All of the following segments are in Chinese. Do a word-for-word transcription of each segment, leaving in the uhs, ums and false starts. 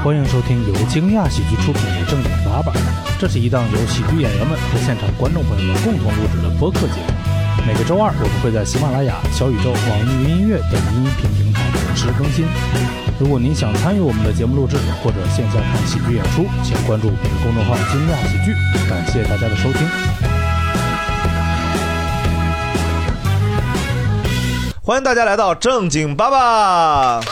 欢迎收听由惊讶喜剧出品的正经八百，这是一档由喜剧演员们和现场观众朋友们共同录制的播客节目。每个周二，我们会在喜马拉雅、小宇宙、网易云音乐等音频平台同时更新。如果您想参与我们的节目录制，或者线下看喜剧演出，请关注本公众号“惊讶喜剧”。感谢大家的收听。 欢迎大家来到正经爸爸。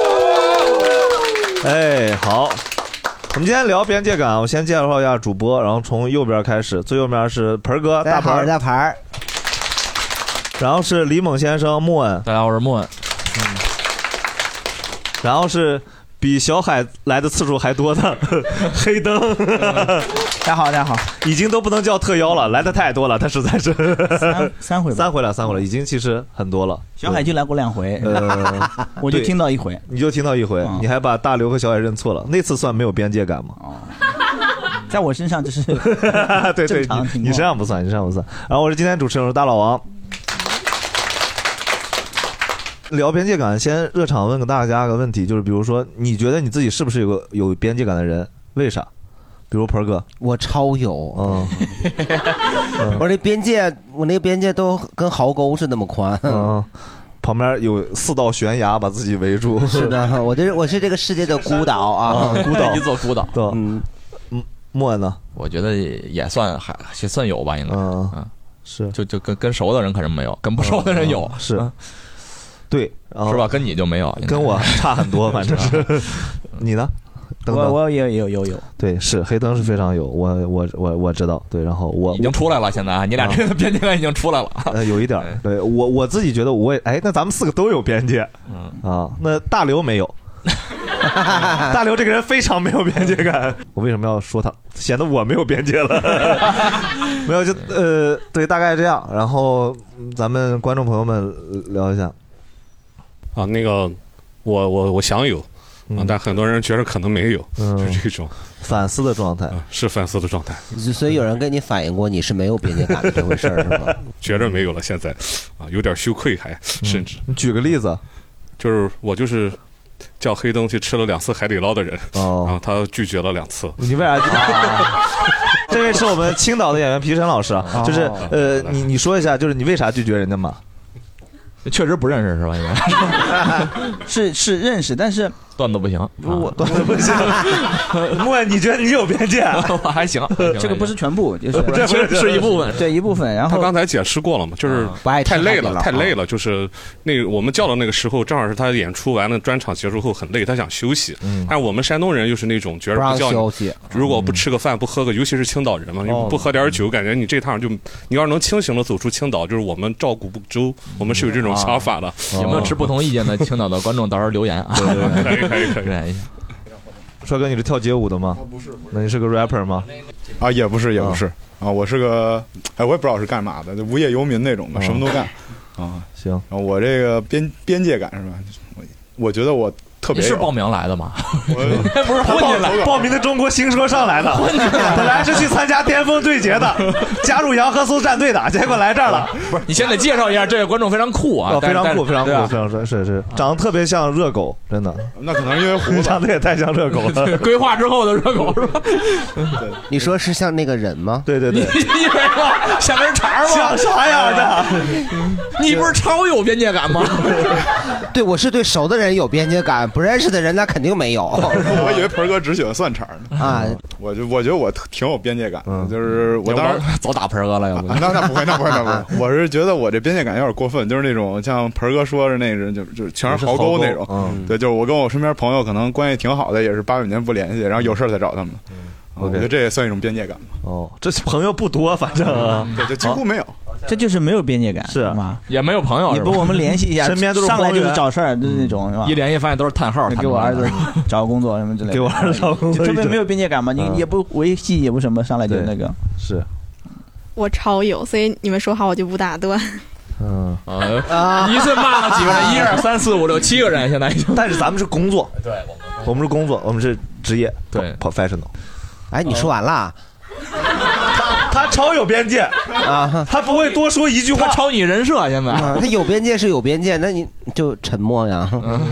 哎，好，我们今天聊边界感。我先介绍一下主播，然后从右边开始，最右边是盆哥，大盆大盆， 然后是李猛先生，莫恩， 大家好，我是莫恩。 嗯，然后是比小海来的次数还多的黑灯。 大家好，大家好， 已经都不能叫特邀了，来的太多了，他实在是三三回吧， 三回了，三回了，已经其实很多了。 小海就来过两回， 呃， 我就听到一回， 你就听到一回，嗯、你还把大刘和小海认错了，那次算没有边界感吗？哦， 在我身上这是对对，你你身上不算，你身上不算。然后我是今天主持人，我是大老王。聊边界感，先热场问个大家个问题，就是比如说，你觉得你自己是不是有个有边界感的人？为啥？比如盆哥， 我超有， 嗯， 我这边界，我那个边界都跟壕沟似的那么宽， 嗯，旁边有四道悬崖把自己围住。 是的，我这我是这个世界的孤岛啊， 孤岛， 一座孤岛。 对，嗯，嗯，莫呢？ 我觉得也算还也算有吧，应该， 嗯，嗯是， 就就跟跟熟的人可能没有，跟不熟的人有， 嗯、是。嗯对， 是吧？跟你就没有， 跟我差很多，反正是。你呢？ 等等我我也有有有。 对，是黑灯是非常有，我我我我知道。对，然后我已经出来了，现在你俩这个边界感已经出来了。 呃，有一点。对我我自己觉得我也哎，那咱们四个都有边界。嗯啊，那大刘没有。大刘这个人非常没有边界感。我为什么要说他？显得我没有边界了。没有就呃对，大概这样。然后咱们观众朋友们聊一下。 啊，那个，我我我想有，啊，但很多人觉得可能没有，嗯、就这种反思的状态、 啊，是反思的状态。 所以有人跟你反映过你是没有边界感的这回事儿，是吗？ 觉着没有了，现在，啊，有点羞愧还，还甚至、 嗯。你举个例子， 就是我就是叫黑灯去吃了两次海底捞的人， 哦， 然后他拒绝了两次。 你为啥？啊、这位是我们青岛的演员皮晨老师啊，哦、就是呃，你你说一下，就是你为啥拒绝人家嘛？ 确实不认识是吧？应该是是认识，但是段子不行， 我段子不行。莫，你觉得你有边界？ 我还行， 这个不是全部，就是这是是一部分， 对一部分。然后他刚才解释过了嘛，就是太累了，太累了，就是那我们叫的那个时候，正好是他演出完了，专场结束后很累，他想休息。嗯，但是我们山东人又是那种觉得不叫休息， 如果不吃个饭不喝个，尤其是青岛人嘛，不喝点酒，感觉你这趟就你要是能清醒的走出青岛，就是我们照顾不周，我们是有这种想法的。 有没有持不同意见的青岛的观众到时候留言啊？ 对对，可以可以可以。 留言一下。 帅哥，你是跳街舞的吗？ 不是， 那你是个 rapper 吗？ 啊，也不是，也不是啊，我是个，哎，我也不知道是干嘛的，就无业游民那种的，什么都干。啊， 行。 然后我这个边边界感是吧？我我觉得我特别。 你是报名来的吗？ 我不是混进来，报名的中国新说唱来的，本来是去参加巅峰对决的，加入杨和苏战队的，结果来这儿了。 不是，你先得介绍一下，这个观众非常酷啊， 非常酷，非常酷，非常帅，是是，长得特别像热狗，真的。 那可能因为胡子长得也太像热狗了。 规划之后的热狗是吧？ 你说是像那个人吗？ 对对对。 你以为像根肠吗？ 像啥样的？ 你不是超有边界感吗？ 对，我是对熟的人有边界感，不认识的人那肯定没有。 我以为盆哥只喜欢蒜肠呢啊！ 我就我觉得我挺有边界感的，就是我当时早打盆哥了，要不？ 那那不会，那不会，那不会。我是觉得我这边界感有点过分，就是那种像盆哥说的那种，就就全是壕沟那种。嗯，对，就是我跟我身边朋友可能关系挺好的，也是八九年不联系，然后有事才找他们。嗯，我觉得这也算一种边界感吧。 哦，这朋友不多，反正对，就几乎没有。 这就是没有边界感， 是吗？ 也没有朋友， 你不我们联系一下， 身边都是上来就是找事儿，就是那种，是吧？ 一联系发现都是叹号， 给我儿子找工作什么之类的， 给我儿子找工作， 特别没有边界感嘛，你也不维系，也不什么，上来就那个。 是， 我超有，所以你们说话我就不打断。 嗯啊，一次骂了几个人，一二三四五六七个人，现在已经。 但是咱们是工作， 对， 我们是工作，我们是职业， 对 ，professional。 哎，你说完了。 他超有边界啊，他不会多说一句话， 他超你人设现在。 他有边界是有边界，那你就沉默呀。 嗯，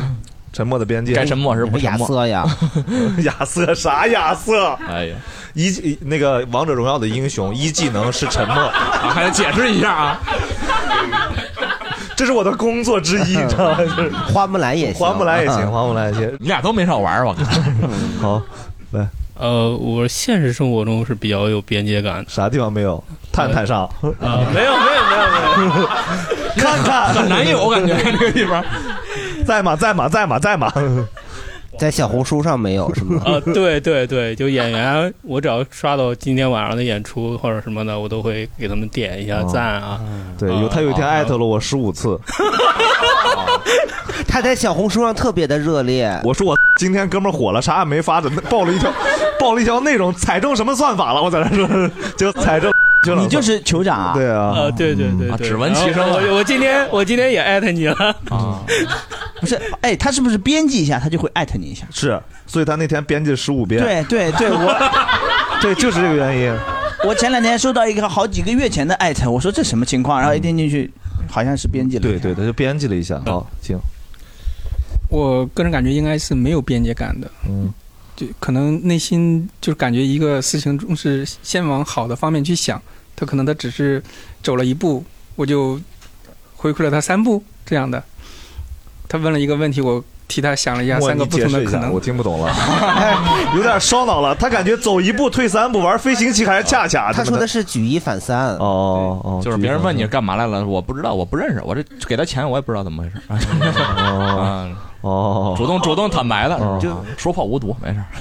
沉默的边界， 该沉默是不沉默。 亚瑟呀， 亚瑟啥亚瑟？ 哎呀， 一那个王者荣耀的英雄一技能是沉默， 啊、还得解释一下啊。 这是我的工作之一，你知道吗？ 花木兰也行， 花木兰也行，花木兰也行。 你俩都没少玩，我看。 好，来。 呃，我现实生活中是比较有边界感的。 啥地方没有？探探上？ 啊、呃，没有，没有，没有，没有。 看看， 很难有，我感觉这个地方。 在吗？在吗？在吗？在吗？ 在小红书上没有是吗？ 啊、呃，对对对，就演员，我只要刷到今天晚上的演出或者什么的，我都会给他们点一下赞啊。 哦、对，有他有一天艾特了我十五次。 他在小红书上特别的热烈。 我说我今天哥们儿火了，啥也没发的，爆了一条，爆了一条内容，踩中什么算法了？我在那说，就踩中。 你就是酋长啊？ 对啊， 呃，对对对对， 只闻其声。 我我今天我今天也艾特你了啊，不是，哎，他是不是编辑一下，他就会艾特你一下？ 是，所以他那天编辑十五遍。 对对对，我， 对，就是这个原因。 我前两天收到一个好几个月前的艾特，我说这什么情况？然后一点进去，好像是编辑了。 对对，他就编辑了一下。好，行。 我个人感觉应该是没有边界感的。 嗯。 就可能内心就感觉一个事情中是先往好的方面去想，他可能他只是走了一步，我就回馈了他三步这样的。他问了一个问题，我替他想了一下三个不同的可能， 我听不懂了，有点烧脑了。他感觉走一步退三步，玩飞行棋还是恰恰。 他说的是举一反三。 哦哦， 就是别人问你干嘛来了，我不知道，我不认识，我这给他钱我也不知道怎么回事。 哦哦， 主动主动坦白了， 哦、 就说破无毒，没事。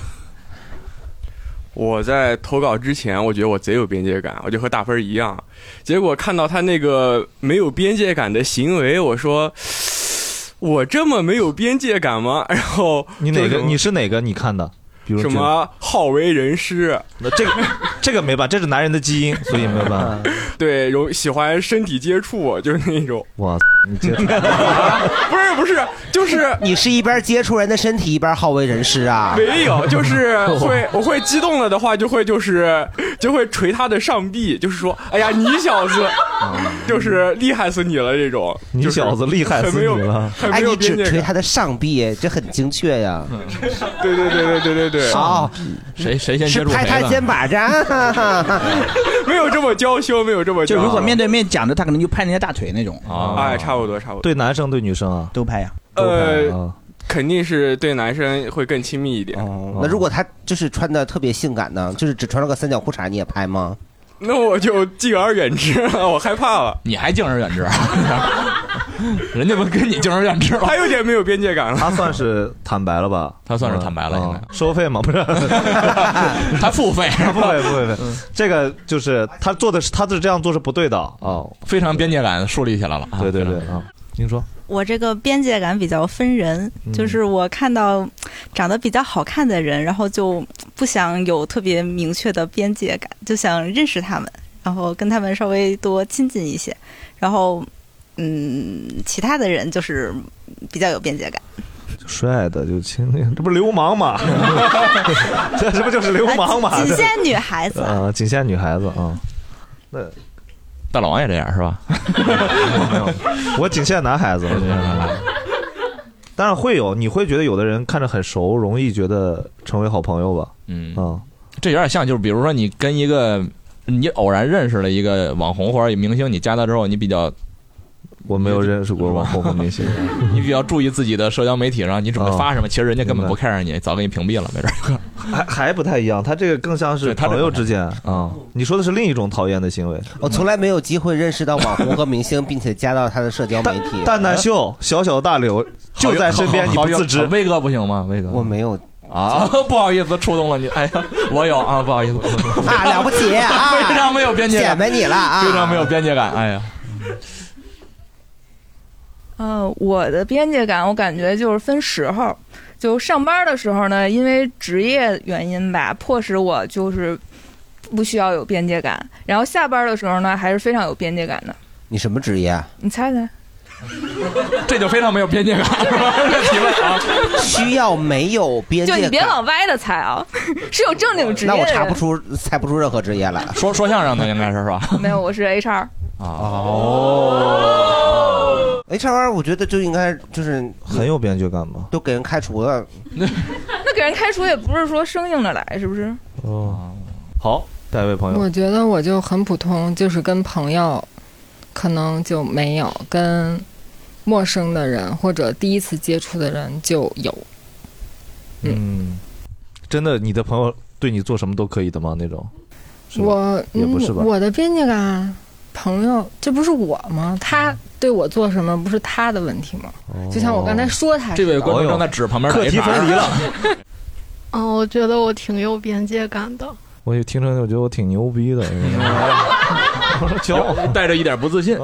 我在投稿之前，我觉得我贼有边界感，我就和大分一样。结果看到他那个没有边界感的行为，我说。我这么没有边界感吗？然后你哪个？你是哪个？你看的？比如什么好为人师？ 那这个这个没办法，这是男人的基因，所以没办法。 对，有喜欢身体接触，就是那种。 哇，你接触？ 不是不是，就是你是一边接触人的身体，一边好为人师啊？ 没有，就是会我会激动了的话，就会就是就会捶他的上臂，就是说，哎呀，你小子，就是厉害死你了这种。 你小子厉害死你了！ 哎，你只捶他的上臂，这很精确呀。 对对对对对对对。 好， 谁谁先接触谁了？是拍他肩膀上， 没有这么娇羞，没有这么就如果面对面讲的，他可能就拍人家大腿那种。 啊，哎，差不多差不多。 对男生对女生啊， 都拍呀。 呃，肯定是对男生会更亲密一点。 那如果他就是穿的特别性感呢，就是只穿了个三角裤衩，你也拍吗？ 那我就敬而远之了，我害怕了。 你还敬而远之？人家不跟你敬而远之了？ 他有点没有边界感了。 他算是坦白了吧？ 他算是坦白了，应该收费吗？不是， 他付费， 付费，付费，这个就是他做的是，他是这样做是不对的啊， 非常边界感树立起来了。 对对对啊，您说。 我这个边界感比较分人，就是我看到长得比较好看的人，然后就不想有特别明确的边界感，就想认识他们，然后跟他们稍微多亲近一些，然后嗯，其他的人就是比较有边界感。 帅的就亲近，这不是流氓吗？这这不就是流氓吗？ 啊、仅限女孩子啊，仅限女孩子啊。那。 大老王也这样是吧？ 我仅限男孩子，当然会有，你会觉得有的人看着很熟，容易觉得成为好朋友吧？ 嗯啊， 这有点像，就是比如说你跟一个你偶然认识了一个网红或者明星，你加他之后，你比较。 我没有认识过网红和明星， 你比较注意自己的社交媒体上你准备发什么，哦、其实人家根本不 care 你，早给你屏蔽了，没准。 还还不太一样，他这个更像是朋友之间啊、嗯。你说的是另一种讨厌的行为。 我从来没有机会认识到网红和明星，并且加到他的社交媒体。 蛋蛋秀、小小大刘就在身边，你不自知。 威哥不行吗？威哥， 我没有啊，不好意思，触动了你。哎呀，我有啊，不好意思啊，了不起啊， 非常没有边界感， 显摆你了啊， 非常没有边界感。哎呀。 呃，我的边界感，我感觉就是分时候。就上班的时候呢，因为职业原因吧，迫使我就是不需要有边界感。然后下班的时候呢，还是非常有边界感的。 你什么职业？ 你猜猜。 这就非常没有边界感，是吧？这提问啊， 需要没有边界感。 就你别往歪的猜啊，是有正经职业的。 那我查不出，猜不出任何职业来。 说说相声的应该是是吧？ 没有，我是 H R。 哦。 H R 我觉得就应该就是很有边界感嘛， 都给人开除了。 那给人开除也不是说生硬的来，是不是？ 哦，好，下一位朋友。 我觉得我就很普通，就是跟朋友可能就没有，跟陌生的人或者第一次接触的人就有。 嗯，嗯真的，你的朋友对你做什么都可以的吗？那种？ 我也不是吧、 嗯？我的边界感，朋友，这不是我吗？他对我做什么不是他的问题吗？哦、就像我刚才说他， 这位观众正在指旁边的 H R， 课题分离了。 哦，我觉得我挺有边界感的。 我一听着，我觉得我挺牛逼的，骄傲， 带着一点不自信。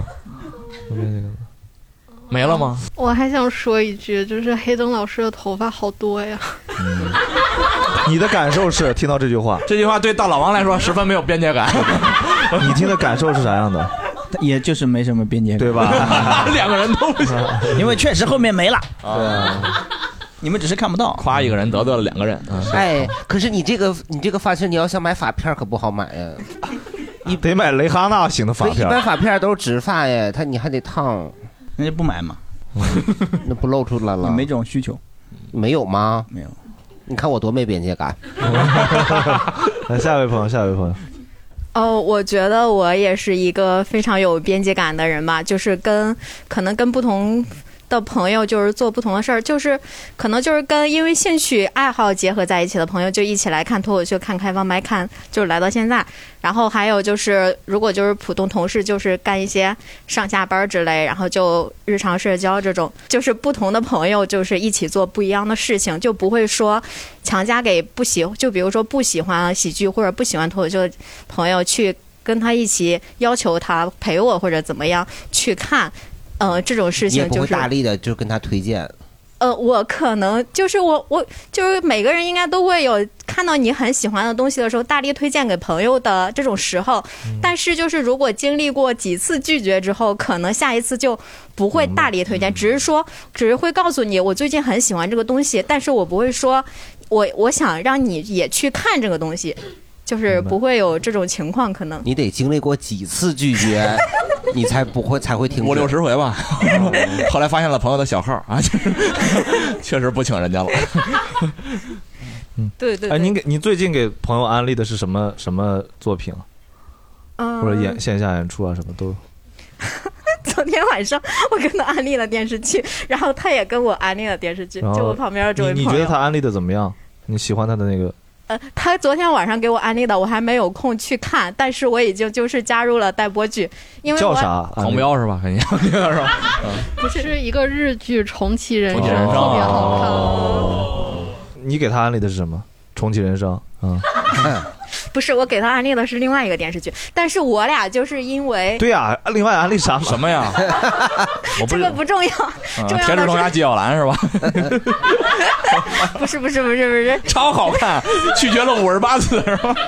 没了吗？ 我还想说一句，就是黑灯老师的头发好多呀。 嗯、你的感受是听到这句话？ 这句话对大老王来说十分没有边界感。 你听的感受是啥样的？ 也就是没什么边界感， 对吧？ 两个人都不行， 因为确实后面没了。 对啊。 你们只是看不到， 夸一个人得罪了两个人。 嗯、哎，可是你这个你这个发型，你要想买发片可不好买呀。 你得买蕾哈娜型的发片， 一般发片都是直发呀，它你还得烫， 那就不买嘛。 那不露出来了？ 没这种需求， 没有吗？ 没有。 你看我多没边界感。 来，下一位朋友，下一位朋友。 哦，我觉得我也是一个非常有边界感的人吧，就是跟可能跟不同的朋友就是做不同的事儿，就是可能就是跟因为兴趣爱好结合在一起的朋友就一起来看脱口秀、看开放麦，看就是来到现在。然后还有就是如果就是普通同事，就是干一些上下班之类，然后就日常社交这种，就是不同的朋友就是一起做不一样的事情，就不会说强加给不喜就比如说不喜欢喜剧或者不喜欢脱口秀的朋友去跟他一起要求他陪我或者怎么样去看。呃，这种事情就是你也不会大力的就跟他推荐。 呃，我可能就是我我就是每个人应该都会有看到你很喜欢的东西的时候，大力推荐给朋友的这种时候。嗯、但是就是如果经历过几次拒绝之后，可能下一次就不会大力推荐，嗯、只是说只是会告诉你我最近很喜欢这个东西，但是我不会说我我想让你也去看这个东西。就是不会有这种情况，可能你得经历过几次拒绝，你才不会才会停止五六十回吧。后来发现了朋友的小号啊，就是确实不请人家了。 嗯， 对对。 哎，您给你最近给朋友安利的是什么什么作品啊？嗯，或者演线下演出啊，什么都。 昨天晚上我跟他安利了电视剧，然后他也跟我安利了电视剧，就我旁边的这位朋友。 你你觉得他安利的怎么样？你喜欢他的那个？ 呃，他昨天晚上给我安利的，我还没有空去看，但是我已经就是加入了待播剧，因为我叫啥？ 狂飙是吧？肯定是吧？ 不是一个日剧《重启人生》， 特别好看。 哦、你给他安利的是什么？《重启人生》啊？ 不是，我给他安利的是另外一个电视剧，但是我俩就是因为对呀、啊，另外安利啥什么呀？ 我不这个不重要， 嗯、 重要的是铁齿铜牙纪晓岚是吧？ 不是不是不是不是， 超好看，拒绝了五十八次是吧？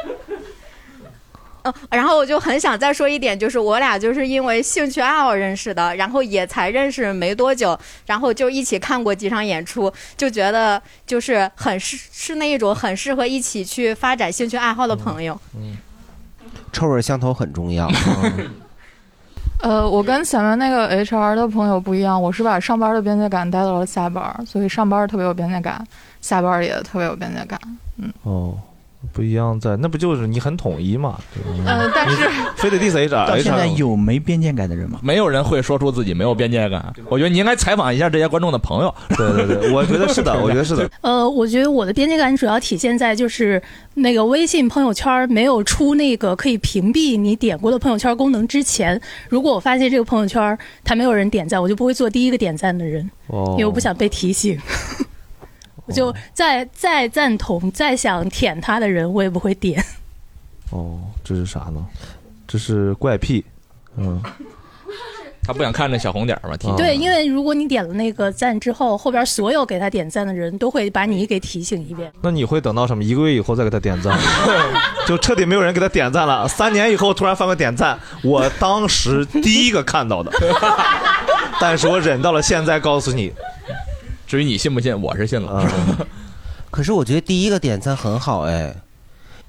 嗯，然后我就很想再说一点，就是我俩就是因为兴趣爱好认识的，然后也才认识没多久，然后就一起看过几场演出，就觉得就是很是是那一种很适合一起去发展兴趣爱好的朋友。 嗯，臭味相投很重要。 呃，我跟前面那个 H R 的朋友不一样，我是把上班的边界感带到了下班，所以上班特别有边界感，下班也特别有边界感。嗯， 哦。不一样在那不就是你很统一嘛？ 嗯、呃，但是非得 diss H R。 到现在有没边界感的人吗？ 没有人会说出自己没有边界感。我觉得你应该采访一下这些观众的朋友。 对对对，我觉得是的，我觉得是的。 呃，我觉得我的边界感主要体现在就是那个微信朋友圈没有出那个可以屏蔽你点过的朋友圈功能之前，如果我发现这个朋友圈它没有人点赞，我就不会做第一个点赞的人，哦、因为我不想被提醒。我就再再赞同再想舔他的人我也不会点。 哦，这是啥呢？这是怪癖。嗯， 他不想看那小红点嘛？ 对，因为如果你点了那个赞之后，后边所有给他点赞的人都会把你给提醒一遍。 那你会等到什么一个月以后再给他点赞？就彻底没有人给他点赞了，三年以后突然翻个点赞，我当时第一个看到的，但是我忍到了现在告诉你。 至于你信不信，我是信了。 嗯、可是我觉得第一个点赞很好哎，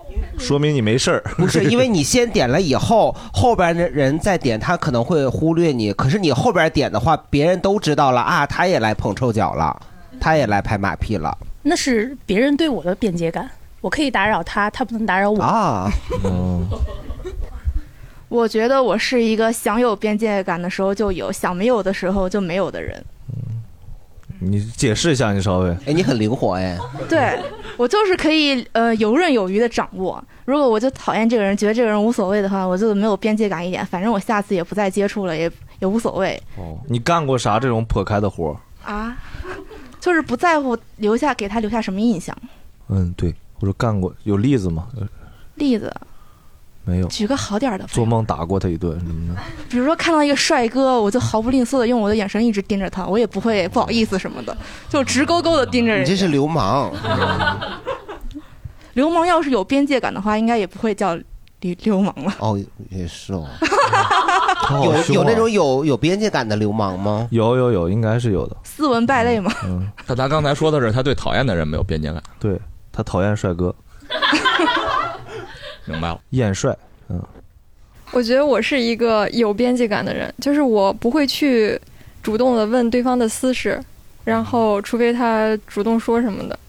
说明你没事儿。 不是，因为你先点了以后，后边的人再点，他可能会忽略你。可是你后边点的话，别人都知道了啊，他也来捧臭脚了，他也来拍马屁了。 那是别人对我的边界感，我可以打扰他，他不能打扰我啊。 嗯， 我觉得我是一个想有边界感的时候就有，想没有的时候就没有的人。 你解释一下，你稍微。 哎，你很灵活哎。 对，我就是可以呃游刃有余的掌握。如果我就讨厌这个人，觉得这个人无所谓的话，我就没有边界感一点，反正我下次也不再接触了，也也无所谓。 哦，你干过啥这种破开的活？ 啊，就是不在乎留下给他留下什么印象。 嗯，对，我说干过，有例子吗？ 例子没有。 举个好点的。 做梦打过他一顿什么的。 比如说看到一个帅哥，我就毫不吝啬的用我的眼神一直盯着他，我也不会不好意思什么的，就直勾勾的盯着人。 你这是流氓。 流氓要是有边界感的话，应该也不会叫流流氓了。 哦，也是哦。有有那种有有边界感的流氓吗？ 有有有，应该是有的。 斯文败类嘛。 嗯， 但他刚才说的是他对讨厌的人没有边界感。 对，他讨厌帅哥。 明白了， 厌帅。嗯， 我觉得我是一个有边界感的人，就是我不会去主动的问对方的私事，然后除非他主动说什么的。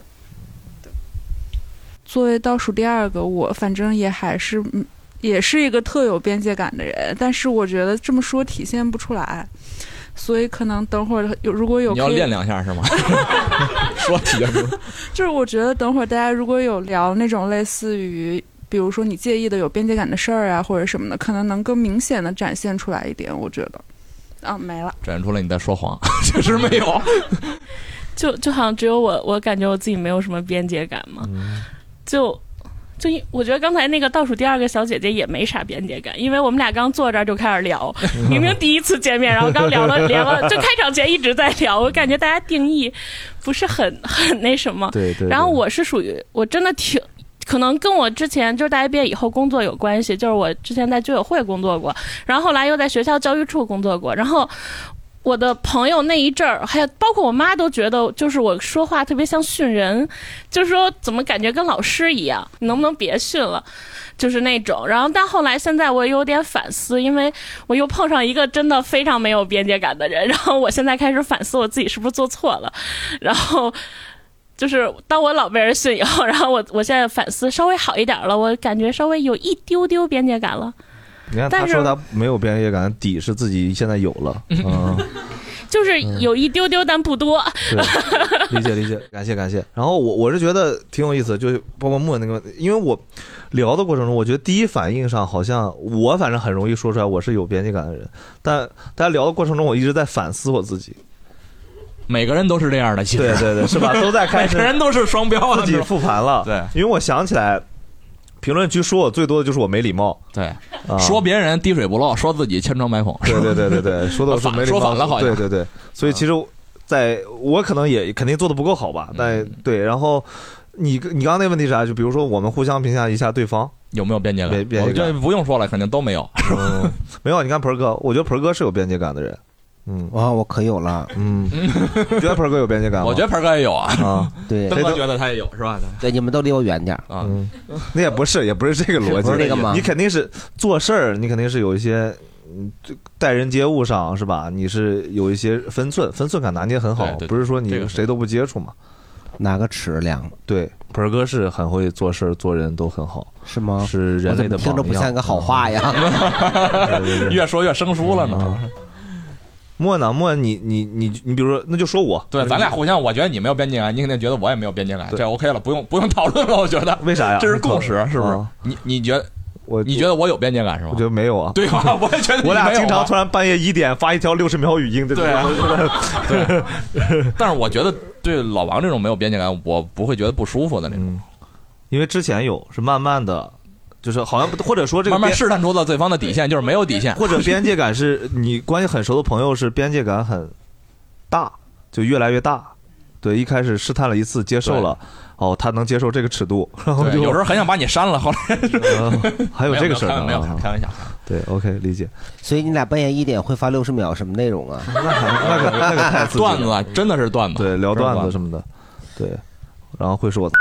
作为倒数第二个，我反正也还是也是一个特有边界感的人，但是我觉得这么说体现不出来，所以可能等会儿有如果有你要练两下是吗？说体现不出来， 就是我觉得等会儿大家如果有聊那种类似于比如说你介意的有边界感的事儿啊或者什么的，可能能更明显的展现出来一点，我觉得。啊，没了， 展现出来你在说谎，确实没有。 就就好像只有我，我感觉我自己没有什么边界感嘛。嗯、就就我觉得刚才那个倒数第二个小姐姐也没啥边界感，因为我们俩刚坐这儿就开始聊，明明第一次见面，然后刚聊了聊了，就开场前一直在聊，我感觉大家定义不是很很那什么。 对 对, 对。 然后我是属于我真的挺。可能跟我之前就是大学毕业以后工作有关系，就是我之前在居委会工作过，然后后来又在学校教育处工作过，然后我的朋友那一阵儿，还有包括我妈都觉得，就是我说话特别像训人，就是说怎么感觉跟老师一样，你能不能别训了，就是那种。然后但后来现在我有点反思，因为我又碰上一个真的非常没有边界感的人，然后我现在开始反思我自己是不是做错了，然后。就是当我老被人训以后，然后我我现在反思稍微好一点了，我感觉稍微有一丢丢边界感了。 你看他说他没有边界感，底是自己现在有了，嗯， 就是有一丢丢但不多。 对，理解理解，感谢感谢。然后我我是觉得挺有意思的，就是包括莫那个，因为我聊的过程中，我觉得第一反应上好像我反正很容易说出来我是有边界感的人，但大家聊的过程中，我一直在反思我自己。 每个人都是这样的，其实对对对，是吧？都在开始， 每个人都是双标啊， 自己复盘了。 对， 因为我想起来，评论区说我最多的就是我没礼貌。 对，啊、说别人滴水不漏，说自己千疮百孔。 对对对对对，说的我是没礼貌， 说反了好像。 对对对，所以其实在我可能也肯定做的不够好吧，但对。然后你你刚刚那个问题是啥？就比如说我们互相评价一下对方有没有边界感？ 边界感不用说了，肯定都没有。 嗯、没有，你看盆哥，我觉得盆哥是有边界感的人。 嗯，哇，我可有了， 嗯，觉得盆哥有边界感吗？ 我觉得盆哥也有啊， 啊， 对， 灯哥觉得他也有是吧？ 对，你们都离我远点啊，嗯，那也不是，也不是这个逻辑， 不是这个吗？ 你肯定是做事儿，你肯定是有一些待人接物上是吧？你是有一些分寸，分寸感拿捏很好，不是说你谁都不接触嘛。 拿个尺量， 对，盆哥是很会做事做人都很好， 是吗？ 是人类的榜样， 听着不像个好话呀， 越说越生疏了呢。 莫呢？莫你你你你，比如说，那就说我， 对，咱俩互相，我觉得你没有边界感，你肯定觉得我也没有边界感，这 OK 了，不用不用讨论了，我觉得。 为啥呀？ 这是共识，是不是？你你觉得我？ 你觉得我有边界感是吗？ 我觉得没有啊。 对吧？我也觉得我俩经常突然半夜一点发一条六十秒语音， 对啊。对。但是我觉得对老王这种没有边界感，我不会觉得不舒服的那种， 因为之前有，是慢慢的。就是好像或者说这个慢慢试探出了对方的底线，就是没有底线， 或者边界感是你关系很熟的朋友是边界感很大，就越来越大。对，一开始试探了一次，接受了，哦，他能接受这个尺度，然后就有时候很想把你删了，后来、 呃、还有这个事儿呢， 没有开玩笑。 对 ，OK， 理解。 所以你俩半夜一点会发六十秒什么内容啊？ 那那个那个太刺激了， 段子啊，真的是段子， 对，聊段子什么的，对，然后会说我。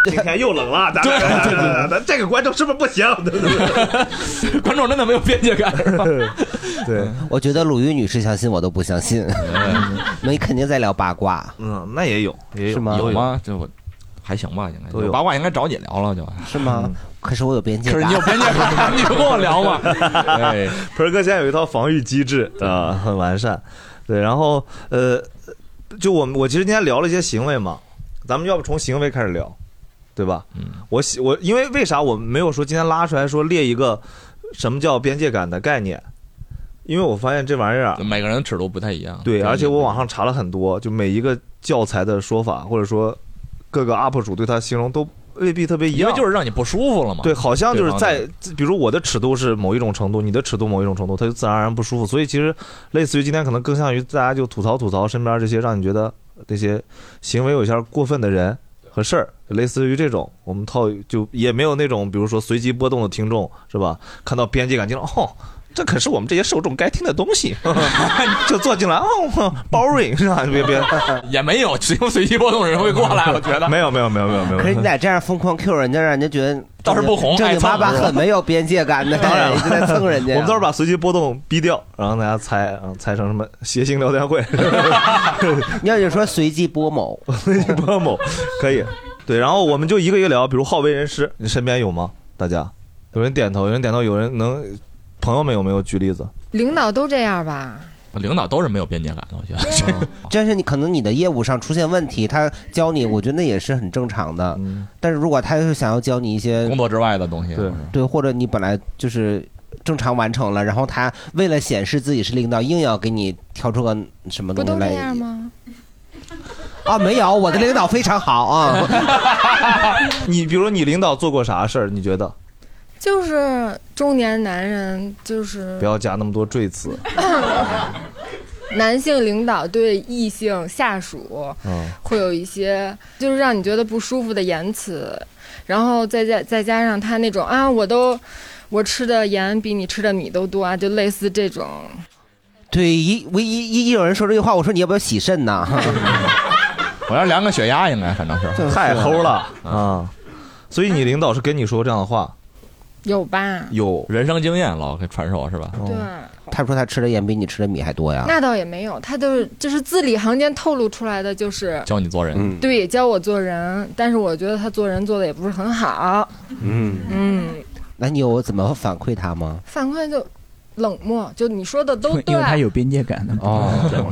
今天又冷了，对对对，这个观众是不是不行？ 观众真的没有边界感，是吧？ 对， 我觉得鲁豫女士相信我都不相信，你肯定在聊八卦。 嗯，那也有，也有是吗？ 有吗？这我还行吧，应该有八卦应该找你聊了，就是吗？可是我有边界感， 可是你有边界感，你不跟我聊吗？ 对，盆儿哥现在有一套防御机制啊、呃，很完善。对，然后呃，就我们我其实今天聊了一些行为嘛，咱们要不从行为开始聊，对吧？嗯，我我因为为啥我没有说今天拉出来说列一个什么叫边界感的概念？因为我发现这玩意儿啊， 每个人尺度不太一样。 对，而且我网上查了很多，就每一个教材的说法，或者说各个 U P 主对它形容都未必特别一样， 因为就是让你不舒服了嘛。 对，好像就是在，比如我的尺度是某一种程度，你的尺度某一种程度，它就自然而然不舒服。所以其实类似于今天可能更像于大家就吐槽吐槽身边这些让你觉得这些行为有一下过分的人和事儿，类似于这种，我们套就也没有那种比如说随机波动的听众是吧？看到边界感，听哦。这可是我们这些受众该听的东西，就坐进来哦 ，boring 是吧？别别， 也没有，只有随机波动人会过来，我觉得没有没有没有没有没有。 可是你俩这样疯狂 Q 人家，让人家觉得倒是不红， 正经八百很没有边界感的， 当然一直在蹭人家。 我们到时候把随机波动逼掉，然后大家猜，然后猜成什么谐星聊天会。 你要就说随机播某， 随机播某可以。对，然后我们就一个一个聊，比如好为人师，你身边有吗？大家有人点头，有人点头，有人能。朋友们有没有举例子？ 领导都这样吧？ 领导都是没有边界感的，我觉得。 真是你可能你的业务上出现问题，他教你，我觉得那也是很正常的。嗯、但是如果他是想要教你一些工作之外的东西， 对对，或者你本来就是正常完成了，然后他为了显示自己是领导，硬要给你挑出个什么东西来？ 不都这样吗？ 啊，没有，我的领导非常好啊。 你比如你领导做过啥事儿？你觉得？ 就是中年男人，就是不要加那么多赘词。 男性领导对异性下属，嗯，会有一些就是让你觉得不舒服的言辞，然后再加再加上他那种啊，我都我吃的盐比你吃的米都多啊，就类似这种。 对，一我一一一有人说这句话，我说你要不要洗肾呢？ 我要量个血压，应该反正是太齁了啊！所以你领导是跟你说这样的话？ 有吧？ 有人生经验老给传授是吧？ 对， 他说他吃的盐比你吃的米还多呀。 那倒也没有，他就是就是字里行间透露出来的，就是教你做人。 嗯、对，教我做人，但是我觉得他做人做的也不是很好。嗯嗯， 那你有怎么反馈他吗？ 反馈就冷漠，就你说的都对， 因为他有边界感的哦。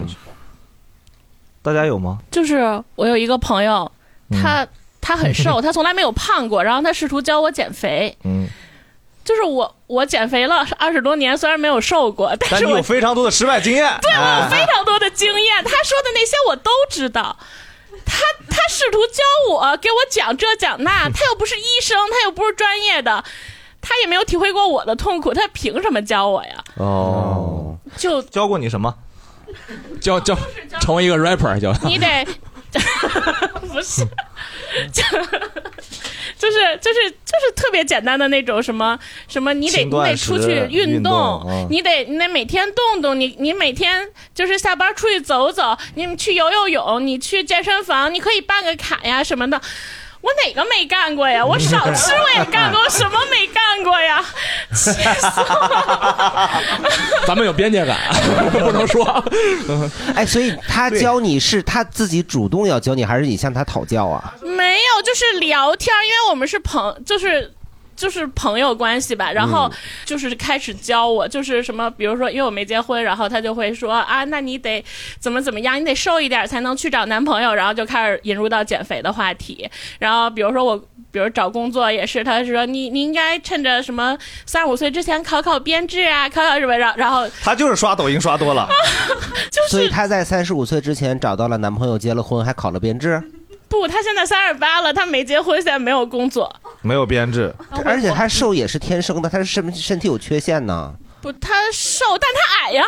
大家有吗？ 就是我有一个朋友，他、嗯、他很瘦，他从来没有胖过，然后他试图教我减肥。嗯。就是我，我减肥了二十多年，虽然没有瘦过，但是我但你有非常多的失败经验。 对，我有非常多的经验。他说的那些我都知道。他他试图教我，给我讲这讲那，他又不是医生，他又不是专业的，他也没有体会过我的痛苦，他凭什么教我呀？ 哦， 就教过你什么？ 教教成为一个 rapper 教你得不是就。就是就是就是特别简单的那种什么什么，你得你得出去运动， 嗯、 你得你得每天动动，你你每天就是下班出去走走，你去游游泳，你去健身房，你可以办个卡呀什么的。我哪个没干过呀？我少吃我也干过，我什么没干过呀？气死我！ 咱们有边界感，不能说。 哎，所以他教你是他自己主动要教你，还是你向他讨教啊？ 没有，就是聊天，因为我们是朋，就是就是朋友关系吧。然后就是开始教我，就是什么，比如说，因为我没结婚，然后他就会说啊，那你得怎么怎么样，你得瘦一点才能去找男朋友，然后就开始引入到减肥的话题。然后比如说我，比如找工作也是，他说你你应该趁着什么三十五岁之前考考编制啊，考考什么，然后他就是刷抖音刷多了， 就是所以他在三十五岁之前找到了男朋友，结了婚，还考了编制。 不，他现在三十八了，他没结婚，现在没有工作， 没有编制， 而且他瘦也是天生的，他是身身体有缺陷呢。 不，他瘦，但他矮呀。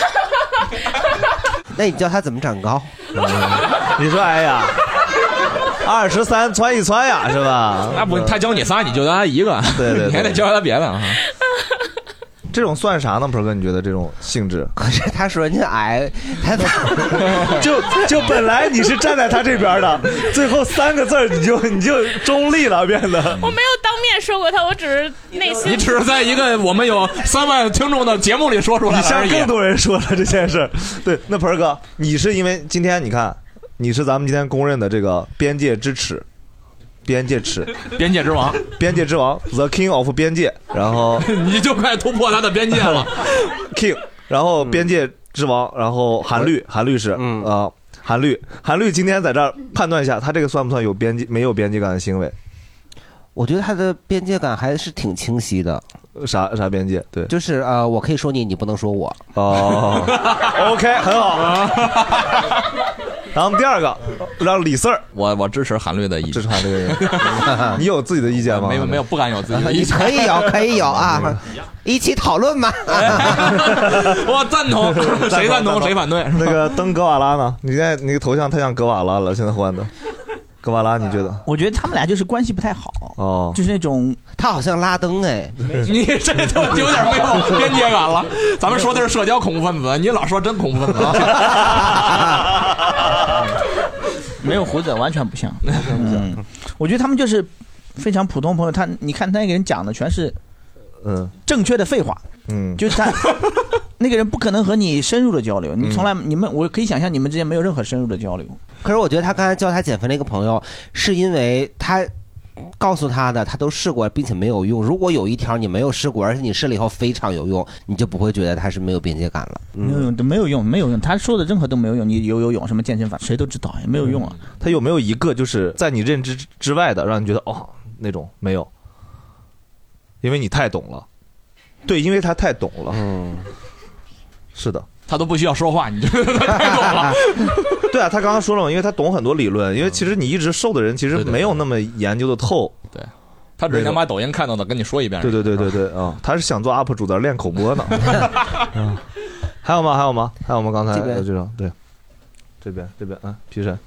那你教他怎么长高？ 你说，哎呀，二十三窜一窜呀，是吧？ 那不，他教你仨，你就教他一个， 对对对， 你还得教他别的啊。 这种算啥呢？鹏哥，你觉得这种性质？ 可是他说人家矮，他就就本来你是站在他这边的，最后三个字儿你就你就中立了，变得。 我没有当面说过他，我只是内心。 你只是在一个我们有三万听众的节目里说出来你向而已。 更多人说了这件事。对，那鹏哥，你是因为今天你看，你是咱们今天公认的这个边界之耻。边界尺， 边界之王， 边界之王 ，The King of 边界，然后你就快突破他的边界了 ，King， 然后边界之王，然后韩律，韩律师，嗯啊、呃，韩律，韩律今天在这儿判断一下，他这个算不算有边界没有边界感的行为？ 我觉得他的边界感还是挺清晰的。 啥啥边界？对， 就是呃，我可以说你，你不能说我。 哦，OK， 很好。然后第二个，让李四儿， 我我支持韩律的意见， 支持韩律的意见。你有自己的意见吗？ 没有没有，不敢有自己的意见。 可以有，可以有啊，一起讨论嘛。 我赞同，谁赞同谁反对。 那个登格瓦拉呢？你现在那个头像太像格瓦拉了，现在换的。格瓦拉，你觉得？ 我觉得他们俩就是关系不太好哦， 就是那种他好像拉登哎， 你这就有点没有边界感了。咱们说的是社交恐怖分子，你老说真恐怖分子。 没有胡子，完全不像。嗯，我觉得他们就是非常普通朋友。他，你看他那个人讲的全是， 嗯， 正确的废话。 嗯， 就是他那个人不可能和你深入的交流。你从来，你们我可以想象你们之间没有任何深入的交流。 可是我觉得他刚才教他减肥那个朋友，是因为他告诉他的，他都试过，并且没有用。如果有一条你没有试过，而且你试了以后非常有用，你就不会觉得他是没有边界感了。 没有用，没有用，没有用。他说的任何都没有用。你游游泳什么健身房，谁都知道也没有用啊。 嗯、他有没有一个就是在你认知之外的，让你觉得哦那种没有？因为你太懂了。对，因为他太懂了。嗯，是的。 他都不需要说话，你就太懂了。 对啊，他刚刚说了嘛，因为他懂很多理论。因为其实你一直瘦的人，其实没有那么研究的透。 对，他只是想把抖音看到的跟你说一遍。 对对对对对啊、哦，他是想做 U P 主的练口播呢。嗯、还有吗？还有吗？还有吗？刚才有这种对，这边这边啊，皮神。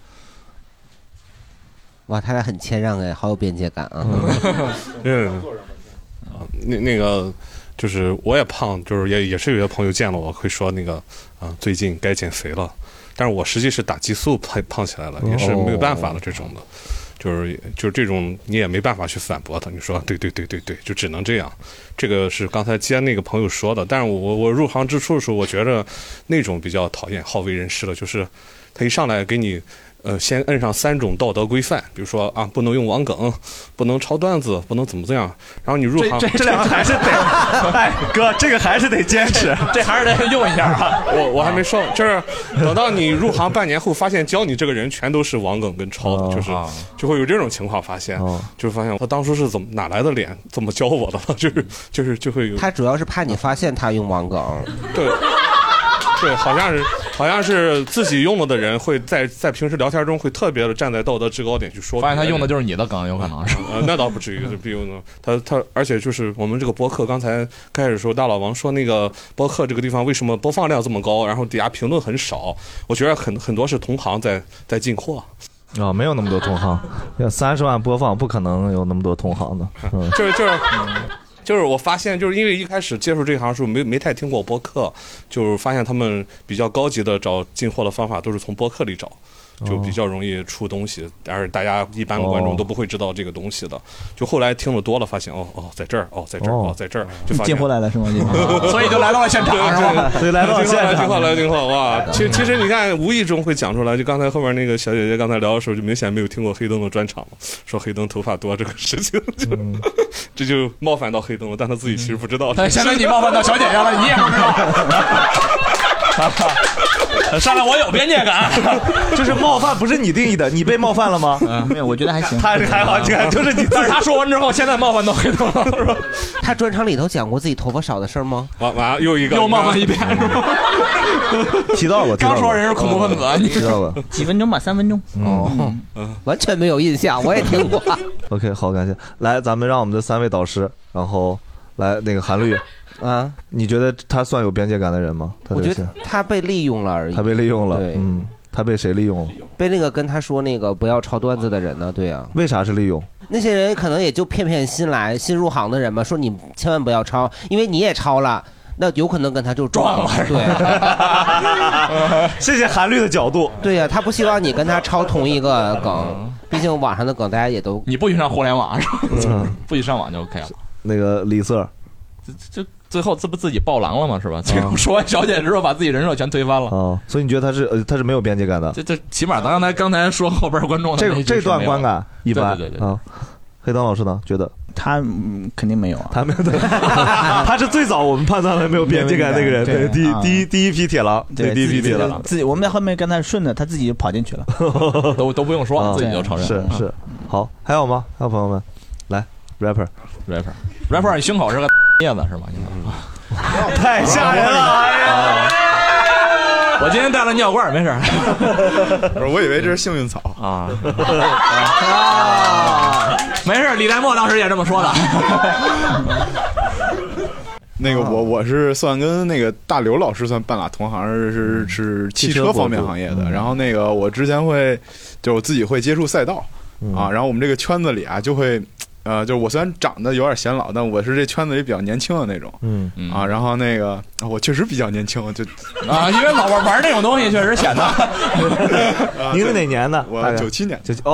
哇，他俩很谦让哎，好有边界感啊。 嗯，啊，那那个。就是我也胖，就是也也是有些朋友见了我会说那个啊、呃，最近该减肥了，但是我实际是打激素胖胖起来了，也是没有办法了这种的，就是就是这种你也没办法去反驳他，你说对对对对对，就只能这样。这个是刚才接那个朋友说的，但是我我入行之初的时候，我觉得那种比较讨厌好为人师的，就是他一上来给你。呃，先摁上三种道德规范，比如说啊，不能用网梗，不能抄段子，不能怎么怎么样。然后你入行， 这这两个还是得，哎哥，这个还是得坚持， 这还是得用一下啊。 我我还没说，就是等到你入行半年后，发现教你这个人全都是网梗跟抄的，就是就会有这种情况发现，就是发现他当初是怎么哪来的脸这么教我的，就是就是就会有。 他主要是怕你发现他用网梗， 对。对，好像是好像是自己用了的人会在在平时聊天中会特别的站在道德制高点去说， 发现他用的就是你的梗，有可能是。 呃，那倒不至于，就比如呢，他他而且就是我们这个播客，刚才开始的时候，大老王说那个播客这个地方为什么播放量这么高，然后底下评论很少，我觉得很很多是同行在在进货。 啊、哦，没有那么多同行，要三十万播放，不可能有那么多同行的。嗯， 就是就是。嗯就是我发现，就是因为一开始接触这行的时候没没太听过播客，就是发现他们比较高级的找进货的方法都是从播客里找，就比较容易出东西，而大家一般观众都不会知道这个东西的。就后来听了多了，发现哦哦，在这儿哦，在这儿哦，在这儿，就发现进货来了是吗？ 所以就来到了现场， 所以来到了现场， 进货来进货哇！其其实你看，无意中会讲出来。就刚才后面那个小姐姐刚才聊的时候，就明显没有听过黑灯的专场嘛，说黑灯头发多这个事情，就、嗯、这就冒犯到黑灯了，但他自己其实不知道。 但现在你冒犯到小姐姐了，你也不知道。上来我有边界感， 就是冒犯不是你定义的，你被冒犯了吗？ 嗯，没有，我觉得还行。 他还好，你看，就是你。 但是他说完之后，现在冒犯到黑灯了，是吧？ 他专场里头讲过自己头发少的事儿吗？ 完完又一个又冒犯一遍，是吧？ 提到过， 刚说人是恐怖分子，你知道吧？ 几分钟吧，三分钟。 哦，嗯，完全没有印象，我也听过。 OK， 好，感谢。来，咱们让我们的三位导师，然后来那个韩律。啊，你觉得他算有边界感的人吗？他我觉得他被利用了而已。 他被利用了，嗯，他被谁利用了？ 被那个跟他说那个不要抄段子的人呢？对呀、啊， 为啥是利用？ 那些人可能也就骗骗新来新入行的人嘛，说你千万不要抄，因为你也抄了。那有可能跟他就撞了，对。 谢谢韩律的角度。 对呀、啊，他不希望你跟他抄同一个梗，毕竟网上的梗大家也都。 你不许上互联网是吧？嗯、不许上网就 OK 了。 那个李色， 这最后这不自己爆狼了吗？是吧？最后说完小姐之后，把自己人设全推翻了。 哦，所以你觉得他是呃他是没有边界感的？ 这这起码咱刚才刚才说后边观众的这这段观感一般。 对对对啊。黑灯老师呢？觉得他、嗯、肯定没有啊， 他没有，他是最早我们判断的没有边界感那个人，对，第一、啊、第一第一批铁狼， 对， 第一批铁狼， 自己我们在后面跟他顺着，他自己就跑进去了， 都都不用说，啊、自己就承认。 是是，好，还有吗？还有朋友们，来 rapper rapper rapper， 你胸口是个叶子是吗？ 太吓人了！哎呀。 我今天带了尿罐，没事。 不是，我以为这是幸运草啊。啊，没事，李代沫当时也这么说的。 那个我我是算跟那个大刘老师算半拉同行，是是汽车方面行业的。然后那个我之前会就我自己会接触赛道啊，然后我们这个圈子里啊就会。呃，就是我虽然长得有点显老，但我是这圈子里比较年轻的那种，嗯啊，然后那个我确实比较年轻，就啊，因为老玩玩那种东西，确实显得。 您是哪年的？ 我九七年， 九七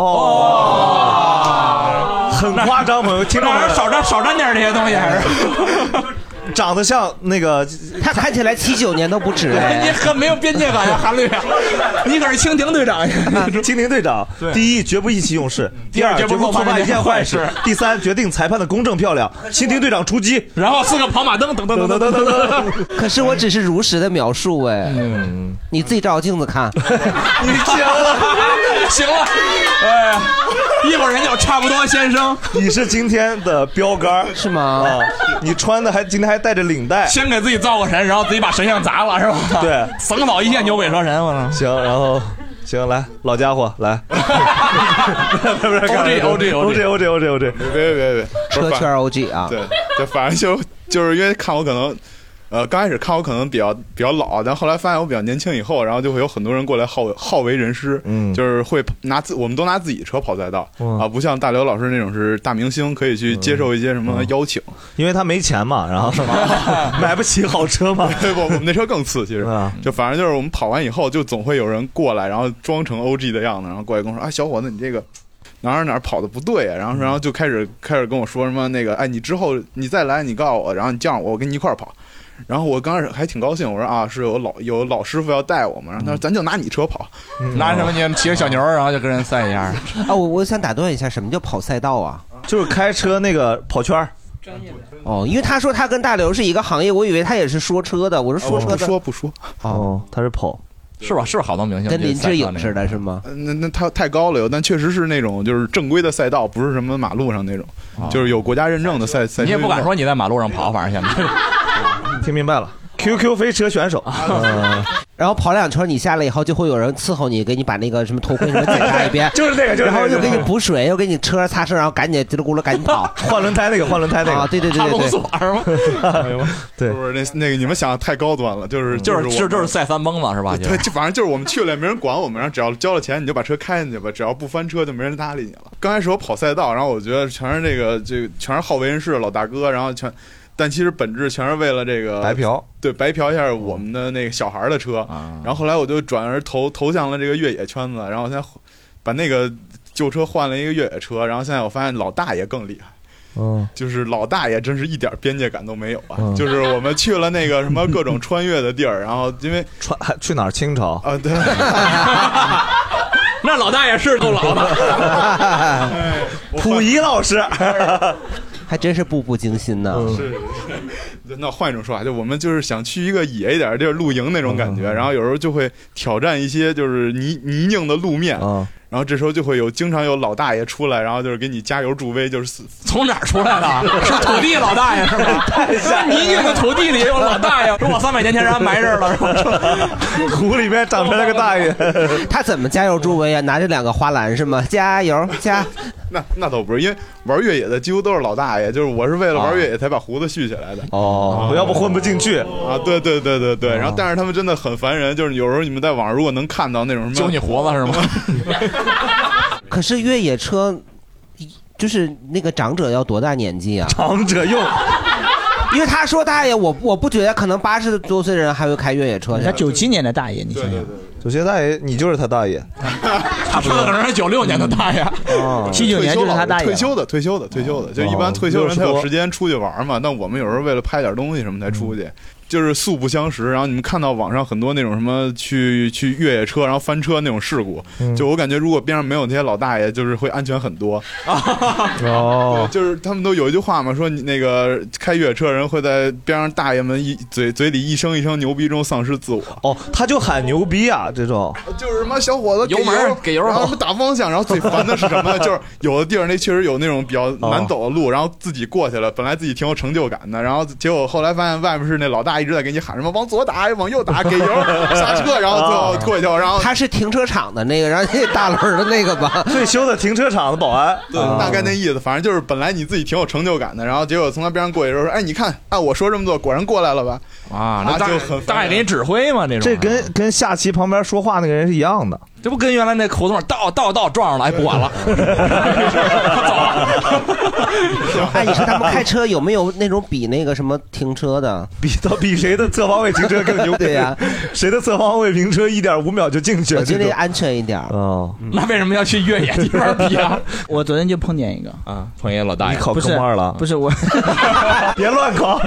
哦，很夸张，朋友，听众们少沾少沾点这些东西，还是。 长得像那个， 他看起来七九年都不止、 哎，你很没有边界感呀，韩律啊！你可是蜻蜓队长呀， 蜻蜓队长。第一，绝不意气用事；第二，绝不做犯一件坏事；第三，决定裁判的公正漂亮。蜻蜓队长出击， 然后四个跑马灯，等等等等等等等。 可是我只是如实的描述，哎，嗯，你自己照镜子看。 你行了， 行了，哎，一会儿人叫差不多先生， 你是今天的标杆是吗？ 啊，你穿的还今天还带着领带， 先给自己造个神，然后自己把神像砸了，是吧？ 对， 横扫一切牛尾蛇神，我操！ 行，然后行，来，老家伙来，不是 O G O G O G O G O G O G， 别别别别， 车圈 O G 啊， 对，就反正就就是因为看我可能。呃，刚开始看我可能比较比较老，但后来发现我比较年轻以后，然后就会有很多人过来好好为人师，嗯，就是会拿自我们都拿自己车跑赛道、嗯、啊，不像大刘老师那种是大明星可以去接受一些什么邀请，嗯、 因为他没钱嘛，然后买不起好车嘛， 对不？我们那车更次，其实、嗯、就反正就是我们跑完以后，就总会有人过来，然后装成 O G 的样子，然后过来跟我说，哎，小伙子，你这个。哪儿哪儿跑的不对啊，然后然后就开始开始跟我说什么那个，哎，你之后你再来，你告诉我，然后你这样我跟你一块儿跑。然后我刚开始还挺高兴，我说啊，是有老有老师傅要带我们，然后他说咱就拿你车跑， 嗯、拿什么你骑个小牛，然后就跟人赛一下。 啊，我我想打断一下，什么叫跑赛道啊？ 就是开车那个跑圈儿。 专业的哦，因为他说他跟大刘是一个行业，我以为他也是说车的。我说说车的， 哦、不说不说。 哦，他是跑。 是吧？是不是好多明星跟林志颖似的，是吗？ 那那他太高了，但确实是那种就是正规的赛道，不是什么马路上那种，哦、就是有国家认证的赛赛。 你也不敢说你在马路上跑，反正现在听明白了。Q Q 飞车选手， 嗯、然后跑两圈，你下来以后就会有人伺候你，给你把那个什么头盔什么检查一遍， 就是那个，就是那个， 然后又给你补水，又给你车擦车，然后赶紧叽里咕噜赶紧跑， 换轮胎那个，换轮胎那个， 啊，对对对对对， 是吗？ 对， 不是那那个你们想的太高端了，就是就是是就是赛三蹦子是吧？ 对，就反正就是我们去了，没人管我们，然后只要交了钱，你就把车开进去吧，只要不翻车，就没人搭理你了。刚开始我跑赛道，然后我觉得全是这个这个全是好为人师的老大哥，然后全。但其实本质全是为了这个白嫖， 对，白嫖一下我们的那个小孩的车。然后后来我就转而投投向了这个越野圈子，然后现在把那个旧车换了一个越野车，然后现在我发现老大爷更厉害。嗯，就是老大爷真是一点边界感都没有啊！嗯、就是我们去了那个什么各种穿越的地儿，然后因为穿去哪儿？清朝啊，对。 那老大爷是够老的， 哎、溥仪老师。 还真是步步惊心呢。 是，是，那换一种说法，就我们就是想去一个野一点的地儿露营那种感觉，嗯、然后有时候就会挑战一些就是泥泥泞的路面。嗯然后这时候就会有经常有老大爷出来，然后就是给你加油助威，就是从哪儿出来的？是土地老大爷是吗？ 太吓人了！ 泥泞的土地里有老大爷，说我三百年前让人埋这儿了，是吧？ 土里面长出来个大爷， 他怎么加油助威啊？拿着两个花篮是吗？加油加！ 那那倒不是，因为玩越野的几乎都是老大爷，就是我是为了玩越野才把胡子蓄起来的。 哦，要不混不进去啊！对对对对对。然后但是他们真的很烦人，就是有时候你们在网上如果能看到那种什么揪你胡子是吗？ 可是越野车就是那个长者要多大年纪啊？ 长者用。 因为他说大爷，我我不觉得可能八十多岁的人还会开越野车。 他九七年的大爷，你想想， 九七大爷，你就是他大爷， 他说的可能是九六年的大爷， 七九年就是他大爷。 退休的，退休的，退休的，就一般退休人才有时间出去玩嘛。那我们有时候为了拍点东西什么才出去。就是素不相识，然后你们看到网上很多那种什么去去越野车然后翻车那种事故，嗯、就我感觉如果边上没有那些老大爷，就是会安全很多。哦，就是他们都有一句话嘛，说你那个开越野车人会在边上大爷们一嘴嘴里一声一声牛逼中丧失自我。 哦，他就喊牛逼啊，这种就是什么小伙子油门给油， 然后什么打方向，然后最烦的是什么？就是有的地儿那确实有那种比较难走的路，然后自己过去了，本来自己挺有成就感的，然后结果后来发现外面是那老大一直在给你喊什么往左打往右打给油刹车，然后最后过去，然后他是停车场的那个，然后那大轮的那个吧， 退休的停车场的保安， 对，大概那意思。反正就是本来你自己挺有成就感的，然后结果从他边上过去的时候说，哎，你看啊，我说这么做，果然过来了吧？ 啊，那就很大爷给你指挥嘛，这种这跟跟下棋旁边说话那个人是一样的， 这不跟原来那胡同倒倒倒撞上了，哎，不管了，走了。哎，你说他们开车有没有那种比那个什么停车的， 比到比谁的侧方位停车更牛？ 对呀、啊， 谁的侧方位停车一点五秒就进去？ 我觉得安全一点。 哦， 那为什么要去越野地方比啊？ 我昨天就碰见一个啊，碰见老大爷， 你考科目二了？ 不是我， 别乱考。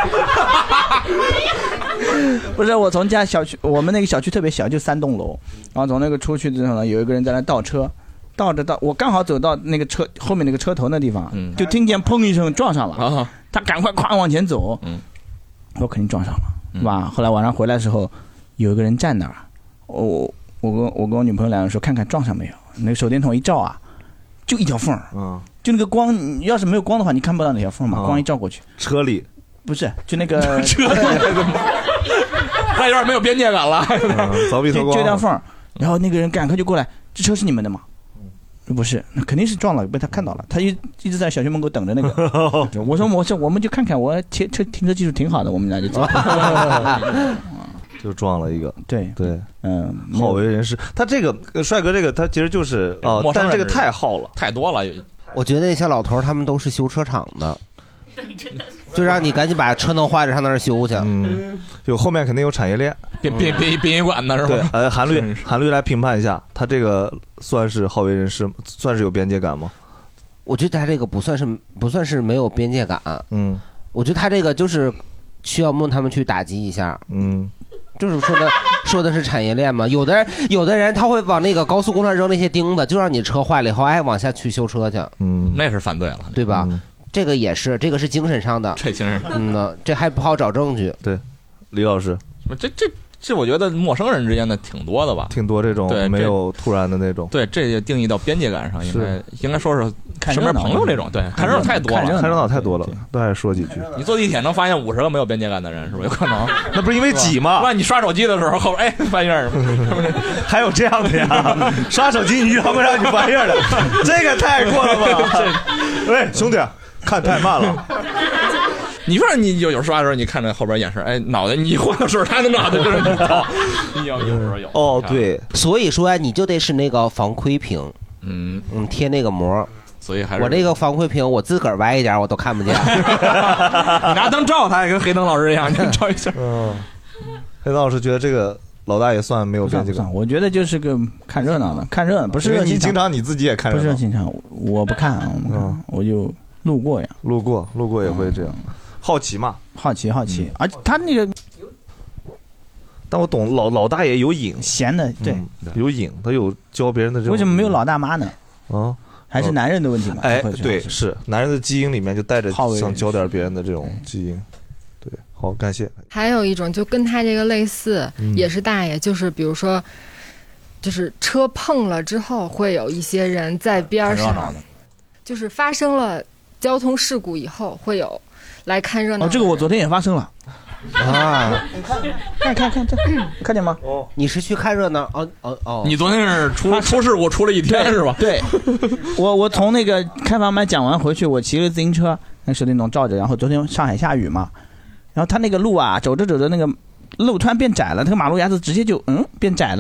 不是我从家小区，我们那个小区特别小，就三栋楼，然后从那个出去之后呢，有一个人在那倒车，倒着倒，我刚好走到那个车后面那个车头那地方，嗯、就听见砰一声撞上了，啊、他赶快哐往前走，嗯、我肯定撞上了，是吧？嗯、后来晚上回来的时候，有一个人站那儿，我我跟我跟我女朋友两个人说看看撞上没有，那个手电筒一照啊，就一条缝，嗯，就那个光，你要是没有光的话，你看不到那条缝嘛，嗯、光一照过去， 车里。 不是，就那个车，他有点没有边界感了， 凿壁偷光， 就条缝。然后那个人赶快就过来，这车是你们的吗？不是，那肯定是撞了，被他看到了。他一一直在小区门口等着那个。我说我说我们就看看，我停车停车技术挺好的，我们俩就走。 就撞了一个， 对对， 嗯， 好为人师。他这个帅哥这个，他其实就是哦，但是这个太好了， 太多了。 我觉得那些老头他们都是修车厂的。就让你赶紧把车弄坏了上那儿修去。 嗯，有后面肯定有产业链， 殡殡殡殡仪馆的是吧？ 对，呃，韩律，韩律来评判一下，他这个算是好为人师，算是有边界感吗？ 我觉得他这个不算是不算是没有边界感。嗯，我觉得他这个就是需要问他们去打击一下。嗯。就是说的说的是产业链嘛，有的人有的人他会往那个高速公路上扔那些钉子，就让你车坏了以后，哎，往下去修车去。 嗯，那是反对了， 对吧？嗯，这个也是，这个是精神上的， 这精神， 嗯呢，这还不好找证据。 对，李老师， 这这这，我觉得陌生人之间的挺多的吧， 挺多这种没有突然的那种。 对，这也定义到边界感上，应该应该说是身边朋友这种，对，看热闹太多了， 看热闹太多了，都爱说几句。 你坐地铁能发现五十个没有边界感的人，是不是有可能？ 那不是因为挤吗？ 那你刷手机的时候，后边哎翻页儿， 还有这样的呀？刷手机你遇到过让你翻页的，这个太过了吧？喂，兄弟，看太慢了。 你说你有有刷的时候，你看着后边眼神，哎，脑袋你晃的时候，他的脑袋就是你操，有有时候有。 哦，对，所以说你就得是那个防窥屏，嗯嗯，贴那个膜。 所以还是我这个防窥屏，我自个儿歪一点我都看不见。 你拿灯照他，也跟黑灯老师一样，你照一下。 嗯，黑灯老师觉得这个老大也算没有边界感。 我觉得就是个看热闹的，看热闹不是热你经常你自己也看热闹， 不是热情场，我不看，我不看，我就路过呀， 路过路过也会这样。好奇嘛， 好奇好奇，而且他那个， 但我懂老老大爷有瘾， 闲的对， 有瘾，他有教别人的这种。 为什么没有老大妈呢？ 啊， 还是男人的问题嘛？ 哎，对，是男人的基因里面就带着想教点别人的这种基因。对，好，感谢。 还有一种就跟他这个类似，也是大爷，就是比如说，就是车碰了之后，会有一些人在边上，就是发生了交通事故以后会有来看热闹。 哦，这个我昨天也发生了啊！看看看这，看见吗？ 哦，你是去看热闹？哦哦哦！ 你昨天是出出事故出了一天是吧？ 对，我我从那个开房麦讲完回去，我骑了自行车，那手电筒照着，然后昨天上海下雨嘛，然后他那个路啊，走着走着那个路突然变窄了，那个马路牙子直接就嗯变窄了嘛。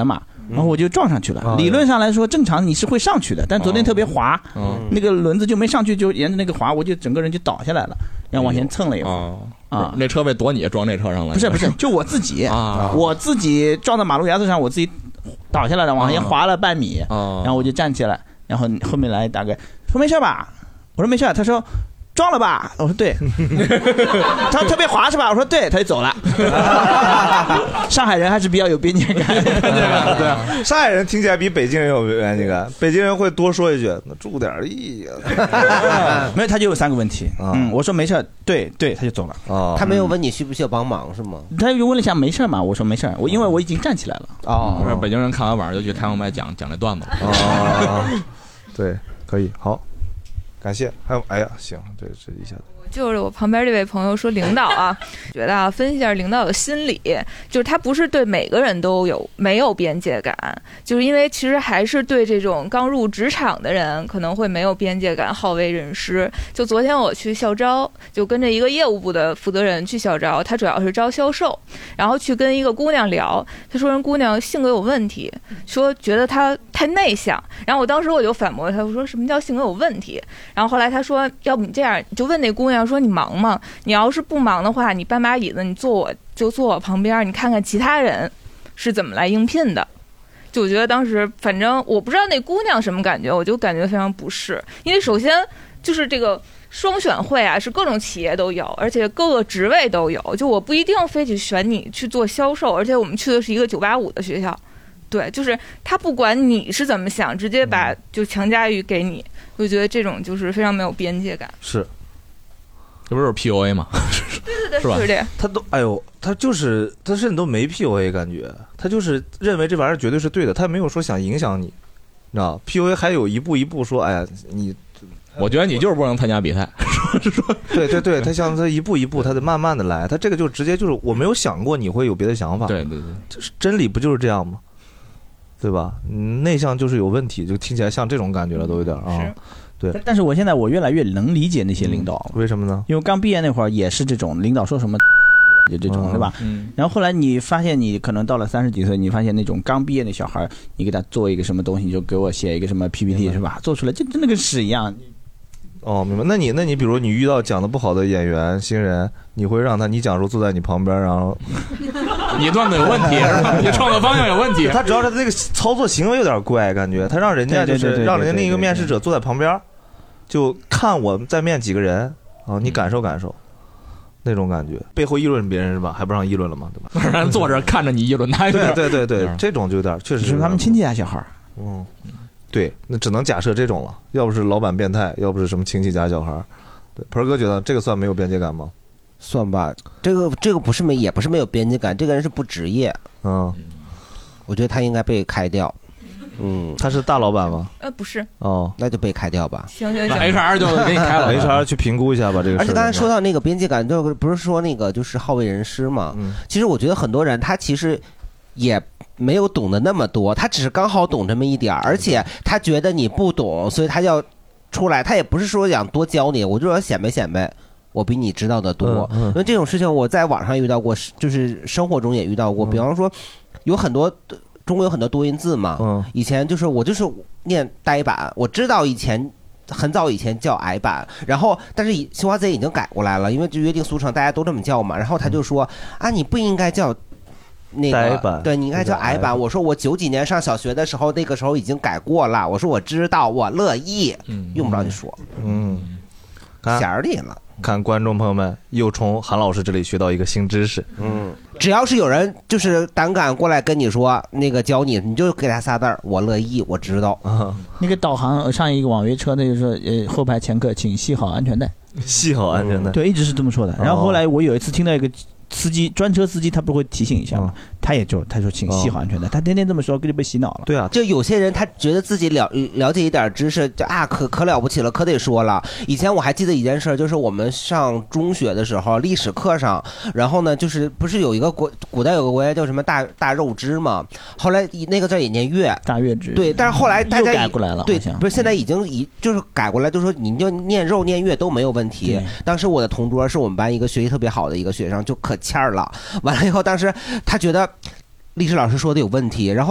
然后我就撞上去了。 啊理论上来说，正常你是会上去的，但昨天特别滑， 哦那个轮子就没上去，就沿着那个滑，我就整个人就倒下来了，然后往前蹭了一会儿。 哦啊， 那车被躲你撞那车上了？ 不是不是，就我自己啊， 我自己撞到马路牙子上，我自己倒下来了，往前滑了半米， 然后我就站起来，然后后面来大概说没事吧，我说没事，他说撞了吧，我说对，他说特别滑是吧？我说对，他就走了。上海人还是比较有边界感， 对啊，上海人听起来比北京人有边界感，北京人会多说一句“那注点意”， 没有他就有三个问题，嗯，我说没事，对对，他就走了。 哦他没有问你需不需要帮忙是吗？ 他就问了一下没事嘛，我说没事，我因为我已经站起来了。 哦，北京人看完晚上就去开放麦讲讲这段子。 哦，对，可以，好，感谢。还有，哎呀，行，这这一下子。 就是我旁边这位朋友说，领导啊，觉得啊，分析一下领导的心理，就是他不是对每个人都有没有边界感，就是因为其实还是对这种刚入职场的人可能会没有边界感，好为人师。就昨天我去校招，就跟着一个业务部的负责人去校招，他主要是招销售，然后去跟一个姑娘聊，他说人姑娘性格有问题，说觉得她太内向，然后我当时我就反驳他，我说什么叫性格有问题？然后后来他说，要不你这样，你就问那姑娘。说你忙吗？你要是不忙的话，你搬把椅子，你坐我就坐我旁边，你看看其他人是怎么来应聘的。就我觉得当时，反正我不知道那姑娘什么感觉，我就感觉非常不适。因为首先就是这个双选会啊，是各种企业都有，而且各个职位都有。就我不一定非去选你去做销售，而且我们去的是一个九八五的学校。对，就是他不管你是怎么想，直接把就强加于给你。我觉得这种就是非常没有边界感。 是。 这不是 P U A 吗？ 对对对， 是吧？ 就是这样。 他都哎呦，他就是他甚至都没 P U A 感觉，他就是认为这玩意儿绝对是对的，他没有说想影响你，你知道 P U A 还有一步一步说，哎呀，你， 我觉得你就是不能参加比赛。 对对对，他像他一步一步，他得慢慢的来，他这个就直接就是我没有想过你会有别的想法。 对对对， 就是真理不就是这样吗？对吧？嗯，内向就是有问题，就听起来像这种感觉了，都有点啊。对， 但是我现在我越来越能理解那些领导， 为什么呢？ 因为刚毕业那会儿也是这种，领导说什么就这种，对吧？ 嗯。 然后后来你发现你可能到了三十几岁，你发现那种刚毕业的小孩，你给他做一个什么东西，你就给我写一个什么 P P T 是吧？做出来就真的跟屎一样。 哦，明白。那你那你比如你遇到讲的不好的演员新人，你会让他你讲说坐在你旁边，然后你段子有问题，你创作方向有问题。 他主要是这个操作行为有点怪，感觉他让人家就是让人家另一个面试者坐在旁边。就看我在面几个人啊，你感受感受，那种感觉。背后议论别人是吧？还不让议论了吗？对吧？ 让人坐着看着你议论他。 对对对对，这种就有点确实是他们亲戚家小孩。 嗯，对，那只能假设这种了。要不是老板变态，要不是什么亲戚家小孩。对，盆儿哥觉得这个算没有边界感吗？ 算吧，这个这个不是没也不是没有边界感，这个人是不职业。 嗯， 我觉得他应该被开掉。嗯， 他是大老板吗？ 呃，不是。 哦， 那就被开掉吧。 行行行 ，H R 就给你开了 ，H R 去评估一下吧这个事。 而且刚才说到那个边界感，就不是说那个就是好为人师嘛。 嗯。 其实我觉得很多人他其实也没有懂得那么多，他只是刚好懂这么一点儿，而且他觉得你不懂，所以他要出来。他也不是说想多教你，我就要显摆显摆。我比你知道的多， 嗯嗯、 因为这种事情我在网上遇到过，就是生活中也遇到过。比方说，有很多中国有很多多音字嘛， 嗯、 以前就是我就是念呆板，我知道以前很早以前叫矮板，然后但是新华字典已经改过来了，因为就约定俗成，大家都这么叫嘛。然后他就说、嗯、啊，你不应该叫那个，对你应该叫矮板。我说我九几年上小学的时候，那个时候已经改过了。我说我知道，我乐意，嗯、用不着你说， 嗯， 弦儿里了。 看观众朋友们又从韩老师这里学到一个新知识。 嗯，只要是有人就是胆敢过来跟你说那个教你，你就给他仨字儿，我乐意，我知道。 啊， 那个导航上一个网约车，那就是呃后排前客请系好安全带， 系好安全带。 对，一直是这么说的。然后后来我有一次听到一个司机专车司机，他不会提醒一下吗？嗯、他也就他说请系好安全带，他天天这么说，就被洗脑了。 对啊， 就有些人他觉得自己了了解一点知识，就啊可可了不起了，可得说了。以前我还记得一件事，就是我们上中学的时候，历史课上，然后呢，就是不是有一个国古代有个国家叫什么大大肉汁嘛？后来那个字也念月， 大月支。 对，但是后来大家改过来了， 对，不是现在已经已就是改过来，就是说你就念肉念月都没有问题。当时我的同桌是我们班一个学习特别好的一个学生，就可欠儿了。完了以后，当时他觉得历史老师说的有问题，然后他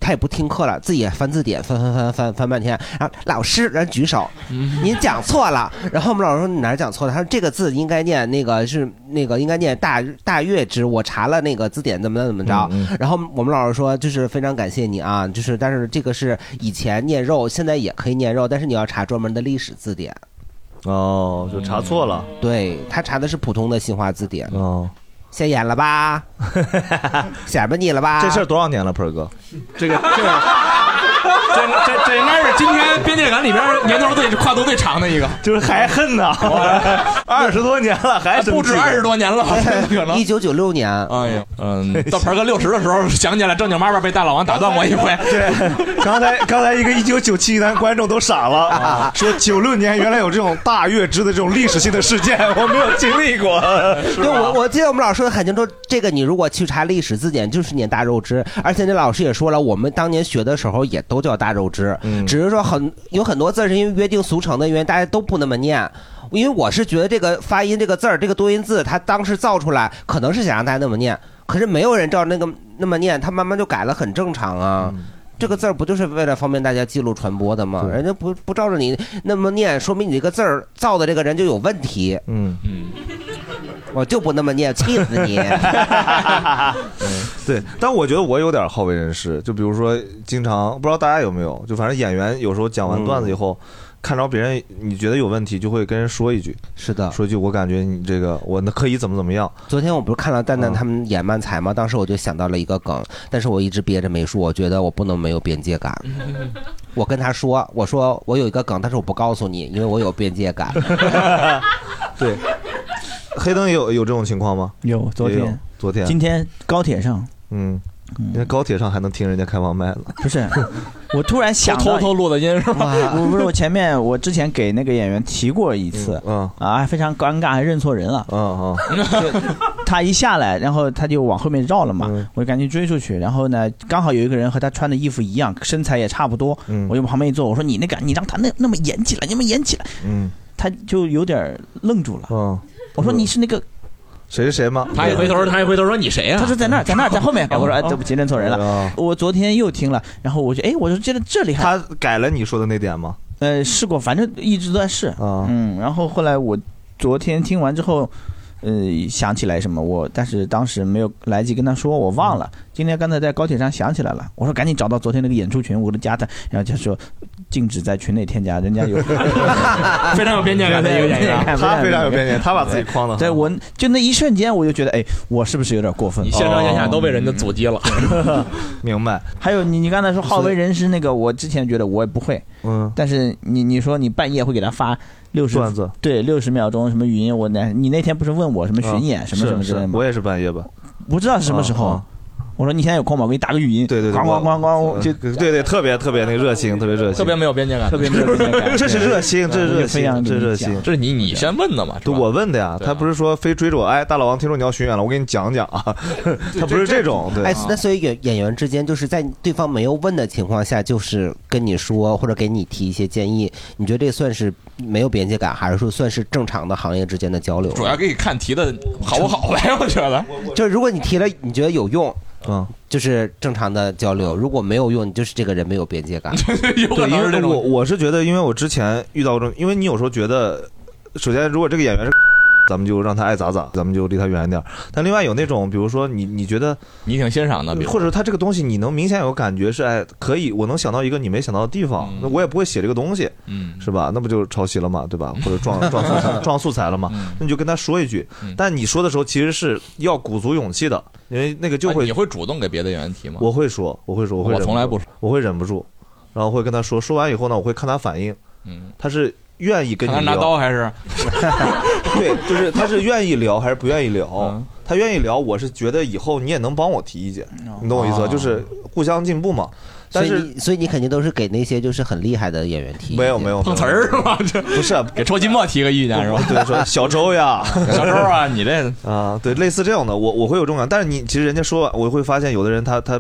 他也不听课了，自己也翻字典，翻翻翻翻翻半天。然后老师，人举手，您讲错了。然后我们老师说你哪儿讲错了？他说这个字应该念那个是那个应该念大大月之，我查了那个字典怎么怎么着。嗯嗯然后我们老师说就是非常感谢你啊，就是但是这个是以前念肉，现在也可以念肉，但是你要查专门的历史字典。 哦，就查错了。 对他查的是普通的新华字典。哦。现眼了吧？显摆你了吧？ 这事儿多少年了，盆儿哥？ 这个这个，这这这应该是今天边界感里边年头最跨度最长的一个， 就是还恨呢，二十多年了，还不止二十多年了，可能一九九六年。 哎呀，嗯，到盆儿哥六十的时候想起来正经八百被大老王打断过一回。 对，刚才刚才一个一九九七年观众都傻了，啊、说九六年原来有这种大月支的这种历史性的事件，我没有经历过。 对，我我记得我们老师说的很清楚，这个你如果去查历史字典，就是念大肉汁，而且那老师也说了，我们当年学的时候也都叫大肉汁，嗯、只是说很有很多字是因为约定俗成的原因，大家都不那么念。因为我是觉得这个发音这个字儿，这个多音字，它当时造出来可能是想让大家那么念，可是没有人照那个那么念，他慢慢就改了，很正常啊。嗯这个字儿不就是为了方便大家记录传播的吗？人家不不照着你那么念，说明你这个字儿造的这个人就有问题。嗯嗯，我就不那么念，气死你。 嗯，对，但我觉得我有点好为人师，就比如说经常不知道大家有没有，就反正演员有时候讲完段子以后。嗯看着别人你觉得有问题，就会跟人说一句。 是的， 说一句我感觉你这个我可以怎么怎么样。 昨天我不是看了蛋蛋他们演漫才吗？当时我就想到了一个梗，但是我一直憋着没说。我觉得我不能没有边界感。我跟他说，我说我有一个梗，但是我不告诉你，因为我有边界感。 对，黑灯有有这种情况吗？ 有，昨天， 昨天， 今天高铁上， 嗯。因为高铁上还能听人家开放麦了， 不是？我突然想偷偷录的音是吗？ 我不是，我前面我之前给那个演员提过一次，嗯啊，非常尴尬，还认错人了，嗯嗯，他一下来，然后他就往后面绕了嘛，我就赶紧追出去，然后呢，刚好有一个人和他穿的衣服一样，身材也差不多，我就往旁边一坐，我说你那个，你让他那那么演起来，你们演起来，嗯，他就有点愣住了，嗯，我说你是那个。 谁是谁吗？ 他一回头，他一回头说你谁呀？ 他说在那儿，在那儿，在后面。我说哎，对不起，认错人了。我昨天又听了，然后我就哎，我说觉得这里还他改了你说的那点吗？ 呃，试过，反正一直都在试啊。嗯，然后后来我昨天听完之后，呃，想起来什么我，但是当时没有来及跟他说，我忘了。今天刚才在高铁上想起来了，我说赶紧找到昨天那个演出群，我都加他，然后就说禁止在群内添加，人家有非常有边界感的一个演员， 他非常有边界，他把自己框的。 对，我就那一瞬间我就觉得，哎，我是不是有点过分？ 你线上线下都被人家阻击了， 明白？ 还有你，你刚才说好为人师那个，我之前觉得我也不会，嗯，但是你你说你半夜会给他发六十段子， 对，六十秒钟什么语音，我那你那天不是问我什么巡演什么什么之类的吗？ 我也是半夜吧， 不知道是什么时候。我说你现在有空吗？我给你打个语音。 对对对， 咣咣咣咣，就对对，特别特别那个热情，特别热情， 特别没有边界感， 特别没有边界感。 这是热心，这是热心，这是热心， 这是你你先问的嘛？ 对，我问的呀，他不是说非追着我，哎，大老王，听说你要巡演了，我给你讲讲啊。他不是这种，对。 哎，那所以演演员之间就是在对方没有问的情况下，就是跟你说或者给你提一些建议，你觉得这算是没有边界感，还是说算是正常的行业之间的交流？ 主要给你看提的好不好呗，我觉得。 就是如果你提了，你觉得有用。嗯，就是正常的交流。如果没有用，你就是这个人没有边界感。 有可能是这种。我我是觉得，因为我之前遇到过，因为你有时候觉得，首先如果这个演员是，咱们就让他爱咋咋，咱们就离他远一点。但另外有那种，比如说你你觉得你挺欣赏的， 或者他这个东西你能明显有感觉是哎可以，我能想到一个你没想到的地方，那我也不会写这个东西，嗯，是吧？那不就抄袭了嘛，对吧？或者撞撞素材撞素材了嘛？那你就跟他说一句。但你说的时候其实是要鼓足勇气的。因为那个就会， 你会主动给别的演员提吗？ 我会说，我会说，我会， 我从来不说， 我会忍不住，然后会跟他说，说完以后呢，我会看他反应，嗯，他是愿意跟你聊， 看他拿刀还是， 对，就是他是愿意聊还是不愿意聊，嗯、他愿意聊，我是觉得以后你也能帮我提意见，你懂我意思吧？就是互相进步嘛。但是所以，所以你肯定都是给那些就是很厉害的演员提， 没有没有碰瓷儿是吧？这不是给周金墨提个意见是吧？ 对，说小周呀， 小周啊，你这啊，对，类似这样的，我我会有这种感，但是你其实人家说，我会发现有的人他他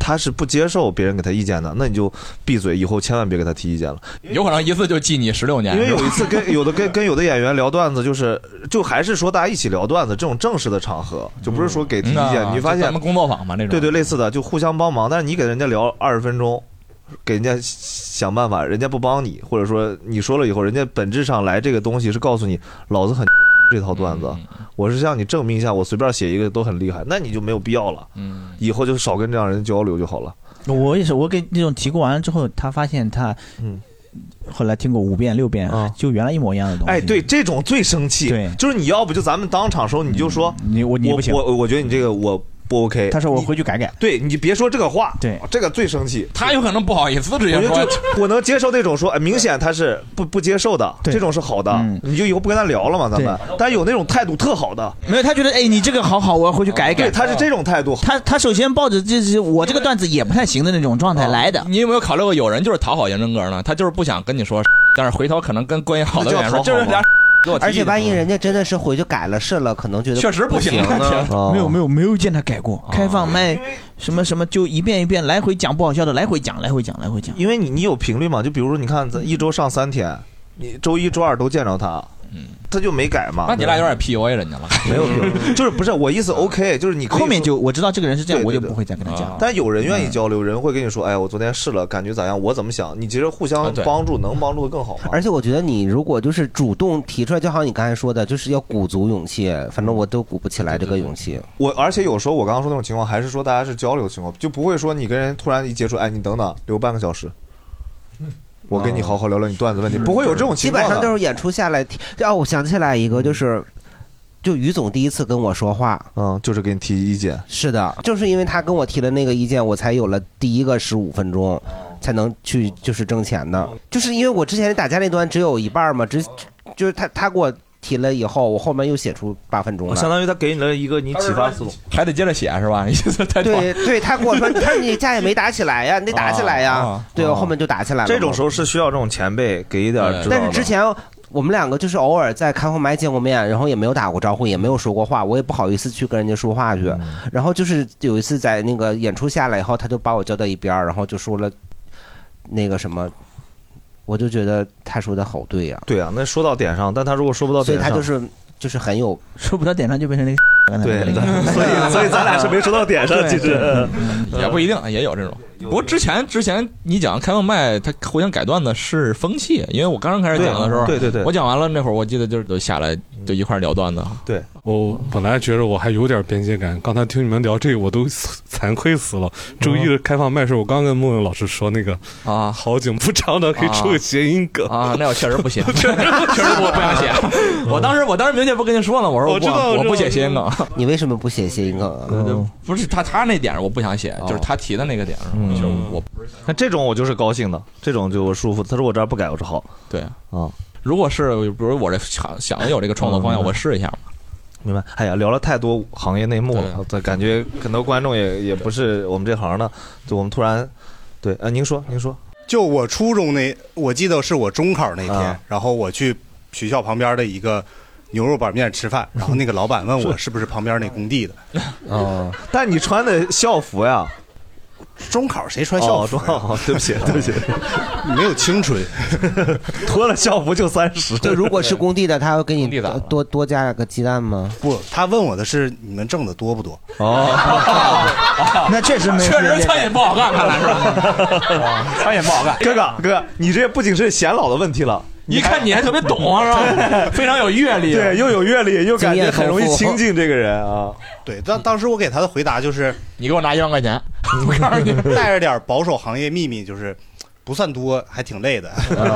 他是不接受别人给他意见的，那你就闭嘴，以后千万别给他提意见了。 有可能一次就记你十六年。 因为有一次跟有的跟跟有的演员聊段子，就是就还是说大家一起聊段子这种正式的场合，就不是说给提意见。 嗯、 你发现咱们工作坊嘛那种， 对对，类似的就互相帮忙，但是你给人家聊二十分钟。给人家想办法，人家不帮你，或者说你说了以后，人家本质上来这个东西是告诉你，老子很这套段子，我是向你证明一下，我随便写一个都很厉害，那你就没有必要了，嗯，以后就少跟这样人交流就好了。 我也是，我给那种提过完了之后，他发现他，嗯，后来听过五遍六遍，啊，就原来一模一样的东西。 哎，对，这种最生气，对，就是你要不就咱们当场时候你就说， 你我你不行， 我我我觉得你这个我。不 OK， 他说我回去改改。 对，你别说这个话， 对， 这个最生气。 他有可能不好意思直接说。 我, 我能接受那种说，哎，明显他是不不接受的，这种是好的，嗯，你就以后不跟他聊了嘛，咱们。但有那种态度特好的， 没有，他觉得哎，你这个好好，我要回去改一改。 对，他是这种态度。 他他首先抱着就是我这个段子也不太行的那种状态来的。 你有没有考虑过，有人就是讨好严真格呢？他就是不想跟你说，但是回头可能跟关系好的人说，就是俩。 而且万一人家真的是回去改了试了，可能觉得确实不行呢。 没有没有没有见他改过，开放麦什么什么就一遍一遍来回讲不好笑的，来回讲来回讲来回讲。 因为你你有频率嘛，就比如说你看咱一周上三天，你周一周二都见着他。嗯，他就没改嘛。 那你俩有点 P U A 人家了。 没有 P U A， 就是不是我意思 OK， 就是你后面就我知道这个人是这样，我就不会再跟他讲。 但有人愿意交流，人会跟你说，哎，我昨天试了，感觉咋样？我怎么想？你其实互相帮助，能帮助的更好吗？ 而且我觉得你如果就是主动提出来，就好像你刚才说的，就是要鼓足勇气。反正我都鼓不起来这个勇气。 我而且有时候我刚刚说那种情况，还是说大家是交流的情况，就不会说你跟人突然一接触，哎，你等等，留半个小时。我跟你好好聊聊你段子问题，不会有这种情况的。 基本上都是演出下来，哦，我想起来一个，就是就于总第一次跟我说话， 嗯，就是给你提意见。 是的，就是因为他跟我提了那个意见，我才有了第一个十五分钟，才能去就是挣钱的。就是因为我之前打架那段只有一半嘛，只就是他他给我提了以后，我后面又写出八分钟了， 相当于他给你了一个你启发思路， 还得接着写是吧？ 对对，他跟我说，你看你架也没打起来呀，你得打起来呀。啊、对，我后面就打起来了。 这种时候是需要这种前辈给一点指导的。 但是之前我们两个就是偶尔在开放麦见过面，然后也没有打过招呼，也没有说过话，我也不好意思去跟人家说话去。嗯、然后就是有一次在那个演出下来以后，他就把我叫到一边，然后就说了那个什么。我就觉得他说的好对呀、 啊，对呀、啊，那说到点上，但他如果说不到点上， 所以他就是就是很有说不到点上就变成那个对，所以所以咱俩是没说到点上，其实也不一定，也有这种。不过之前之前你讲开放麦，他互相改段子是风气，因为我刚刚开始讲的时候， 对对对， 我讲完了那会儿，我记得就是都下来就一块聊段子。 对， 我本来觉得我还有点边界感，刚才听你们聊这个，我都惭愧死了。周一的开放麦时候，我刚跟孟孟老师说那个啊，好景不长的可以出个谐音梗啊，那我确实不行，确实我不想写。我当时我当时明确不跟你说了，我说我不我不写谐音梗。 你为什么不写谐音梗啊？ 不是他他那点我不想写，就是他提的那个点上。就是我不是那这种我就是高兴的，这种就我舒服。他说我这儿不改，我说好。 对啊，如果是比如我这想想有这个创作方向，我试一下嘛。 明白？哎呀，聊了太多行业内幕了，感觉很多观众也也不是我们这行的，就我们突然对，呃，您说您说， 就我初中那，我记得是我中考那天，啊、然后我去学校旁边的一个牛肉板面吃饭，然后那个老板问我是不是旁边那工地的， 哦，但你穿的校服呀。 中考谁穿校服、啊哦？对不起，对不起， 没有青春， 脱了校服就三十。 对，如果是工地的，他要给你多多加个鸡蛋吗？ 不，他问我的是你们挣的多不多？ 哦， 那确实没， 确实餐饮不好干，看来是吧？餐饮不好干。 哥哥，哥哥，你这不仅是显老的问题了。 一看你还特别懂啊，是吧？非常有阅历， 对，又有阅历，又感觉很容易亲近这个人啊。 对，当当时我给他的回答就是： 你给我拿一万块钱，我告诉你， 带着点保守行业秘密，就是不算多，还挺累的。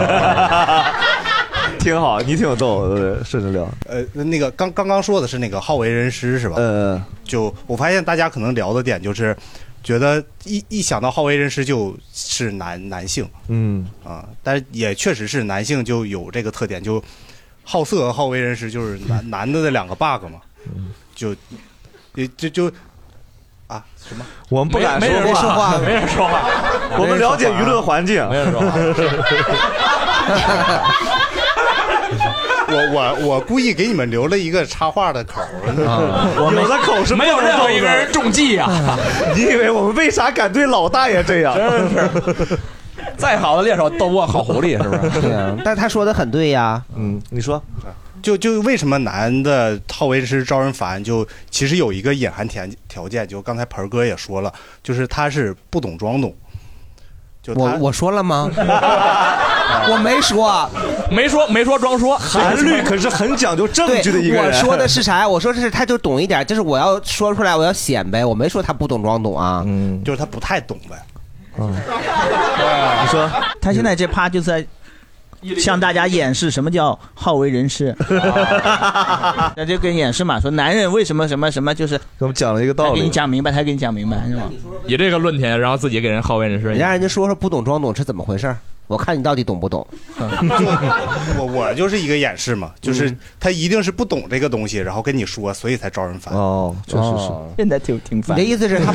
挺好，你挺逗，顺着聊。 呃，那个刚刚刚说的是那个好为人师是吧？ 呃， 就我发现大家可能聊的点就是。觉得一一想到好为人师就是男男性， 嗯啊，但是也确实是男性就有这个特点，就好色和好为人师就是男男的那两个 bug 嘛，就也就就啊什么？ 我们不敢说话， 没人说话， 我们了解舆论环境， 没人说话。 我我我故意给你们留了一个插话的口儿， 啊有的口是没有任何一个人中计啊！ 你以为我们为啥敢对老大爷这样？ 真是，再好的猎手斗不过好狐狸，是不是？ 对啊，但他说的很对呀。 嗯，你说， 就就为什么男的好为人师招人烦？就其实有一个隐含条条件，就刚才盆儿哥也说了，就是他是不懂装懂。就我我说了吗？我没说， 没说，没说装说。 韩律可是很讲究证据的一个人。 我说的是啥？我说的是他就懂一点，就是我要说出来，我要显摆。我没说他不懂装懂啊， 嗯， 就是他不太懂呗。 嗯， 你说他现在这趴就是在向大家演示什么叫好为人师，那就跟演示嘛，说男人为什么什么什么，就是给我们讲了一个道理， 他给你讲明白，他给你讲明白是吧？ 以这个论点，然后自己给人好为人师， 你让人家说说不懂装懂是怎么回事？我看你到底懂不懂。 我我就是一个演示嘛，就是他一定是不懂这个东西，然后跟你说，所以才招人烦。 哦，确实是， 现在挺挺烦。 你的意思是他？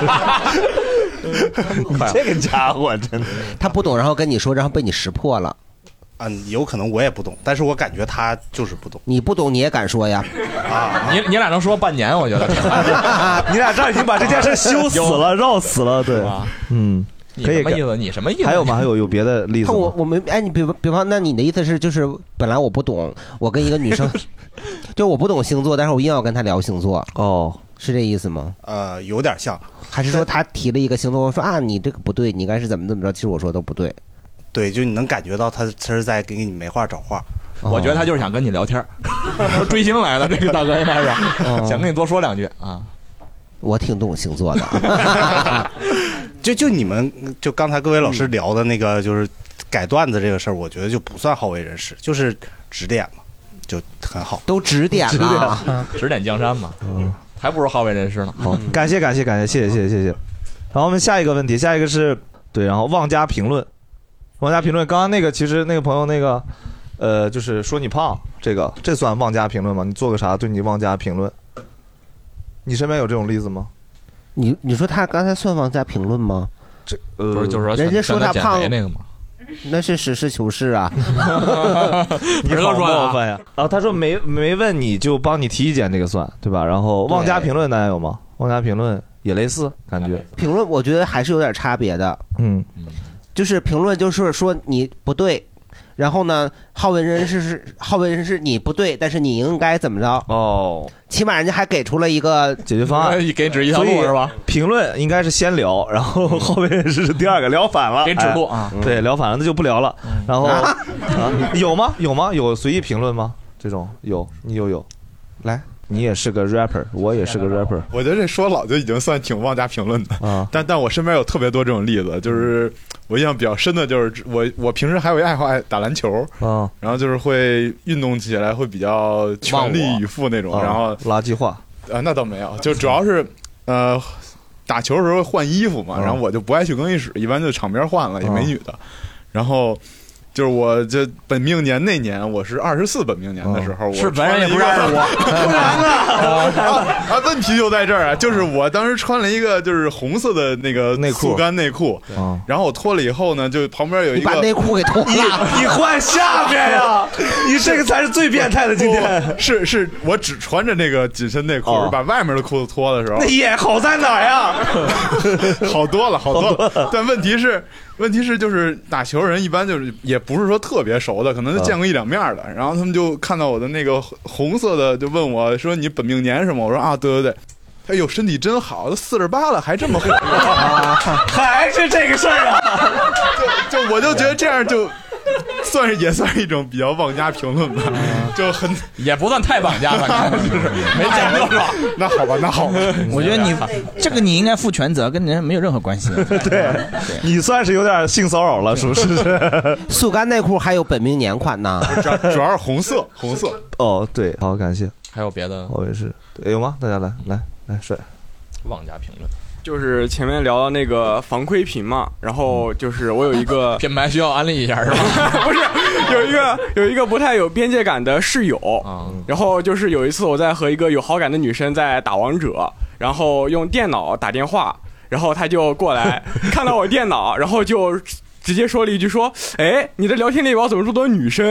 你这个家伙真的， 他不懂，然后跟你说，然后被你识破了。 嗯，有可能我也不懂，但是我感觉他就是不懂。 你不懂你也敢说呀？ 啊， 你你俩能说半年，我觉得。 你俩这儿已经把这件事修死了，绕死了，对吧？嗯，可以。 什么意思？你什么意思？ 还有吗？还有有别的例子吗？ 我我没哎，你比比方，那你的意思是就是本来我不懂，我跟一个女生，就我不懂星座，但是我硬要跟她聊星座。 哦， 是这意思吗？ 呃，有点像， 还是说他提了一个星座，我说啊，你这个不对，你应该是怎么怎么着？其实我说都不对。 对，就你能感觉到他他是在给你没话找话。 我觉得他就是想跟你聊天，追星来的这个大哥应该是想跟你多说两句啊。 我挺懂星座的， 就就你们就刚才各位老师聊的那个就是改段子这个事儿，我觉得就不算好为人师，就是指点嘛，就很好， 都指点了， 指点江山嘛，嗯，还不如好为人师呢。 好，感谢感谢感谢，谢谢谢谢谢谢。然后我们下一个问题，下一个是对，然后妄加评论。妄加评论，刚刚那个其实那个朋友那个，呃，就是说你胖，这个这算妄加评论吗？你做个啥对你妄加评论？你身边有这种例子吗？ 你你说他刚才算妄加评论吗？ 这呃， 不是就是说人家说他胖那个吗？ 那是实事求是啊。 你好冒犯呀！啊，他说没没问你就帮你体检，这个算对吧？然后妄加评论大家有吗？妄加评论也类似感觉。 评论我觉得还是有点差别的。 嗯。 就是评论，就是说你不对，然后呢，好为人师是好为人师，你不对，但是你应该怎么着？ 哦， 起码人家还给出了一个解决方案， 给指一条路是吧？ 评论应该是先聊，然后好为人师是第二个，聊反了， 给指路啊。 对，聊反了那就不聊了。然后啊，有吗？有吗？有随意评论吗？这种有，你有有，来。你也是个 rapper， 我也是个 rapper。 我觉得这说老就已经算挺妄加评论的啊， 但但我身边有特别多这种例子，就是我印象比较深的就是我我平时还有一爱好爱打篮球啊， 然后就是会运动起来会比较全力以赴那种， 啊、 然后垃圾话啊那倒没有，就主要是呃打球的时候换衣服嘛， 啊、 然后我就不爱去更衣室，一般就场边换了，也没女的，啊、然后。就是我这本命年那年，我是二十四本命年的时候， 哦、是本人也不是二十五， 不然呢？啊，问题就在这儿啊！就是我当时穿了一个就是红色的那个内裤， 速干内裤，然后我脱了以后呢，就旁边有一个你把内裤给脱了， 你换下面呀！你这个才是最变态的。今天是是，我只穿着那个紧身内裤，哦、把外面的裤子脱的时候， 那也好在哪呀？ 好多了，好多了。但问题是。问题是，就是打球人一般就是也不是说特别熟的，可能就见过一两面的。然后他们就看到我的那个红色的，就问我说：“你本命年什么？”我说：“啊，对对对。”哎呦，身体真好，都四十八了还这么火， 还是这个事儿啊？ 就就我就觉得这样就。算是也算是一种比较妄加评论吧，就很也不算太妄加吧，就是没讲究是吧？ 那好吧，那好吧， 我觉得你这个你应该负全责，跟人没有任何关系。 对，你算是有点性骚扰了，是不是？ 速干内裤还有本命年款呢， 主要是红色，红色。 哦，对，好，感谢。 还有别的？ 我也是，有吗？大家来来来，帅， 妄加评论。 就是前面聊到那个防窥屏嘛，然后就是我有一个品牌需要安利一下是吧？ 不是，有一个有一个不太有边界感的室友， 嗯、 然后就是有一次我在和一个有好感的女生在打王者，然后用电脑打电话，然后她就过来看到我电脑，然后就直接说了一句说：“哎，你的聊天列表怎么这么多女生？”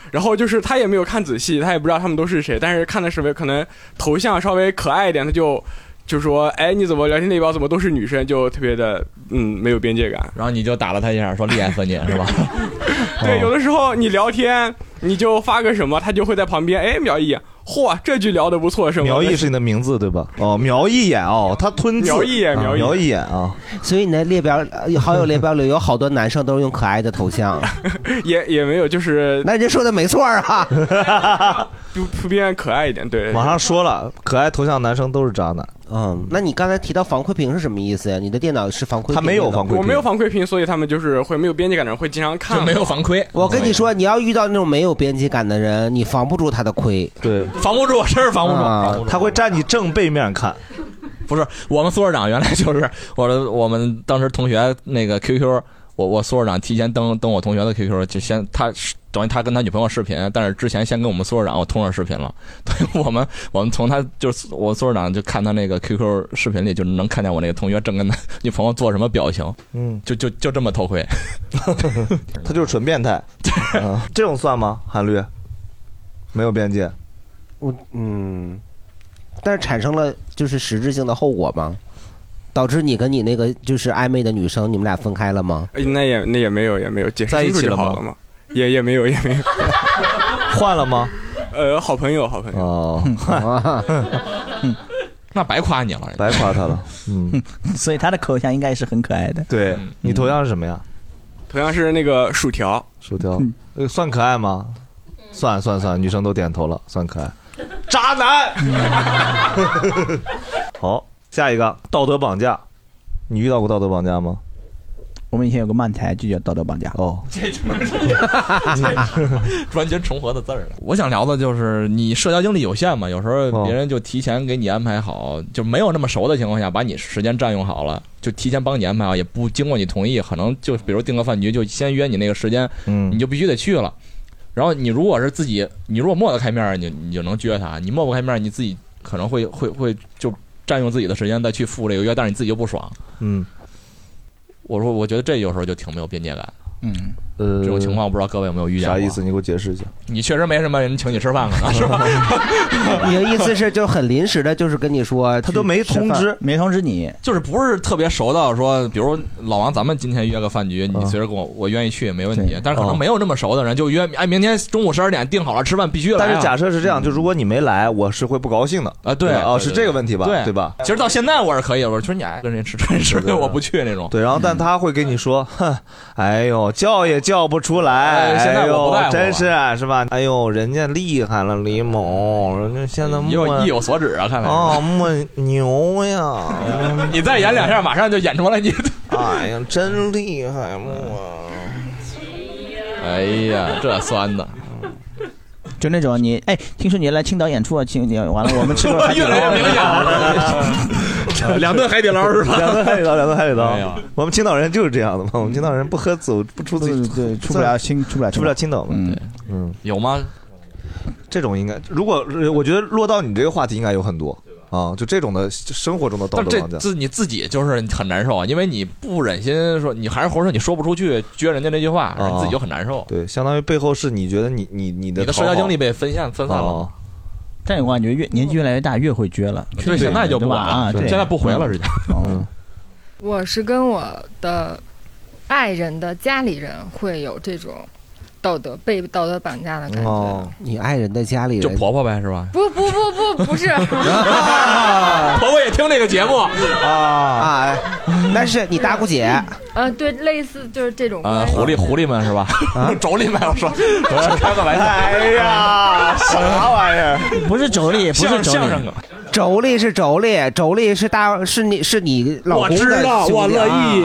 然后就是他也没有看仔细，他也不知道他们都是谁，但是看的是可能头像稍微可爱一点，他就就说，哎，你怎么聊天列表怎么都是女生，就特别的嗯没有边界感。 然后你就打了他一下，说厉害分你是吧？ 对，有的时候你聊天，你就发个什么，他就会在旁边，哎，瞄一眼，嚯，这句聊的不错，是吗？ 苗毅是你的名字对吧？哦，瞄一眼哦，他吞字， 瞄一眼，瞄一眼， 瞄一眼啊。 所以你的列表好友列表里有好多男生都是用可爱的头像， 也也没有，就是那人说的没错啊， 普普遍可爱一点，对。 网上说了，可爱头像男生都是渣男。 嗯，那你刚才提到防窥屏是什么意思呀？你的电脑是防窥屏？ 他没有防窥屏， 我没有防窥屏，所以他们就是会没有边界感的人会经常看， 就没有防窥。 我跟你说，你要遇到那种没有边界感的人，你防不住他的窥。 对， 防不住，真是防不住。 啊、他会站你正背面看。 不是，我们苏社长原来就是我的，我们当时同学那个 Q Q。我我苏社长提前登登我同学的 Q Q， 就先他等于他跟他女朋友视频，但是之前先跟我们苏社长我通上视频了。对，我们我们从他就是我苏社长就看他那个 Q Q 视频里，就能看见我那个同学正跟他女朋友做什么表情，嗯，就就就这么偷窥， 他就是纯变态。嗯、这种算吗？韩律没有边界， 我嗯，但是产生了就是实质性的后果吗？导致你跟你那个就是暧昧的女生，你们俩分开了吗？ 那也那也没有，也没有，解释清楚就好了嘛。也也没有，也没有。 换了吗？ 呃，好朋友，好朋友。 哦， 那白夸你了， 白夸他了。嗯， 所以他的头像应该是很可爱的。 对，你头像是什么呀？ 头像是那个薯条。 薯条，呃，算可爱吗？算算算，女生都点头了，算可爱。渣男。好。下一个道德绑架，你遇到过道德绑架吗？ 我们以前有个漫才就叫道德绑架。 哦， 完全重合的字儿了。我想聊的就是你社交精力有限嘛，有时候别人就提前给你安排好，就没有那么熟的情况下，把你时间占用好了，就提前帮你安排好，也不经过你同意，可能就比如订个饭局，就先约你那个时间，嗯，你就必须得去了。然后你如果是自己，你如果抹得开面，你你就能撅他；你抹不开面，你自己可能会会会就。占用自己的时间再去赴这个约，但是你自己就不爽。嗯，我说，我觉得这有时候就挺没有边界感。 嗯， 呃， 这种情况我不知道各位有没有遇见过？ 啥意思？你给我解释一下。 你确实没什么人请你吃饭，可能是吧？ 你的意思是就很临时的，就是跟你说， 他都没通知， 没通知你， 就是不是特别熟到说，比如老王，咱们今天约个饭局，你随时跟我，我愿意去，没问题。但是可能没有那么熟的人，就约，哎，明天中午十二点定好了吃饭，必须来。 但是假设是这样，就如果你没来，我是会不高兴的啊。对啊，是这个问题吧？ 对对吧？ 其实到现在我是可以，我说你爱跟人吃吃吃，对，我不去那种。 对，然后但他会跟你说，哼，哎呦，叫也叫不出来， 现在我不在乎， 真是是吧？哎呦，人家厉害了，李某，人家现在又意有所指啊，看来哦，莫牛呀！ 你再演两下，马上就演出来你。 哎呀，真厉害莫！ 哎呀，这酸的。 就那种你哎，听说你来青岛演出啊？青完了，我们吃个海底捞， 两顿海底捞是吧？两顿海底捞，两顿海底捞。我们青岛人就是这样的嘛，我们青岛人不喝酒，不出对对，出不了青，出不了出不了青岛嘛。 嗯嗯， 有吗？ 这种应该，如果我觉得落到你这个话题，应该有很多。啊，就这种的生活中的道德绑架， 这你自己就是很难受啊，因为你不忍心说，你还是或者说你说不出去，撅人家那句话， 啊、 你自己就很难受。 对，相当于背后是你觉得你你你的你的社交精力被分散分散了。哦、 但我感觉越年纪越来越大，越会撅了。 对，现在就不管啊， 现在不回了，人家。 嗯， 我是跟我的爱人的家里人会有这种。道德被道德绑架的感觉。哦， 你爱人的家里人就婆婆呗，是吧？ 不不不不不是， 婆婆也听这个节目啊啊！那是你大姑姐。 呃，对，类似就是这种。 呃，狐狸狐狸们是吧？啊，妯娌们，我说开个玩笑。 哎呀，啥玩意儿？ 不是妯娌，不是妯娌。 妯娌是妯娌，妯娌是大是你是你老公的。 我知道，我乐意。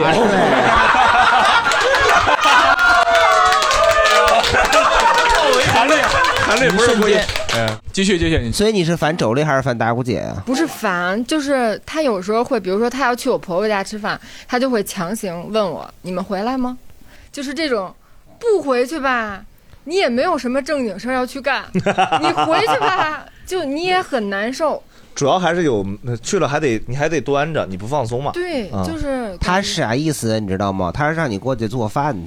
韩磊，韩磊不是故意。嗯，继续继续。 所以你是烦妯娌还是烦大姑姐啊？ 不是烦，就是他有时候会，比如说他要去我婆婆家吃饭，他就会强行问我：“你们回来吗？”就是这种，不回去吧，你也没有什么正经事要去干，你回去吧，就你也很难受。 主要还是有去了还得你还得端着，你不放松嘛。 对，就是他是啥意思你知道吗？他是让你过去做饭去。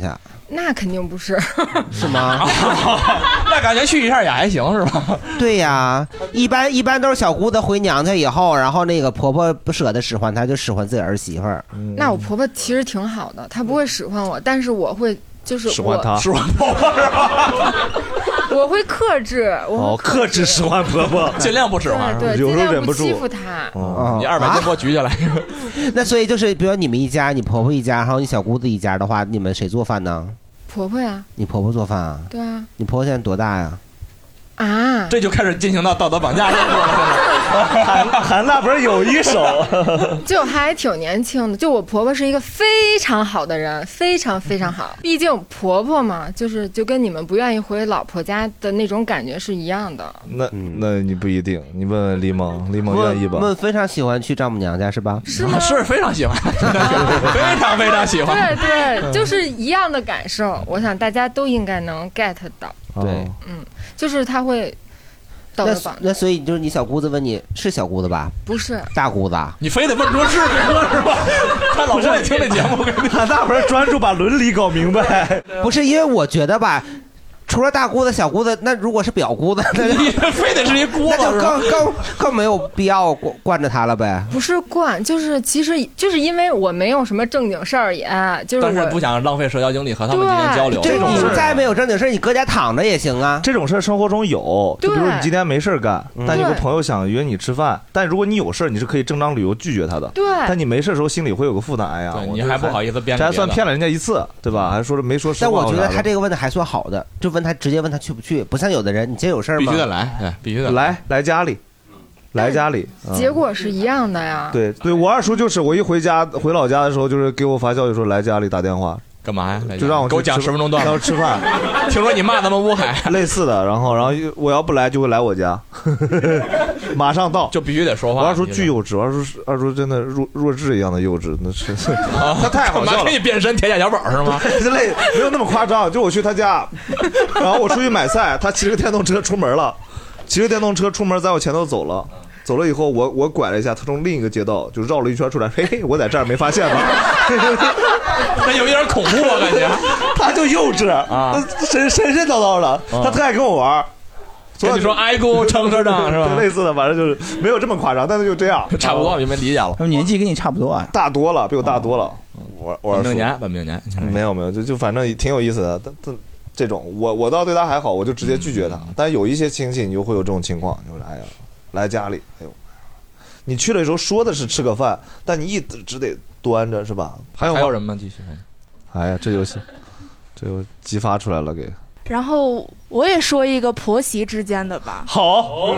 那肯定不是， 是吗？ 那感觉去一下也还行是吧？ 对呀，一般一般都是小姑子回娘家以后，然后那个婆婆不舍得使唤她，就使唤自己儿媳妇儿。 那我婆婆其实挺好的，她不会使唤我，但是我会就是使唤她， 我使唤婆婆是吧？ 我会克制，我哦，克制使唤婆婆， 尽量不使唤， 对， 有时候忍不住欺负她。 哦你二百斤给我举起来。 那所以就是，比如你们一家，你婆婆一家，还有你小姑子一家的话，你们谁做饭呢？ 婆婆呀。 你婆婆做饭啊？ 对啊。 你婆婆现在多大呀？ 啊， 这就开始进行到道德绑架了。 韩韩大不是有一手， 就还挺年轻的。就我婆婆是一个非常好的人，非常非常好。毕竟婆婆嘛，就是就跟你们不愿意回老婆家的那种感觉是一样的。 那那你不一定，你问问李猛，李猛愿意吧？ 问非常喜欢去丈母娘家是吧？ 是吗？ 是非常喜欢，非常非常喜欢。 对对，就是一样的感受。我想大家都应该能 get 到。 对， 嗯，就是他会道德绑架。 那所以就是你小姑子问你是小姑子吧？ 不是大姑子， 你非得问出是不是吧？他老是听这节目， 韩大不是专注把伦理搞明白。 不是因为我觉得吧。除了大姑子、小姑子，那如果是表姑子，那你非得是一姑子， 那就更更更没有必要惯惯着她了呗。 不是惯，就是其实就是因为我没有什么正经事儿，也就是但是不想浪费社交精力和他们进行交流。 这种事再没有正经事，你搁家躺着也行啊。 这种事儿生活中有，就比如你今天没事干，但有个朋友想约你吃饭，但如果你有事，你是可以正当理由拒绝他的。 对。 但你没事的时候心里会有个负担，哎呀， 你还不好意思编。 这还算骗了人家一次，对吧？还说是没说实话。 但我觉得他这个问的还算好的，就问他直接问他去不去，不像有的人，你今天有事吗？ 必须得来，对，必须得来来家里，来家里。 结果是一样的呀。 对对，我二叔就是我一回家回老家的时候，就是给我发消息说来家里打电话。 干嘛呀？ 就让我给我讲十分钟段， 要吃饭。 听说你骂他们乌海， 类似的，然后然后我要不来就会来我家，马上到， 就必须得说话。 我二叔巨幼稚，我二叔二叔真的弱弱智一样的幼稚，那是他太好笑了。 给你变身铁甲小宝是吗？ 之类没有那么夸张，就我去他家，然后我出去买菜，他骑着电动车出门了，骑着电动车出门在我前头走了。走了以后，我我拐了一下，他从另一个街道就绕了一圈出来，嘿嘿，我在这儿没发现吧？ 那有一点恐怖，我感觉。 他就幼稚啊，神神神叨叨的，他特爱跟我玩。 所以你说挨过乘车长是吧？ 类似的，反正就是没有这么夸张，但是就这样， 差不多，你们理解了。 他们年纪跟你差不多啊， 大多了，比我大多了。我我本命年，本命年， 没有没有，就就反正挺有意思的。但但这种，我我倒对他还好，我就直接拒绝他。但有一些亲戚，你就会有这种情况，就是哎呀。来家里，哎呦，你去的时候说的是吃个饭，但你一直只得端着，是吧？还有还有人吗？继续。 哎呀，这游戏，这又激发出来了，给。 然后我也说一个婆媳之间的吧。 好，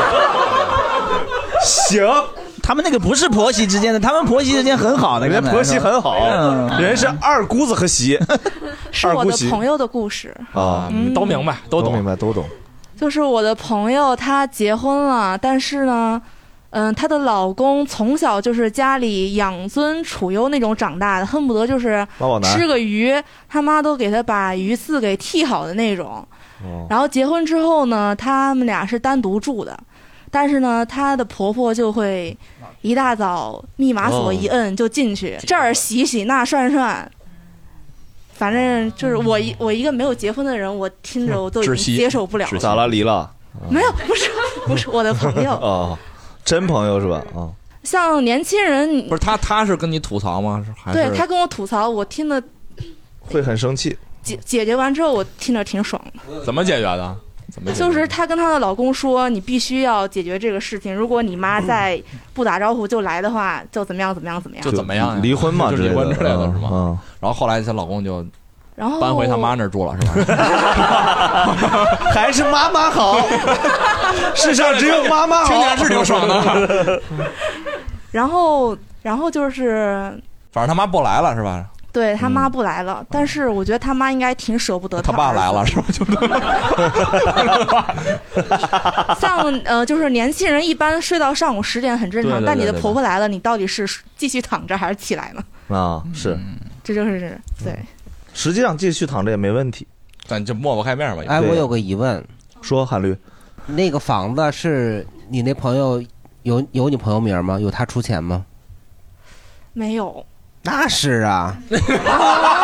行。 他们那个不是婆媳之间的，他们婆媳之间很好的， 人家婆媳很好，嗯、人是二姑子和媳。 是我的朋友的故事啊， 嗯、 都明白，都懂， 都明白，都懂。 就是我的朋友，她结婚了，但是呢，嗯，她的老公从小就是家里养尊处优那种长大的，恨不得就是吃个鱼，他妈都给他把鱼刺给剔好的那种。哦、然后结婚之后呢，他们俩是单独住的，但是呢，她的婆婆就会一大早密码锁一摁就进去，哦、这儿洗洗那涮涮。反正就是我一我一个没有结婚的人，我听着我都已经接受不了了。 咋了？离了？ 没有，不是不是我的朋友哦，真朋友是吧？啊、哦， 像年轻人不是他，他是跟你吐槽吗？还是对他跟我吐槽，我听了会很生气。 解解决完之后，我听着挺爽的。 怎么解决的？怎么就是她跟她的老公说，你必须要解决这个事情。如果你妈再不打招呼就来的话，就怎么样怎么样怎么样， 就怎么样呀？ 离婚嘛， 就离婚之类的是吗？ 嗯。 然后后来她老公就， 然后搬回他妈那儿住了，是吧？ 还是妈妈好，世上只有妈妈好， 听起来是挺爽的。 然后，然后就是， 反正他妈不来了，是吧？ 对他妈不来了，嗯、但是我觉得他妈应该挺舍不得他。 他爸来了是吧？就像呃，就是年轻人一般睡到上午十点很正常，对对对对，但你的婆婆来了，你到底是继续躺着还是起来呢？ 啊，是， 这就是对。 实际上继续躺着也没问题， 但就抹不开面吧。 哎，我有个疑问， 说韩律， 那个房子是你那朋友有有你朋友名吗？有他出钱吗？ 没有。 那是啊，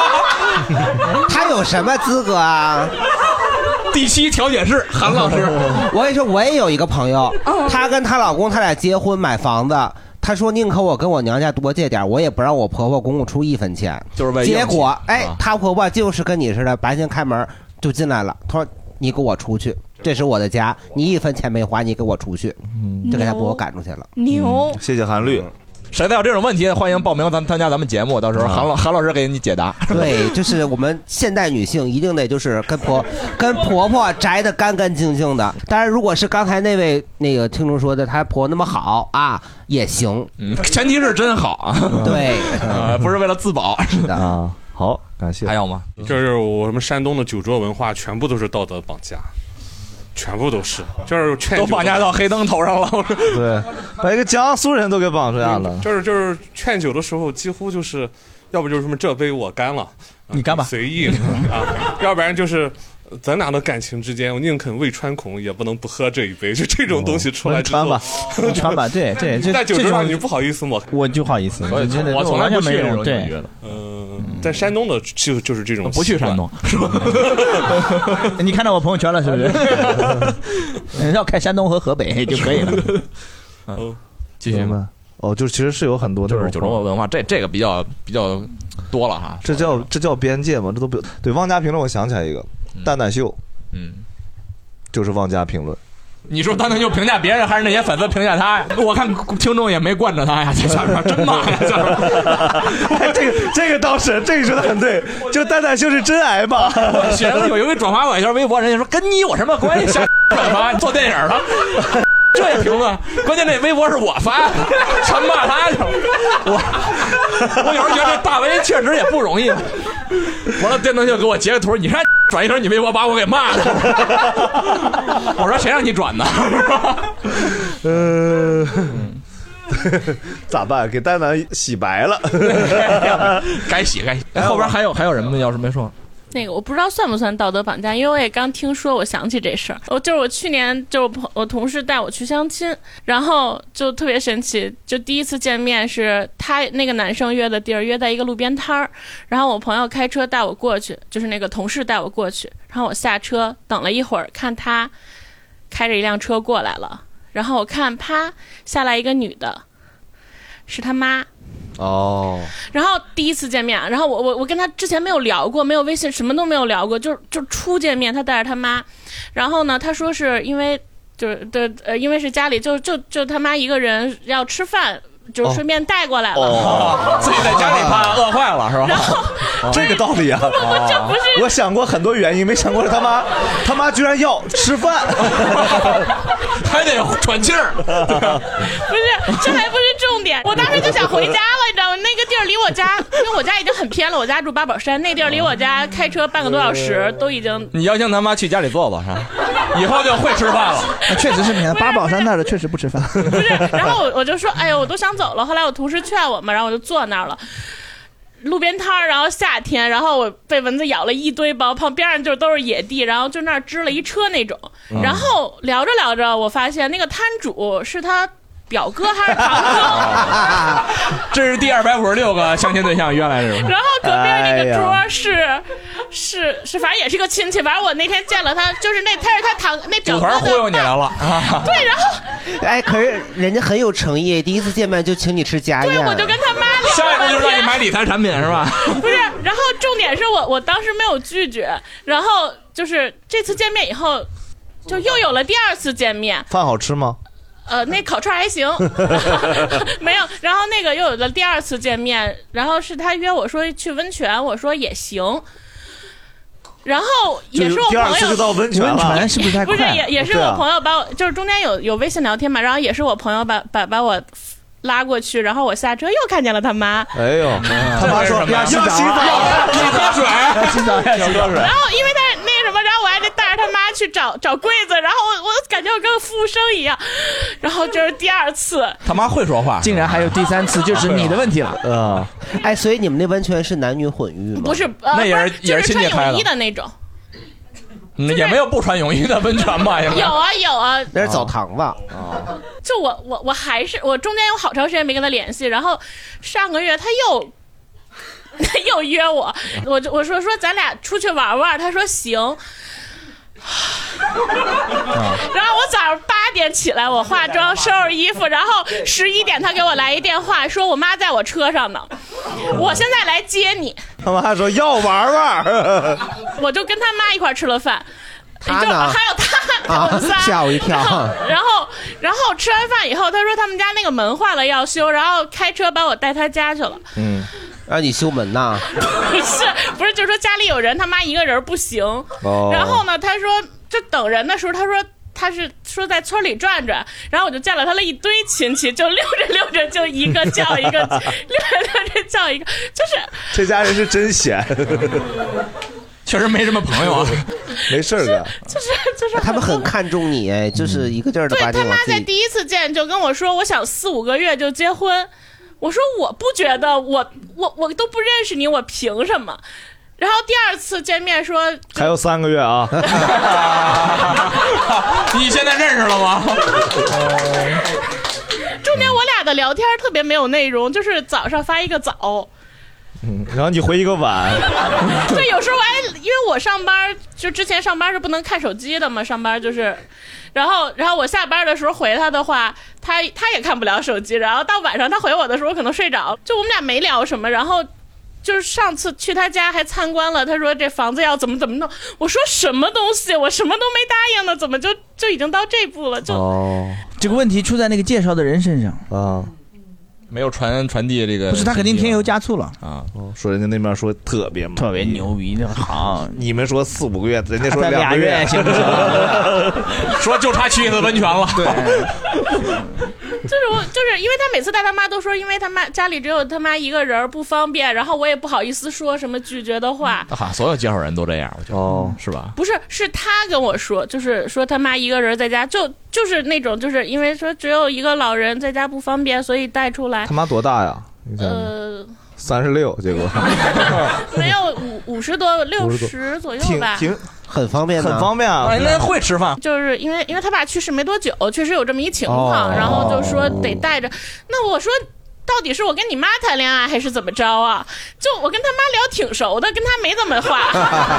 他有什么资格啊？ 第七调解室，韩老师。 我跟你说，我也有一个朋友，她跟她老公他俩结婚买房子，她说宁可我跟我娘家多借点，我也不让我婆婆公公出一分钱。 就是为结果，哎， 啊她婆婆就是跟你似的，白天开门就进来了，她说你给我出去，这是我的家，你一分钱没花，你给我出去，就给她婆婆赶出去了。 牛， 谢谢韩律。 谁再有这种问题，欢迎报名咱参加咱们节目，到时候韩老韩老师给你解答。 对，就是我们现代女性一定得就是跟婆跟婆婆宅得干干净净的。当然，如果是刚才那位那个听众说的，她婆那么好啊，也行。 嗯，前提是真好啊。 对， 呃，不是为了自保。 是的啊。好，感谢。 还有吗？ 就是我们山东的酒桌文化，全部都是道德绑架。全部都是，就是劝酒都绑架到黑灯头上了。 对，把一个江苏人都给绑这样了。 就是就是劝酒的时候，几乎就是，要不就是什么这杯我干了， 你干吧， 随意啊，要不然就是咱俩的感情之间，我宁肯胃穿孔，也不能不喝这一杯。就这种东西出来之后， 穿吧，穿吧，对对，这在酒桌上你不好意思抹， 我就好意思，我真的我从来不去这种对， 嗯，在山东的就就是这种， 不去山东是吧？ 你看到我朋友圈了是不是？要看山东和河北就可以了。 嗯， 继续吧。哦，就其实是有很多就是酒桌文化，这这个比较比较多了哈。 这叫这叫边界吗？这都不对。汪家评论，我想起来一个，蛋蛋秀， 嗯， 就是汪家评论。 你说蛋蛋秀评价别人，还是那些粉丝评价他呀？我看听众也没惯着他呀，在下面真骂呀！ 这个这个倒是，这个说的很对。就蛋蛋秀是真癌吧？ 写了有一个转发我一条微博，人家说跟你有什么关系？转发做电影的。这也评论，关键那微博是我发的，全骂他去了。我我有时候觉得这大 V 确实也不容易。完了，电灯就给我截个图，你看转一条你微博把我给骂的。我说谁让你转的？ 呃，咋办？给蛋蛋洗白了， 该洗该洗。后边还有还有人吗？要是没说。 那个我不知道算不算道德绑架，因为我也刚听说，我想起这事儿。我就是我去年就我朋我同事带我去相亲，然后就特别神奇，就第一次见面是他那个男生约的地儿，约在一个路边摊儿，然后我朋友开车带我过去，就是那个同事带我过去，然后我下车等了一会儿，看他开着一辆车过来了，然后我看啪下来一个女的，是他妈。 哦， 然后第一次见面，然后我我我跟他之前没有聊过，没有微信，什么都没有聊过，就就初见面，他带着他妈，然后呢，他说是因为就是对呃，因为是家里就就就他妈一个人要吃饭。就顺便带过来了， 哦、 自己在家里怕饿坏了是吧？ 然后这个道理啊， 这不是我想过很多原因，没想过是他妈，他妈居然要吃饭， 还得喘气儿。 不是，这还不是重点。我当时就想回家了，你知道吗？那个地儿离我家，因为我家已经很偏了，我家住八宝山，那地儿离我家开车半个多小时，都已经。 你邀请他妈去家里坐坐是吧？以后就会吃饭了。 确实是你看八宝山那儿的确实不吃饭。 不是，然后我我就说，哎呦，我都想走了。后来我同事劝我嘛，然后我就坐那儿了。路边摊儿，然后夏天，然后我被蚊子咬了一堆包，旁边上就都是野地，然后就那儿支了一车那种。然后聊着聊着，我发现那个摊主是他表哥还是堂哥？ 这是第二百五十六个相亲对象约来着。 然后隔壁那个桌是、哎、是是，反正也是个亲戚。反正我那天见了他，就是那他是他堂那表哥的。 组团忽悠你来了。 对，然后哎，可是人家很有诚意，第一次见面就请你吃家宴。 对，我就跟他妈聊。 下一步就是让你买理财产品是吧？ 不是，然后重点是我我当时没有拒绝，然后就是这次见面以后，就又有了第二次见面。 饭好吃吗？ 呃，那烤串还行，没有。然后那个又有了第二次见面，然后是他约我说去温泉，我说也行。然后也是我朋友， 第二次就到温泉了， 温泉是不是太快？ 不是，也也是我朋友把我，就是中间有有微信聊天嘛，然后也是我朋友把把把我拉过去，然后我下车又看见了他妈。 哎呦，他妈说要洗澡， 要喝水， 要洗澡，要洗澡。 然后因为他那个什么，然后我还得带着他妈去找找柜子，然后我我感觉我跟服务生一样。然后这是第二次， 他妈会说话， 竟然还有第三次，就是你的问题了。 嗯，哎，所以你们那温泉是男女混浴吗？ 不是，呃、 那也是也是亲戚开的， 泳衣的那种。 嗯，也没有不穿泳衣的温泉吧？ 有啊有啊， 那是澡堂吧？ 啊， 就我我我还是我中间有好长时间没跟他联系，然后上个月他又又约我，我我说说咱俩出去玩玩，他说行。然后我早上八点起来，我化妆收拾衣服，然后十一点他给我来一电话，说我妈在我车上呢，我现在来接你。 他妈还说要玩玩， 我就跟他妈一块吃了饭。 他呢？ 还有他， 啊我们仨吓我一跳。 然后，然后吃完饭以后，他说他们家那个门坏了要修，然后开车把我带他家去了。 嗯，让你修门呐？ 不是，不是，就说家里有人，他妈一个人不行。 哦。 然后呢，他说就等人的时候，他说他是说在村里转转，然后我就见了他了一堆亲戚，就溜着溜着就一个叫一个，溜着溜着叫一个，就是这家人是真闲。 确实没什么朋友啊， 没事儿干， 就是就是、 他们很看重你，哎，就是一个劲儿的把你对他妈往自己。 在第一次见就跟我说，我想四五个月就结婚。我说我不觉得，我我我都不认识你，我凭什么？然后第二次见面说还有三个月啊。 你现在认识了吗？ 中间我俩的聊天特别没有内容，就是早上发一个早。 嗯，然后你回一个晚。 对，有时候哎，因为我上班，就之前上班是不能看手机的嘛，上班就是，然后然后我下班的时候回他的话，他他也看不了手机，然后到晚上他回我的时候我可能睡着，就我们俩没聊什么，然后就是上次去他家还参观了，他说这房子要怎么怎么弄，我说什么东西，我什么都没答应呢，怎么就就已经到这步了？就哦，这个问题出在那个介绍的人身上啊。 没有传传递这个， 不是他肯定添油加醋了啊！说人家那边说特别特别牛逼的好， 你们说四五个月，人家说俩个月行不行？ 说就差去一次温泉了。 对， 就是我就是因为他每次带他妈都说，因为他妈家里只有他妈一个人不方便，然后我也不好意思说什么拒绝的话。 哈，所有介绍人都这样，我觉得哦，是吧？ 不是，是他跟我说，就是说他妈一个人在家，就就是那种，就是因为说只有一个老人在家不方便，所以带出来。 他妈多大呀？ 呃， 三十六，结果没有五五十多六十左右吧， 挺很方便， 很方便啊。 人家会吃饭， 就是因为因为他爸去世没多久，确实有这么一情况， 哦、 然后就说得带着。那我说。到底是我跟你妈谈恋爱还是怎么着啊？就我跟他妈聊挺熟的，跟他没怎么话。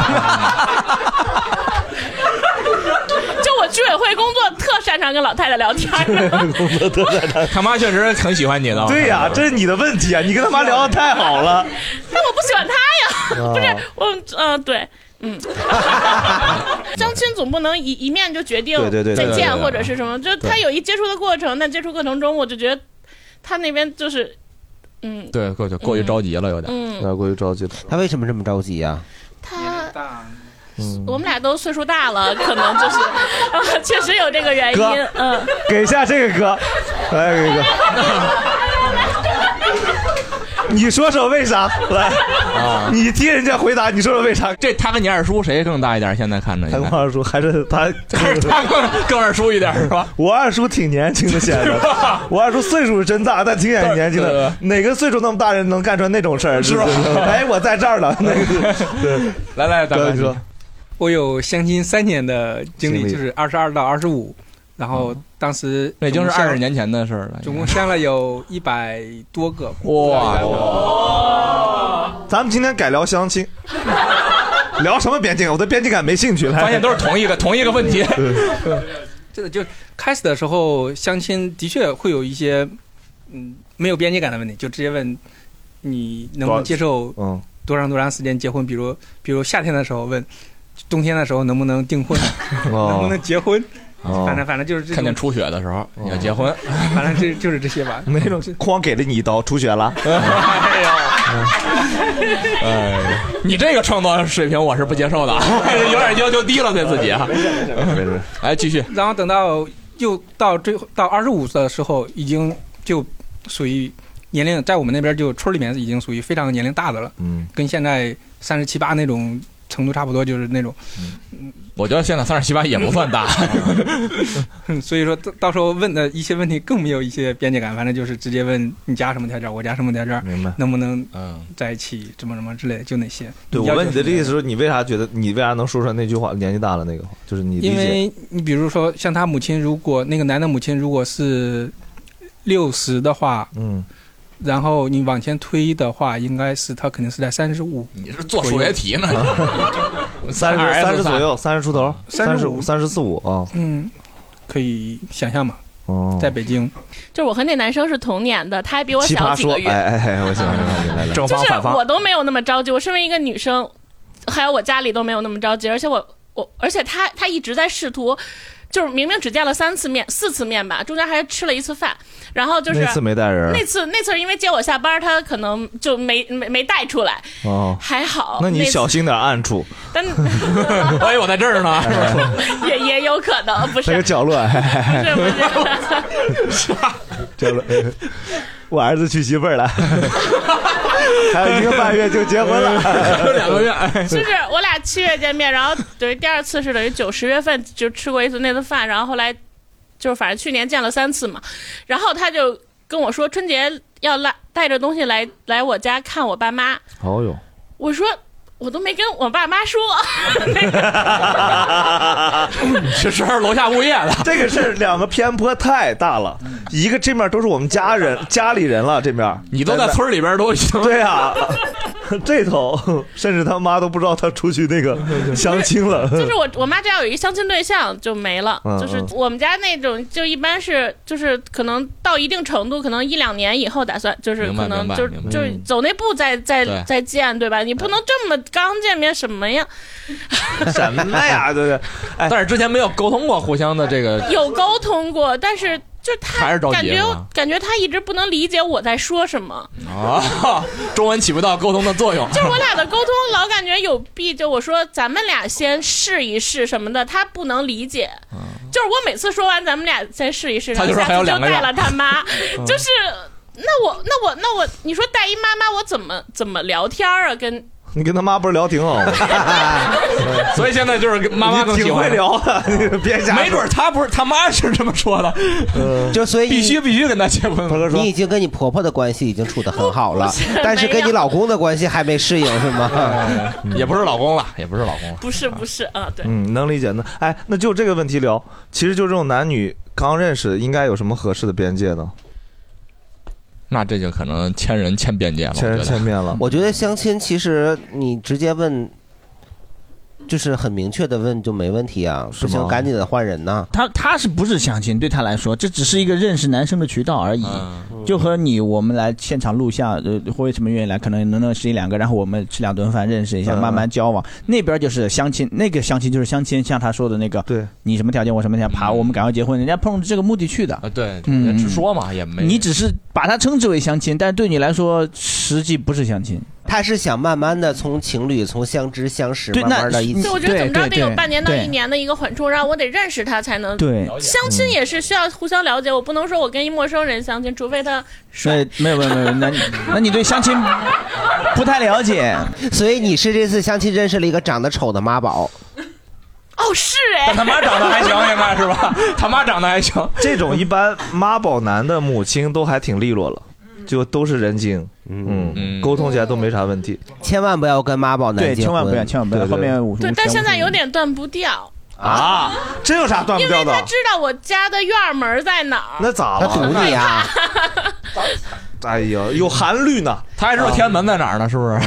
就我居委会工作特擅长跟老太太聊天。 工作特擅长， 他妈确实很喜欢你的。 对呀、啊，这是你的问题啊！你跟他妈聊得太好了。 但我不喜欢他呀，不是我，嗯、呃，对。嗯，相亲总不能一一面就决定再见或者是什么，就他有一接触的过程，但接触过程中我就觉得。他那边就是，嗯， 对，过去过于着急了，有点， 嗯， 有点过于着急了。 他为什么这么着急呀、 啊？他，嗯，我们俩都岁数大了，可能就是，呃、确实有这个原因。嗯， 给一下这个歌，来给个。你说说为啥？来，啊、你替人家回答，你说说为啥？ 这他跟你二叔谁更大一点？现在看着， 他跟我二叔还是他， 还是他更更二叔一点是吧？ 我二叔挺年轻的，显得我二叔岁数是真大，但挺也年轻的。哪个岁数那么大人能干出那种事儿？是吧？哎，我在这儿了。那个，对， 来来，大哥你说， 我有相亲三年的经历，就是二十二到二十五。然后当时那已经是二十年前的事了， 总共相了有一百多个。 哇哇！咱们今天改聊相亲，聊什么边界感？我对边界感没兴趣。 发现都是同一个同一个问题。 这个就开始的时候相亲的确会有一些嗯没有边界感的问题，就直接问你能不能接受多长多长时间结婚，比如比如夏天的时候问，冬天的时候能不能订婚，能不能结婚。 哦、 反正反正就是这看见出血的时候要结婚， 反正这就是这些吧。 那种哐给了你一刀，出血了。 哎呀，哎，你这个创作水平我是不接受的，有点要求低了对自己啊。 没事没事没事， 来继续。 然后等到又到最后到二十五岁的时候，已经就属于年龄，在我们那边就村里面已经属于非常年龄大的了。嗯，跟现在三十七八那种程度差不多，就是那种。 嗯，我觉得现在三十七八也不算大。 所以说到时候问的一些问题更没有一些边界感，反正就是直接问你家什么条件，我家什么条件， 明白？ 能不能在一起，什么什么之类，就那些。 对，我问你的意思是你为啥觉得你为啥能说出来那句话？年纪大了那个话，就是你理解。 因为你比如说像他母亲，如果那个男的母亲如果是六十的话，嗯， 然后你往前推的话，应该是他肯定是在三十五。 你是做数学题呢？ 三十三十左右，三十出头，三十五、三十四五啊。 嗯，可以想象嘛。 哦， 在北京， 就是我和那男生是同年的，他还比我小几个月。 哎哎哎，我想起来了， 就是我都没有那么着急。我身为一个女生，还有我家里都没有那么着急，而且我我，而且他他一直在试图。就是明明只见了三次面、四次面吧，中间还吃了一次饭，然后就是那次没带人， 那次那次是因为接我下班，他可能就没没没带出来，哦，还好。 那你小心点暗处。 但万一我在这儿呢， 也也有可能，不是那个角落， 不是不是，角落。我儿子娶媳妇儿了，还有一个半月就结婚了， 两个月。 就是我俩七月见面，然后等于第二次是等于九十月份就吃过一次那次饭，然后后来就是反正去年见了三次嘛，然后他就跟我说春节要来带着东西来来我家看我爸妈。 哦哟， 我说。我都没跟我爸妈说， 这是楼下物业了。 这个是两个偏颇太大了，一个这面都是我们家人家里人了，这面你都在村里边都行。 对啊，这头甚至他妈都不知道他出去那个相亲了。 就是我我妈只要有一相亲对象就没了， 嗯、 就是我们家那种就一般是就是可能到一定程度，可能一两年以后打算就是可能就就走那步再再再见，对吧？你不能这么。刚见面什么呀？ 什么呀？对对， 哎，但是之前没有沟通过互相的这个。 有沟通过，但是就他还是着急感觉感觉他一直不能理解我在说什么啊，中文起不到沟通的作用。 就是我俩的沟通老感觉有弊，就我说咱们俩先试一试什么的，他不能理解。嗯、就是我每次说完咱们俩先试一试， 他就说还有两个下次就带了他妈，就是。那我那我那我，你说带一妈妈，我怎么怎么聊天啊？跟你跟他妈不是聊挺好吗？ 所以现在就是妈妈更喜欢挺会聊的，别瞎。 没准他不是他妈是这么说的， 嗯、就所以必须必须跟他结婚。 你已经跟你婆婆的关系已经处得很好了，但是跟你老公的关系还没适应是吗？ 也不是老公了，也不是老公了， 不是不是啊，对， 嗯，能理解的。哎，那就这个问题聊，其实就这种男女刚认识，应该有什么合适的边界呢？ 那这就可能千人千边界了， 千人千面了。 我觉得相亲其实你直接问，就是很明确的问就没问题啊，不行赶紧的换人呢。 他他是不是相亲？对他来说，这只是一个认识男生的渠道而已。嗯、就和你我们来现场录像，呃，为什么愿意来？可能能认识一两个，然后我们吃两顿饭，认识一下，慢慢交往。嗯、那边就是相亲，那个相亲就是相亲，像他说的那个， 对， 你什么条件，我什么条件，爬，我们赶快结婚，人家碰着这个目的去的。 啊，对，嗯，直说嘛，也没。 你只是把它称之为相亲，但是对你来说，实际不是相亲。 他是想慢慢的从情侣从相知相识，慢慢的一起。 对，我觉得怎么着得有半年到一年的一个缓冲，然后我得认识他才能。 对， 相亲也是需要互相了解，我不能说我跟一陌生人相亲，除非他帅。 没有没有没有，那你那你对相亲不太了解， 所以你是这次相亲认识了一个长得丑的妈宝。 哦，是哎， 但他妈长得还行，应该是吧？他妈长得还行。 这种一般妈宝男的母亲都还挺利落了。就都是人精，嗯嗯，沟通起来都没啥问题。 千万不要跟妈宝男结婚， 对，千万不要，千万不要。后面五对，但现在有点断不掉啊！这有啥断不掉的？ 因为他知道我家的院门在哪儿。 那咋了？ 他堵你啊！ 哎呀，有韩律呢， 他还知道天安门在哪儿呢，是不是？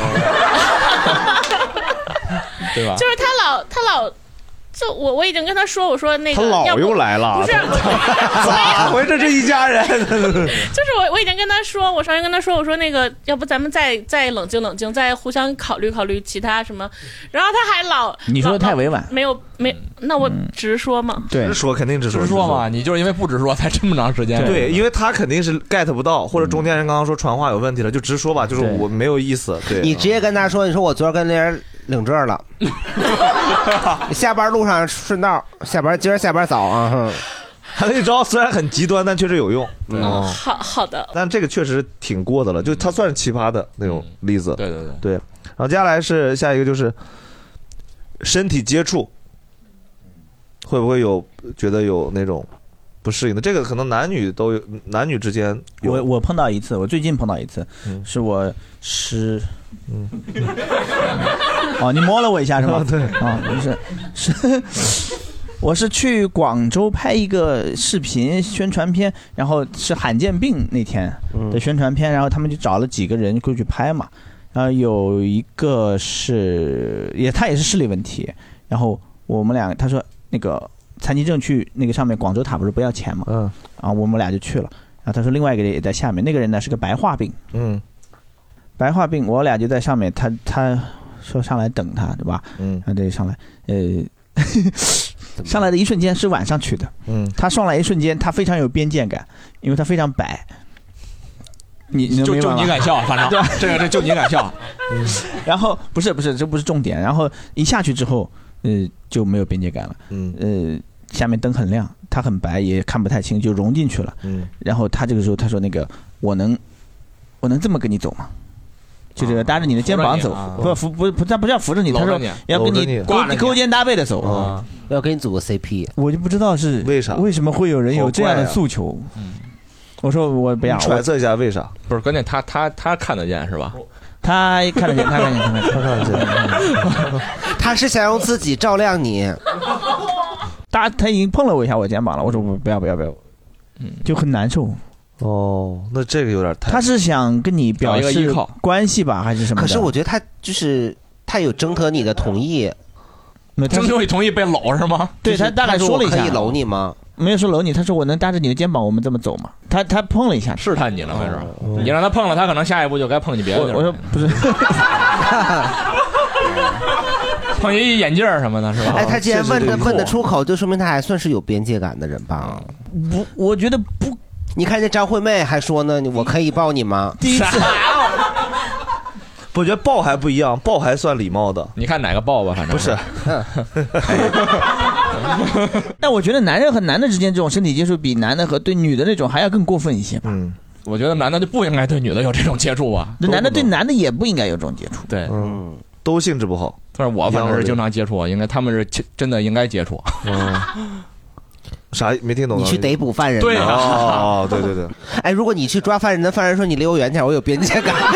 对吧？ 就是他老他老。就我我已经跟他说，我说那个他老又来了， 不是咋回事？这一家人就是我我已经跟他说，我上次跟他说，我说那个要不咱们再再冷静冷静，再互相考虑考虑其他什么，然后他还老你说的太委婉， 没有没那我直说嘛， 对， 直说肯定直说直说嘛，你就是因为不直说才这么长时间， 对，因为他肯定是 get 不到，或者中间人刚刚说传话有问题了，就直说吧，就是我没有意思，对， 你直接跟他说，你说我昨儿跟那人领证了，下班路上顺道，下班今儿下班早啊。 他那招虽然很极端，但确实有用。 嗯，好好的。 但这个确实挺过的了，就他算是奇葩的那种例子。 嗯、对对对对。然后接下来是下一个就是身体接触，会不会有觉得有那种不适应的？这个可能男女都有，男女之间有。 我我碰到一次，我最近碰到一次，嗯、是我十。嗯，哦，你摸了我一下是吧？ 对， 啊，不是，是， 我是去广州拍一个视频宣传片，然后是罕见病那天的宣传片，然后他们就找了几个人过去拍嘛，然后有一个是也他也是视力问题，然后我们俩他说那个残疾证去那个上面广州塔不是不要钱嘛，嗯，然后我们俩就去了，然后他说另外一个人也在下面，那个人呢是个白化病，嗯，白化病我俩就在上面，他他说上来等他对吧，嗯，然后对上来呃。上来的一瞬间是晚上去的，嗯，他上来一瞬间他非常有边界感，因为他非常白，你你就就你敢笑，反正对吧？ 这个这就你敢笑， 嗯，然后不是不是这不是重点，然后一下去之后，呃就没有边界感了，嗯，呃下面灯很亮，他很白也看不太清，就融进去了，嗯，然后他这个时候他说那个我能我能这么跟你走吗？就是搭着你的肩膀走，不扶不不，他不叫扶着你，他说要跟你勾肩搭背的走， 要跟你组个 C P。 我就不知道是为啥， 为什么会有人有这样的诉求。我说我不要， 揣测一下为啥？ 不是关键，他他他看得见是吧？ 他看得见，他看得见，他看得见。他是想用自己照亮你。 他他已经碰了我一下我肩膀了，我说不要不要不要，就很难受。 哦，那这个有点太…… 他是想跟你表示关系吧，还是什么？ 可是我觉得他就是他有征得你的同意， 征得你同意被搂是吗？ 对他大概说了一下， 可以搂你吗？ 没有说搂你，他说我能搭着你的肩膀，我们这么走吗？他他碰了一下， 试探你了，没准、哦、你让他碰了，他可能下一步就该碰你别的地儿。 我说不是。 碰一眼镜什么的，是吧？ 哎，他既然问的问得出口，就说明他还算是有边界感的人吧？ 不，我觉得不。 你看见张惠妹还说呢，我可以抱你吗？ 第一次， 我觉得抱还不一样，抱还算礼貌的。 你看哪个抱吧，反正不是。 但我觉得男人和男的之间这种身体接触，比男的和对女的那种还要更过分一些吧。 嗯， 我觉得男的就不应该对女的有这种接触吧。 男的对男的也不应该有这种接触。 对， 嗯，都性质不好。 但是我反正是经常接触，应该他们是真的应该接触。 嗯。啥没听懂？ 你去逮捕犯人？ 对啊， 哦，对对对。 哎，如果你去抓犯人的犯人说你离我远点，我有边界感。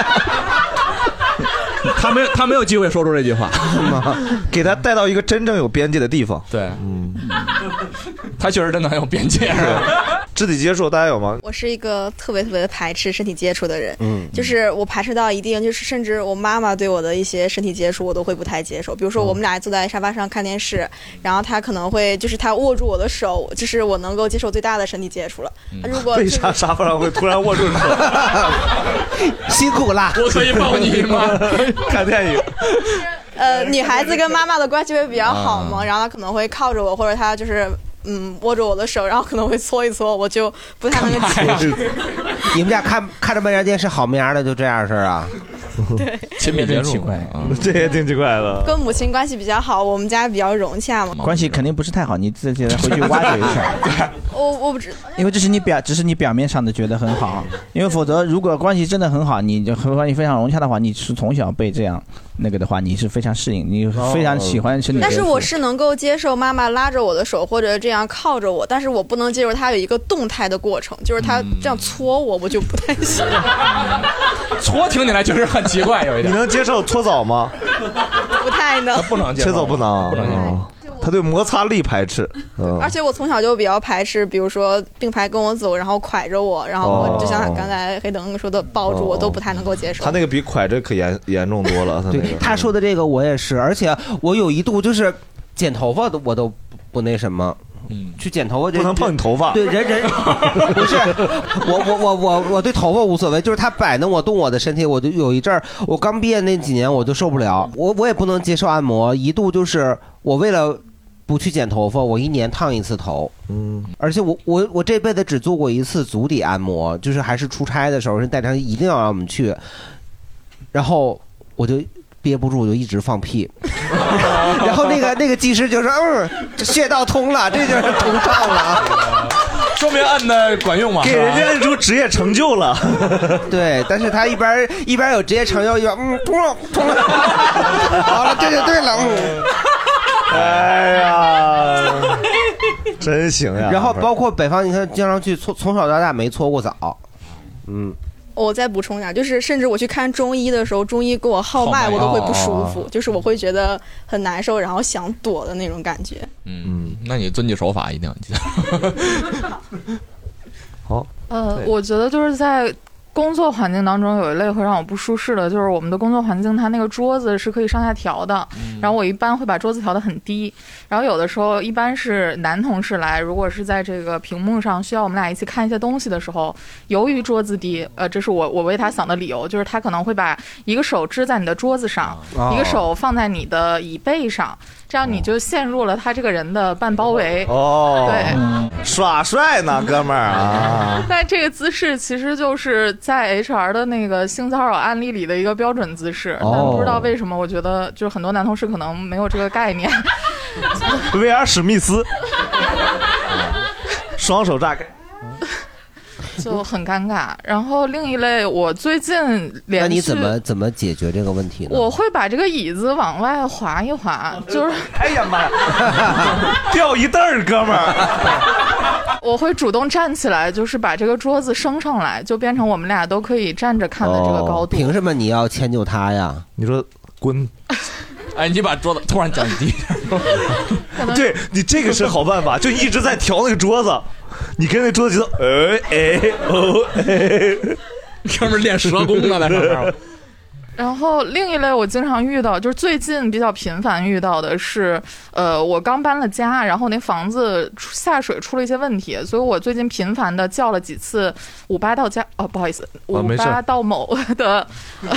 他没有，他没有机会说出这句话， 是吗？给他带到一个真正有边界的地方。 对，嗯，他确实真的很有边界。 肢体接触大家有吗？ 我是一个特别特别排斥身体接触的人，嗯，就是我排斥到一定，就是甚至我妈妈对我的一些身体接触，我都会不太接受。比如说我们俩坐在沙发上看电视，然后他可能会就是他握住我的手，这是我能够接受最大的身体接触了。他如果、就是、 为啥沙发上会突然握住手？ 辛苦啦！ 我可以抱你吗？ 看电影。 呃，女孩子跟妈妈的关系会比较好嘛，然后她可能会靠着我，或者她就是嗯握着我的手，然后可能会搓一搓，我就不太能够接受。 你们俩看看着半家电视好面的就这样式儿啊？ 对， 亲密接触， 奇怪， 这也挺奇怪的。 跟母亲关系比较好，我们家比较融洽嘛。 关系肯定不是太好，你自己回去挖掘一下。 我我不知， 因为这是你表，只是你表面上的觉得很好，因为否则如果关系真的很好，你就和关系非常融洽的话，你是从小被这样那个的话，你是非常适应，你非常喜欢身体。 但是我是能够接受妈妈拉着我的手或者这样靠着我，但是我不能接受她有一个动态的过程，就是她这样搓我，我就不太行。 搓听起来确实很奇怪，有一点。 你能接受搓澡吗？ 不太能。 不能接受， 搓澡不能， 不能接受。 他对摩擦力排斥， 嗯，而且我从小就比较排斥，比如说并排跟我走，然后挎着我，然后我就像刚才黑灯说的抱住我，哦、都不太能够接受。 他那个比挎着可严严重多了。他那个、 对他说的这个我也是，而且我有一度就是剪头发都我都不那什么。嗯，去剪头发不能碰你头发。 对，人人不是我我我我我对头发无所谓，就是他摆弄我动我的身体，我就有一阵儿，我刚毕业那几年我就受不了，我我也不能接受按摩，一度就是我为了不去剪头发，我一年烫一次头。嗯，而且我我我这辈子只做过一次足底按摩，就是还是出差的时候，人带长一定要让我们去，然后我就憋不住，我就一直放屁。然后那个那个技师就说：“嗯，这穴道通了，这就是通畅了， 说明按的管用嘛， 给人家按出职业成就了。” 对，但是他一边一边有职业成就，一边嗯通了通了，好了，这就对了。嗯， 哎呀，真行呀！ 然后包括北方，你看经常去搓，从小到大没搓过澡，嗯。 我再补充一下，就是甚至我去看中医的时候，中医给我号脉，我都会不舒服，哦、就是我会觉得很难受，然后想躲的那种感觉。 嗯，那你遵纪守法一定要记得。 好， 呃，我觉得就是在工作环境当中有一类会让我不舒适的，就是我们的工作环境它那个桌子是可以上下调的，嗯、然后我一般会把桌子调得很低，然后有的时候一般是男同事来，如果是在这个屏幕上需要我们俩一起看一些东西的时候，由于桌子低，呃，这是我我为他想的理由，就是他可能会把一个手支在你的桌子上，哦、一个手放在你的椅背上。这样你就陷入了他这个人的半包围哦， 对， 耍帅呢，哥们儿啊！ 但这个姿势其实就是在 H R 的那个性骚扰案例里的一个标准姿势，哦、但不知道为什么，我觉得就是很多男同事可能没有这个概念。 威尔史密斯，双手炸开。 就很尴尬。然后另一类，我最近连续， 那你怎么怎么解决这个问题呢？ 我会把这个椅子往外滑一滑，就是哎呀妈呀，掉一凳儿，哥们儿。我会主动站起来，就是把这个桌子升上来，就变成我们俩都可以站着看的这个高度。 哦、凭什么你要迁就他呀？ 你说滚。 哎，你把桌子突然降低一点，对你这个是好办法，就一直在调那个桌子，你跟那桌子就哎哎哦哎， 哥们练蛇功呢在上面。 然后另一类我经常遇到，就是最近比较频繁遇到的是，呃，我刚搬了家，然后那房子下水出了一些问题，所以我最近频繁的叫了几次五八到家，哦，不好意思，五八到某的，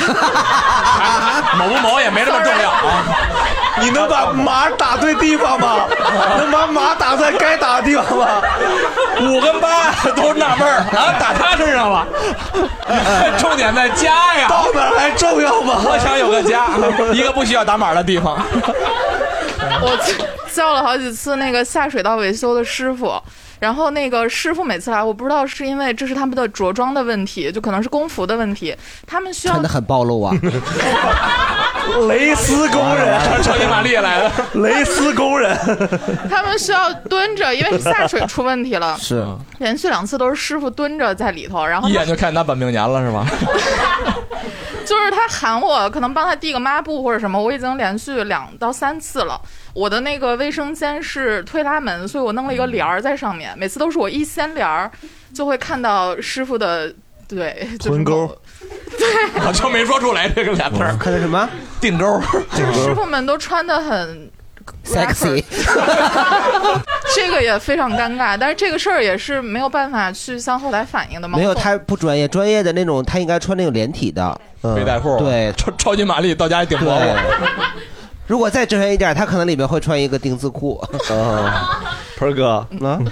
某不某也没这么重要啊。 你能把码打对地方吗？能把码打在该打的地方吗？ 五跟八都纳闷儿啊，打他身上了，重点在家呀， 到哪儿还重要？ 我想有个家，一个不需要打码的地方。 我叫了好几次那个下水道维修的师傅，然后那个师傅每次来，我不知道是因为这是他们的着装的问题，就可能是工服的问题，他们需要穿得很暴露啊。 蕾丝工人， 超级玛丽来了， 蕾丝工人， 他们需要蹲着，因为是下水出问题了， 是连续两次都是师傅蹲着在里头，然后一眼就看他本命年了，是吧？ 就是他喊我，可能帮他递个抹布或者什么，我已经连续两到三次了。我的那个卫生间是推拉门，所以我弄了一个帘儿在上面，每次都是我一掀帘儿，就会看到师傅的对臀沟。 对， 我就没说出来这个俩字儿。 看的什么？ 腚沟。 师傅们都穿得很 sexy， 这个也非常尴尬，但是这个事儿也是没有办法去向后台反映的嘛。 没有，他不专业，专业的那种他应该穿那种连体的背带裤， 对， 超超级玛丽到家顶包我。 如果再专业一点，他可能里面会穿一个丁字裤。 啊，盆哥，嗯。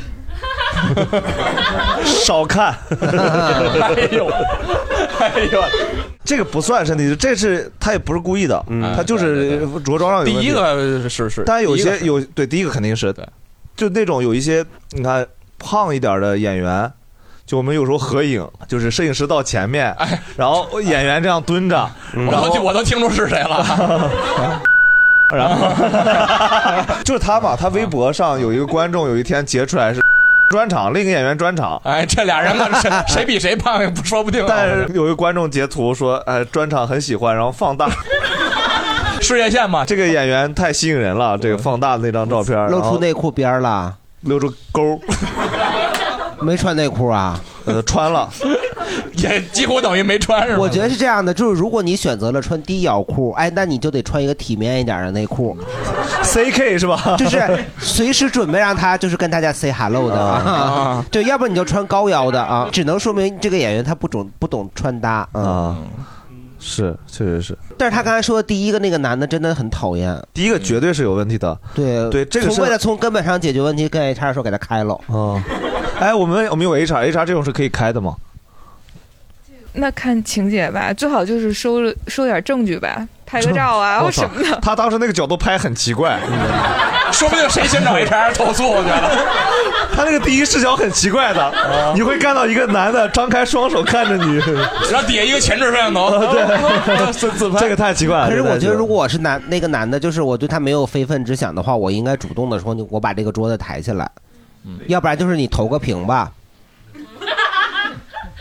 少看， 哎呦，哎呦， 这个不算身体，这是他也不是故意的，嗯，他就是着装上有问题。 第一个是是， 但有些有对第一个肯定是，就那种有一些你看胖一点的演员，就我们有时候合影，就是摄影师到前面，哎，然后演员这样蹲着， 我都我都听出是谁了。 然后就是他嘛，他微博上有一个观众有一天截出来是专场，另一个演员专场， 哎，这俩人谁谁比谁胖也不说不定。 但是有一个观众截图说，哎，专场很喜欢，然后放大事业线嘛， 这个演员太吸引人了，这个放大的那张照片， 露出内裤边了， 露出沟， 没穿内裤啊？ 呃，穿了。 也几乎等于没穿是吧？ 我觉得是这样的，就是如果你选择了穿低腰裤，哎，那你就得穿一个体面一点的内裤 ，C K 是吧？ 就是随时准备让他就是跟大家 say hello 的啊，对，要不然你就穿高腰的啊，只能说明这个演员他不懂不懂穿搭啊。 是，确实是。 但是他刚才说的第一个那个男的真的很讨厌， 第一个绝对是有问题的。 对对，这个是为了从根本上解决问题，跟 H R 说给他开了。 哦，哎，我们我们有 H R，H R 这种是可以开的吗？ 那看情节吧，最好就是收收点证据吧，拍个照啊或什么的。 他当时那个角度拍很奇怪， 说不定谁先找 H R 投诉，我觉得。 他那个第一视角很奇怪的，你会看到一个男的张开双手看着你， 然后底下一个前置摄像头， 对，自拍，这个太奇怪了。 可是我觉得，如果我是男那个男的，就是我对他没有非分之想的话，我应该主动的说，我把这个桌子抬起来，要不然就是你投个屏吧。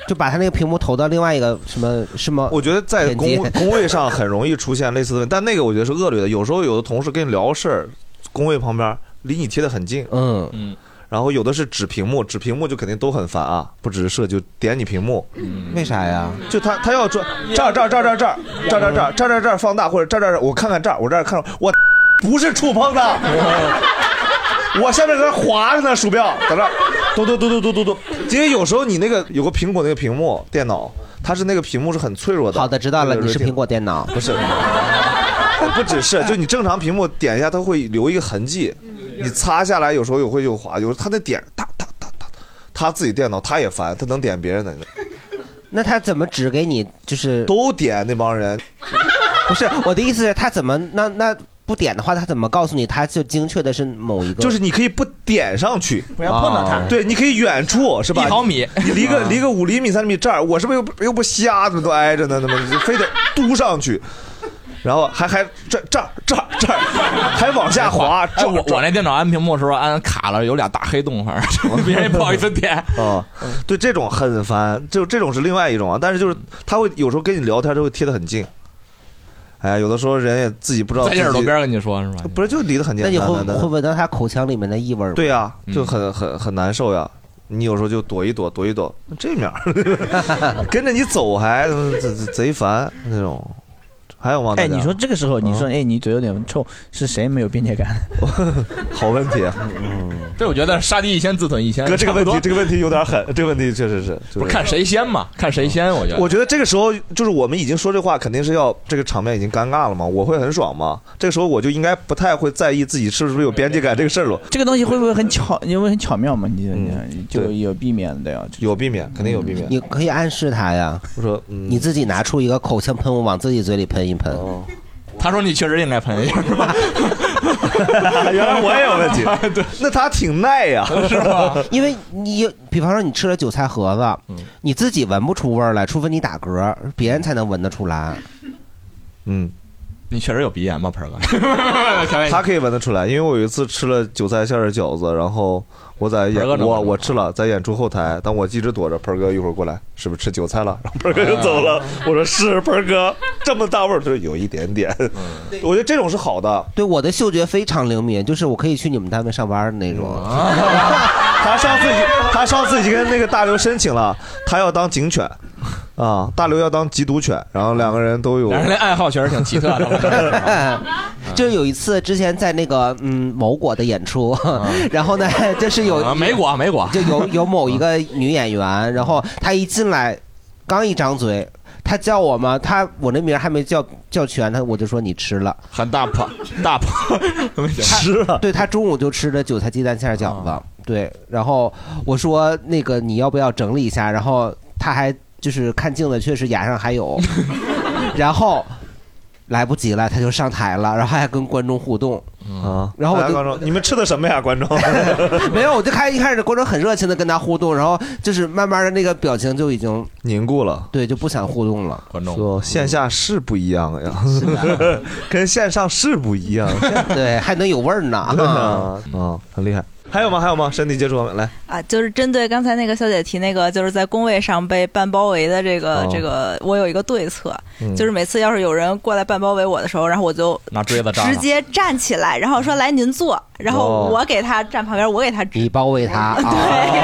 就把他那个屏幕投到另外一个什么什么？ 我觉得在工工位上很容易出现类似的问题，但那个我觉得是恶劣的。有时候有的同事跟你聊事儿，工位旁边离你贴得很近， 嗯嗯，然后有的是指屏幕，指屏幕就肯定都很烦啊，不只是设就点你屏幕， 嗯，为啥呀？ 就他他要转这儿这儿这儿这儿这儿这儿这儿这儿这儿这儿这儿放大，或者这儿这儿我看看这儿，我这儿看我不是触碰的。我下面在那滑着呢，鼠标在这，嘟嘟嘟嘟嘟嘟嘟。因为有时候你那个有个苹果那个屏幕电脑，它是那个屏幕是很脆弱的。 好的，知道了，你是苹果电脑， 不是？不只是，就你正常屏幕点一下，它会留一个痕迹，你擦下来有时候有会有滑，有时候它那点哒哒哒哒，他自己电脑他也烦，他能点别人的。 那他怎么指给你？就是都点那帮人？ 不是我的意思是，他怎么那那。不点的话，他怎么告诉你他就精确的是某一个？ 就是你可以不点上去， 不要碰到它。 对，你可以远处是吧？ 一毫米， 你离个离个五厘米、三厘米这儿，我是不是又又不瞎，怎么都挨着呢？怎么非得嘟上去？然后还还这这儿这儿这儿还往下滑。 哎，我我那电脑安屏幕的时候安卡了，有俩大黑洞，反正别人也不好意思点。 啊，对，这种很烦，就这种是另外一种啊。但是就是他会有时候跟你聊天，就会贴得很近。哎，有的时候人也自己不知道， 在耳朵边跟你说是吧？ 不是，就离得很近。 那你会会闻到他口腔里面的异味吗？ 对呀、啊，就很很很难受呀。你有时候就躲一躲，躲一躲，这面跟着你走还贼贼烦那种。还有吗？ 哎，你说这个时候，你说哎，你嘴有点臭，是谁没有边界感？ 好问题啊！ 嗯，这我觉得杀敌一千自损一千。 哥，这个问题，这个问题有点狠，这个问题确实是。 不是看谁先嘛？看谁先？我觉得。 我觉得这个时候就是我们已经说这话，肯定是要这个场面已经尴尬了嘛，我会很爽嘛。这个时候我就应该不太会在意自己是不是有边界感这个事儿了。 这个东西会不会很巧？因为很巧妙嘛，你你就有避免的呀。 有避免，肯定有避免。 你可以暗示他呀， 我说你自己拿出一个口腔喷雾往自己嘴里喷一喷。 他说你确实应该喷一下，是吧？ 原来我也有问题。对，那他挺耐呀， 是吧？因为你比方说你吃了韭菜盒子，你自己闻不出味儿来，除非你打嗝，别人才能闻得出来。 嗯， 你确实有鼻炎吗，盆儿哥？ 他可以闻得出来，因为我有一次吃了韭菜馅的饺子，然后我在演我我吃了，在演出后台，但我一直躲着盆儿哥一会儿过来，是不是吃韭菜了？然后盆儿哥就走了。我说是盆儿哥，这么大味儿，就是有一点点。我觉得这种是好的。 对，我的嗅觉非常灵敏，就是我可以去你们单位上班的那种。 他上次他上次已经跟那个大刘申请了，他要当警犬。啊，大刘要当缉毒犬，然后两个人都有， 两人的爱好确实挺奇特的。 就有一次之前在那个嗯某果的演出，然后呢，就是有啊美果美果， 就有有某一个女演员，然后她一进来，刚一张嘴，她叫我嘛，她我那名还没叫叫全，她我就说你吃了， 很大破大破吃了， 对她中午就吃的韭菜鸡蛋馅饺子，对，然后我说那个你要不要整理一下，然后她还。就是看镜子，确实牙上还有，然后来不及了，他就上台了，然后还跟观众互动啊。 然后我就观众，你们吃的什么呀？观众没有，我就开一开始观众很热情的跟他互动，然后就是慢慢的那个表情就已经凝固了， 对，就不想互动了。 观众说线下是不一样呀，跟线上是不一样， 对，还能有味儿呢啊，啊，很厉害。还有吗？还有吗？身体接触方面来啊，就是针对刚才那个肖姐提那个，就是在工位上被半包围的这个、哦、这个，我有一个对策、嗯，就是每次要是有人过来半包围我的时候，然后我就拿锥子直接站起来，然后说来您坐，然后我给他站旁边，我给他指， 你包围他， 对，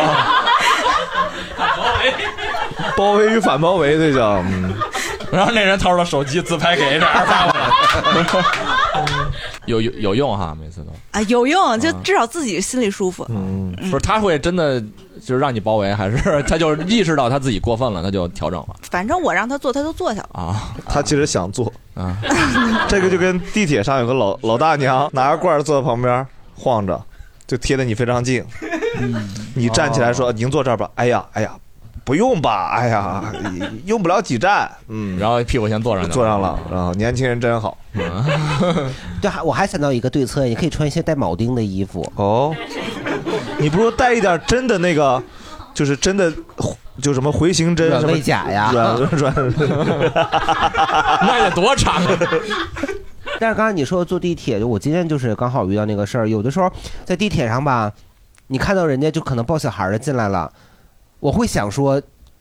包围，包围与反包围这叫，嗯， 然后那人掏出了手机自拍给这二发过来。有有有用哈，每次都啊有用，就至少自己心里舒服。 嗯，不是他会真的就是让你包围，还是他就意识到他自己过分了，他就调整了。 反正我让他做，他就坐下了啊。他其实想做啊，这个就跟地铁上有个老老大娘拿着罐坐在旁边晃着，就贴得你非常近。嗯，你站起来说：“您坐这儿吧。”哎呀，哎呀。不用吧，哎呀，用不了几站，嗯， 然后屁股先坐上， 坐上了，然后年轻人真好。 对，我还想到一个对策，你可以穿一些带铆钉的衣服。 哦，你不如带一点真的那个，就是真的，就什么回形针、 软猬甲呀， 软软， 那得多长？ 但是刚才你说坐地铁，就我今天就是刚好遇到那个事儿，有的时候在地铁上吧，你看到人家就可能抱小孩的进来了。我会想说，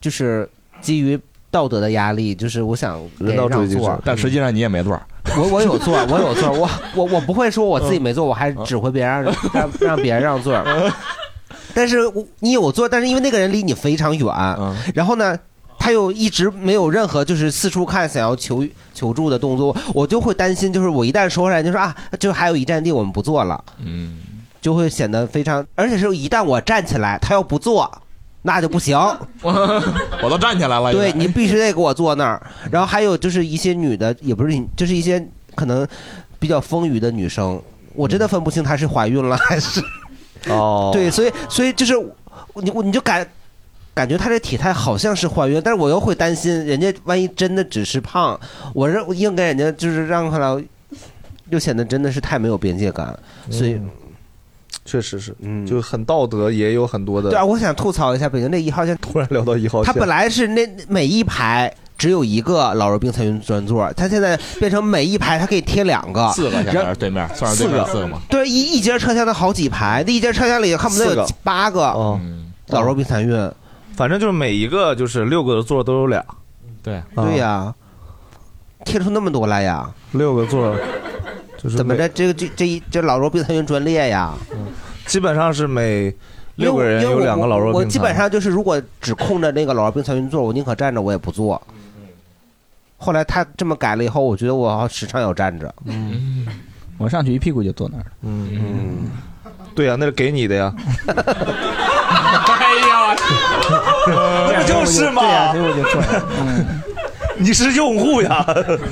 就是基于道德的压力，就是我想人道主义座， 但实际上你也没座。 我我有座，我有座，我我我不会说我自己没座，我还指挥别人让让让别人让座。但是你有座，但是因为那个人离你非常远，然后呢，他又一直没有任何就是四处看想要求求助的动作，我就会担心，就是我一旦说出来，就说啊，就还有一站地我们不坐了， 嗯， 就会显得非常，而且是一旦我站起来，他要不坐。那就不行， 我都站起来了。 对，你必须得给我坐那儿。然后还有就是一些女的，也不是，就是一些可能比较丰腴的女生，我真的分不清她是怀孕了还是哦。 对，所以所以就是你你就感感觉她这体态好像是怀孕，但是我又会担心，人家万一真的只是胖，我这硬给人家就是让回来，又显得真的是太没有边界感，所以。 嗯确实是，嗯，就很道德，也有很多的。 对啊，我想吐槽一下北京这一号线， 突然聊到一号线， 它本来是那每一排只有一个老弱病残孕专座，它现在变成每一排它可以贴两个， 四个，现在是对面，算是对面四个嘛。 对，一一节车厢的好几排，那一节车厢里恨不得有八个老弱病残孕， 反正就是每一个就是六个座都有俩。 对对呀，贴出那么多来呀， 六个座。就是怎么着？这个这这一这老弱病残孕专列呀？ 嗯，基本上是每六个人有两个老弱病残。 我基本上就是，如果只空着那个老弱病残孕座，我宁可站着，我也不坐。后来他这么改了以后，我觉得我时常要站着。 嗯，我上去一屁股就坐那儿了。 嗯嗯，对呀，那是给你的呀。 哎呀， 这不就是吗？ 对呀，所以我就坐了。嗯， 你是用户呀。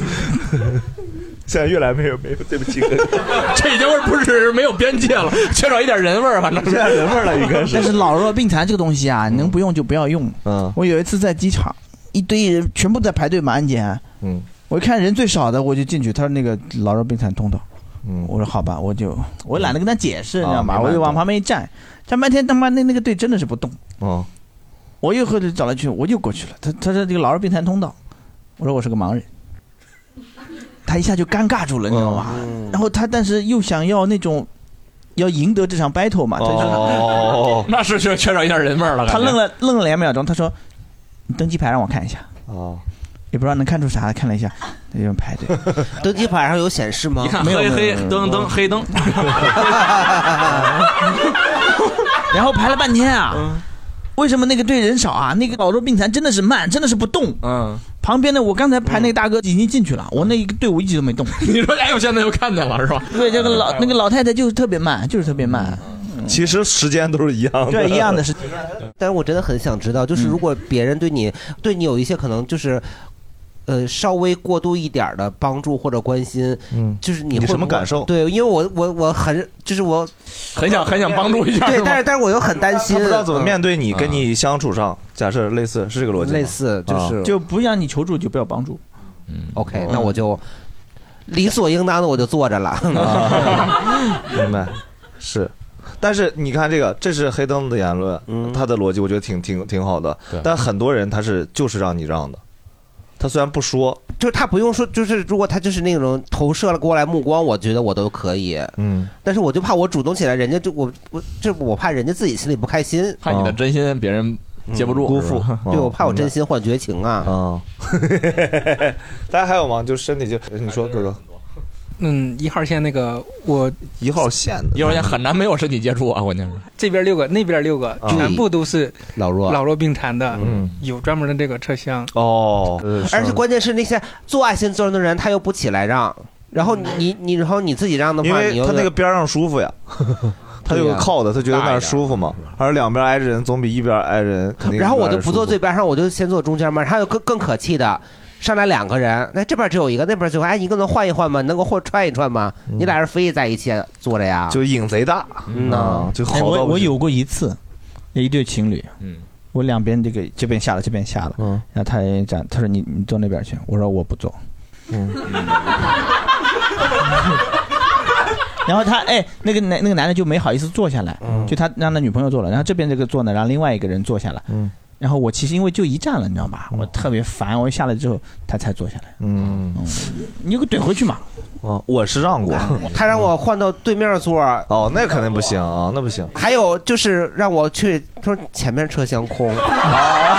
现在越来没有没有，对不起， 这已经不是没有边界了，缺少一点人味儿，反正缺少人味儿了，应该是。 但是老弱病残这个东西啊，你能不用就不要用。 嗯， 我有一次在机场，一堆人全部在排队买安检， 嗯， 我一看人最少的，我就进去，他说那个老弱病残通道， 嗯， 我说好吧，我就我懒得跟他解释，你知道吧？我就往旁边一站，站半天，他妈那那个队真的是不动。 哦， 我又后来找他去，我又过去了，他他说这个老弱病残通道，我说我是个盲人。他一下就尴尬住了，你知道吗？嗯、然后他但是又想要那种要赢得这场 battle 嘛， 哦，那是缺缺少一点人味了。 他愣了愣了两秒钟，他说：“你登机牌让我看一下。” 哦， 也不知道能看出啥，看了一下，那种排队。 登机牌上有显示吗？ 一看黑黑灯灯黑灯， 然后排了半天啊。嗯，为什么那个队人少啊？那个老弱病残真的是慢，真的是不动。 嗯， 旁边的我刚才排那个大哥已经进去了，我那一个队伍一直都没动。 你说哎，我现在又看见了是吧？ 对，这个老那个老太太就是特别慢，就是特别慢。 其实时间都是一样的， 对，一样的时间。 但是我真的很想知道，就是如果别人对你对你有一些可能就是。呃，稍微过度一点的帮助或者关心，嗯，就是你会你什么感受？ 对，因为我我我很就是我很想很想帮助一下， 对，但是但是我又很担心， 他不知道怎么面对你，跟你相处上，假设类似是这个逻辑， 类似就是就不让你求助就不要帮助， 嗯 ，OK，那我就理所应当的我就坐着了， 明白，是。但是你看这个，这是黑灯的言论，嗯，他的逻辑我觉得挺挺挺好的，但很多人他是就是让你让的。他虽然不说， 就是他不用说，就是如果他就是那种投射了过来目光，我觉得我都可以。嗯，但是我就怕我主动起来，人家就我我这我怕人家自己心里不开心， 怕你的真心别人接不住， 辜负。 对，我怕我真心换绝情啊。 啊，大家还有吗？就身体就你说哥哥。 嗯，一号线那个我一号线的一号线很难没有身体接触啊，关键是这边六个那边六个、嗯、全部都是老弱老弱病残的， 嗯， 有专门的这个车厢哦， 而且关键是那些坐爱心座的人他又不起来让，然后你你然后你自己让的话， 因为他那个边上舒服呀。他有个靠的，他觉得那儿舒服嘛，而两边挨着人总比一边挨着人肯定。 然后我就不坐最边上，我就先坐中间嘛。还有更更可气的。上来两个人，那这边只有一个，那边只有，哎，你能换一换吗？能够换串一串吗？嗯、你俩人非在一起坐着呀？ 就瘾贼大，嗯啊，就好、哎。 我我有过一次，一对情侣，嗯，我两边这个这边下了，这边下了，嗯，然后他站，他说你你坐那边去，我说我不坐，嗯。然后他哎，那个男那个男的就没好意思坐下来，嗯、就他让他女朋友坐了，然后这边这个坐呢，让另外一个人坐下来，嗯。然后我其实因为就一站了，你知道吧？我特别烦，我下来之后他才坐下来。嗯，嗯你给我怼回去嘛！ 哦，我是让过， 他让我换到对面座。 哦，那肯定不行啊，那不行。 还有就是让我去，说前面车厢空。哎呦，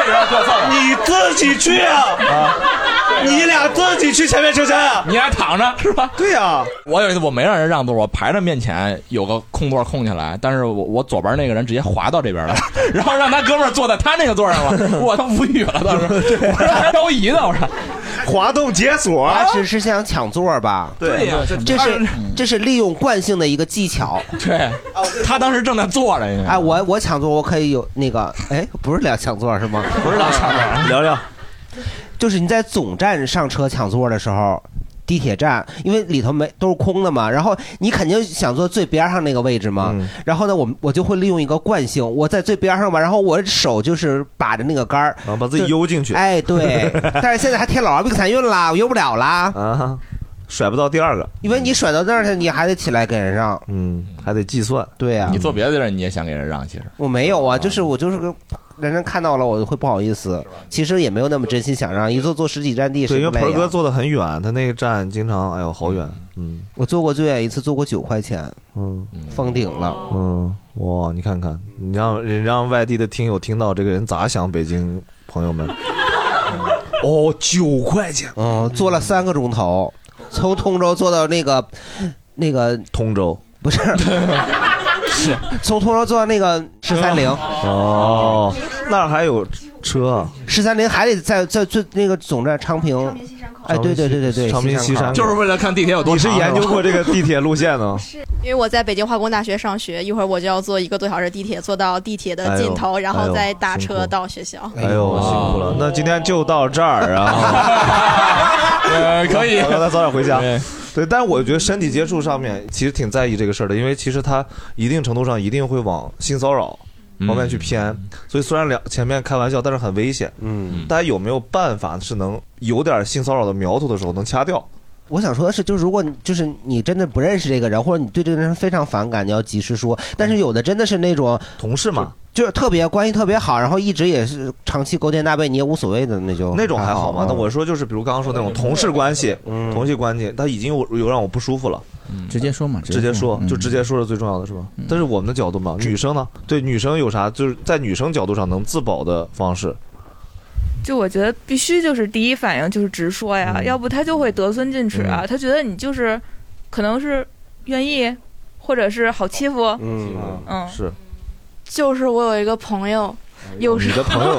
这人做错了， 你自己去啊！啊，你俩自己去前面车厢呀， 你还躺着是吧？ 对呀、啊， 我有一次我没让人让座，我排着面前有个空座空下来，但是我我左边那个人直接滑到这边了，然后让他哥们儿坐在他那个座上了，我都无语了，当时我说还漂移呢，我说滑动解锁， 他只是想抢座吧？ 对呀， 这是这是利用惯性的一个技巧。 对，他当时正在坐着。 哎，我我抢座，我可以有那个，哎，不是聊抢座是吗？ 不是聊抢座， 聊聊。 就是你在总站上车抢座的时候，地铁站因为里头没都是空的嘛，然后你肯定想坐最边上那个位置嘛。嗯、然后呢，我我就会利用一个惯性，我在最边上吧，然后我手就是把着那个杆儿， 啊，把自己悠进去。 哎，对。但是现在还贴老毛病残孕啦，我悠不了啦。 啊。甩不到第二个， 因为你甩到那儿去，你还得起来给人让， 嗯，还得计算。 对呀、啊， 你坐别的地儿你也想给人让，其实我没有啊，就是我就是个人家看到了我会不好意思，其实也没有那么真心想让，一坐坐十几站地。 对，因为鹏哥坐得很远，他那个站经常哎呦好远，嗯， 我坐过最远一次坐过九块钱，嗯，封顶了， 嗯，哇，你看看，你让你让外地的听友听到这个人咋想？北京朋友们，哦，九块钱， 嗯，坐了三个钟头。从通州坐到那个，那个通州不是，是从通州坐到那个十三陵。 哦，那儿还有车， 十三陵还得在在最那个总站昌平。哎，对对对对对， 昌平西山， 就是为了看地铁有多长。你是研究过这个地铁路线呢？ 是因为我在北京化工大学上学，一会儿我就要坐一个多小时地铁，坐到地铁的尽头， 哎、 然后再打车到学校。 哎呦，辛苦了！那今天就到这儿啊。 呃，可以， 让他早点回家。对，但是我觉得身体接触上面其实挺在意这个事儿的，因为其实他一定程度上一定会往性骚扰方面去偏，嗯、所以虽然两前面开玩笑，但是很危险。嗯，大家有没有办法是能有点性骚扰的苗头的时候能掐掉？ 我想说的是，就是如果你就是你真的不认识这个人，或者你对这个人非常反感，你要及时说。但是有的真的是那种同事嘛， 就是特别关系特别好，然后一直也是长期勾肩搭背，你也无所谓的那就那种还好嘛。那我说就是比如刚刚说那种同事关系，嗯、同事关系，他已经有有让我不舒服了。 直接说嘛， 直接说，就直接说是最重要的，是吧？嗯、但是我们的角度嘛，女生呢，对女生有啥？就是在女生角度上能自保的方式。 就我觉得必须就是第一反应就是直说呀，嗯、要不他就会得寸进尺啊。嗯、他觉得你就是可能是愿意，或者是好欺负。 嗯嗯，是。 就是我有一个朋友，有时候你的朋友。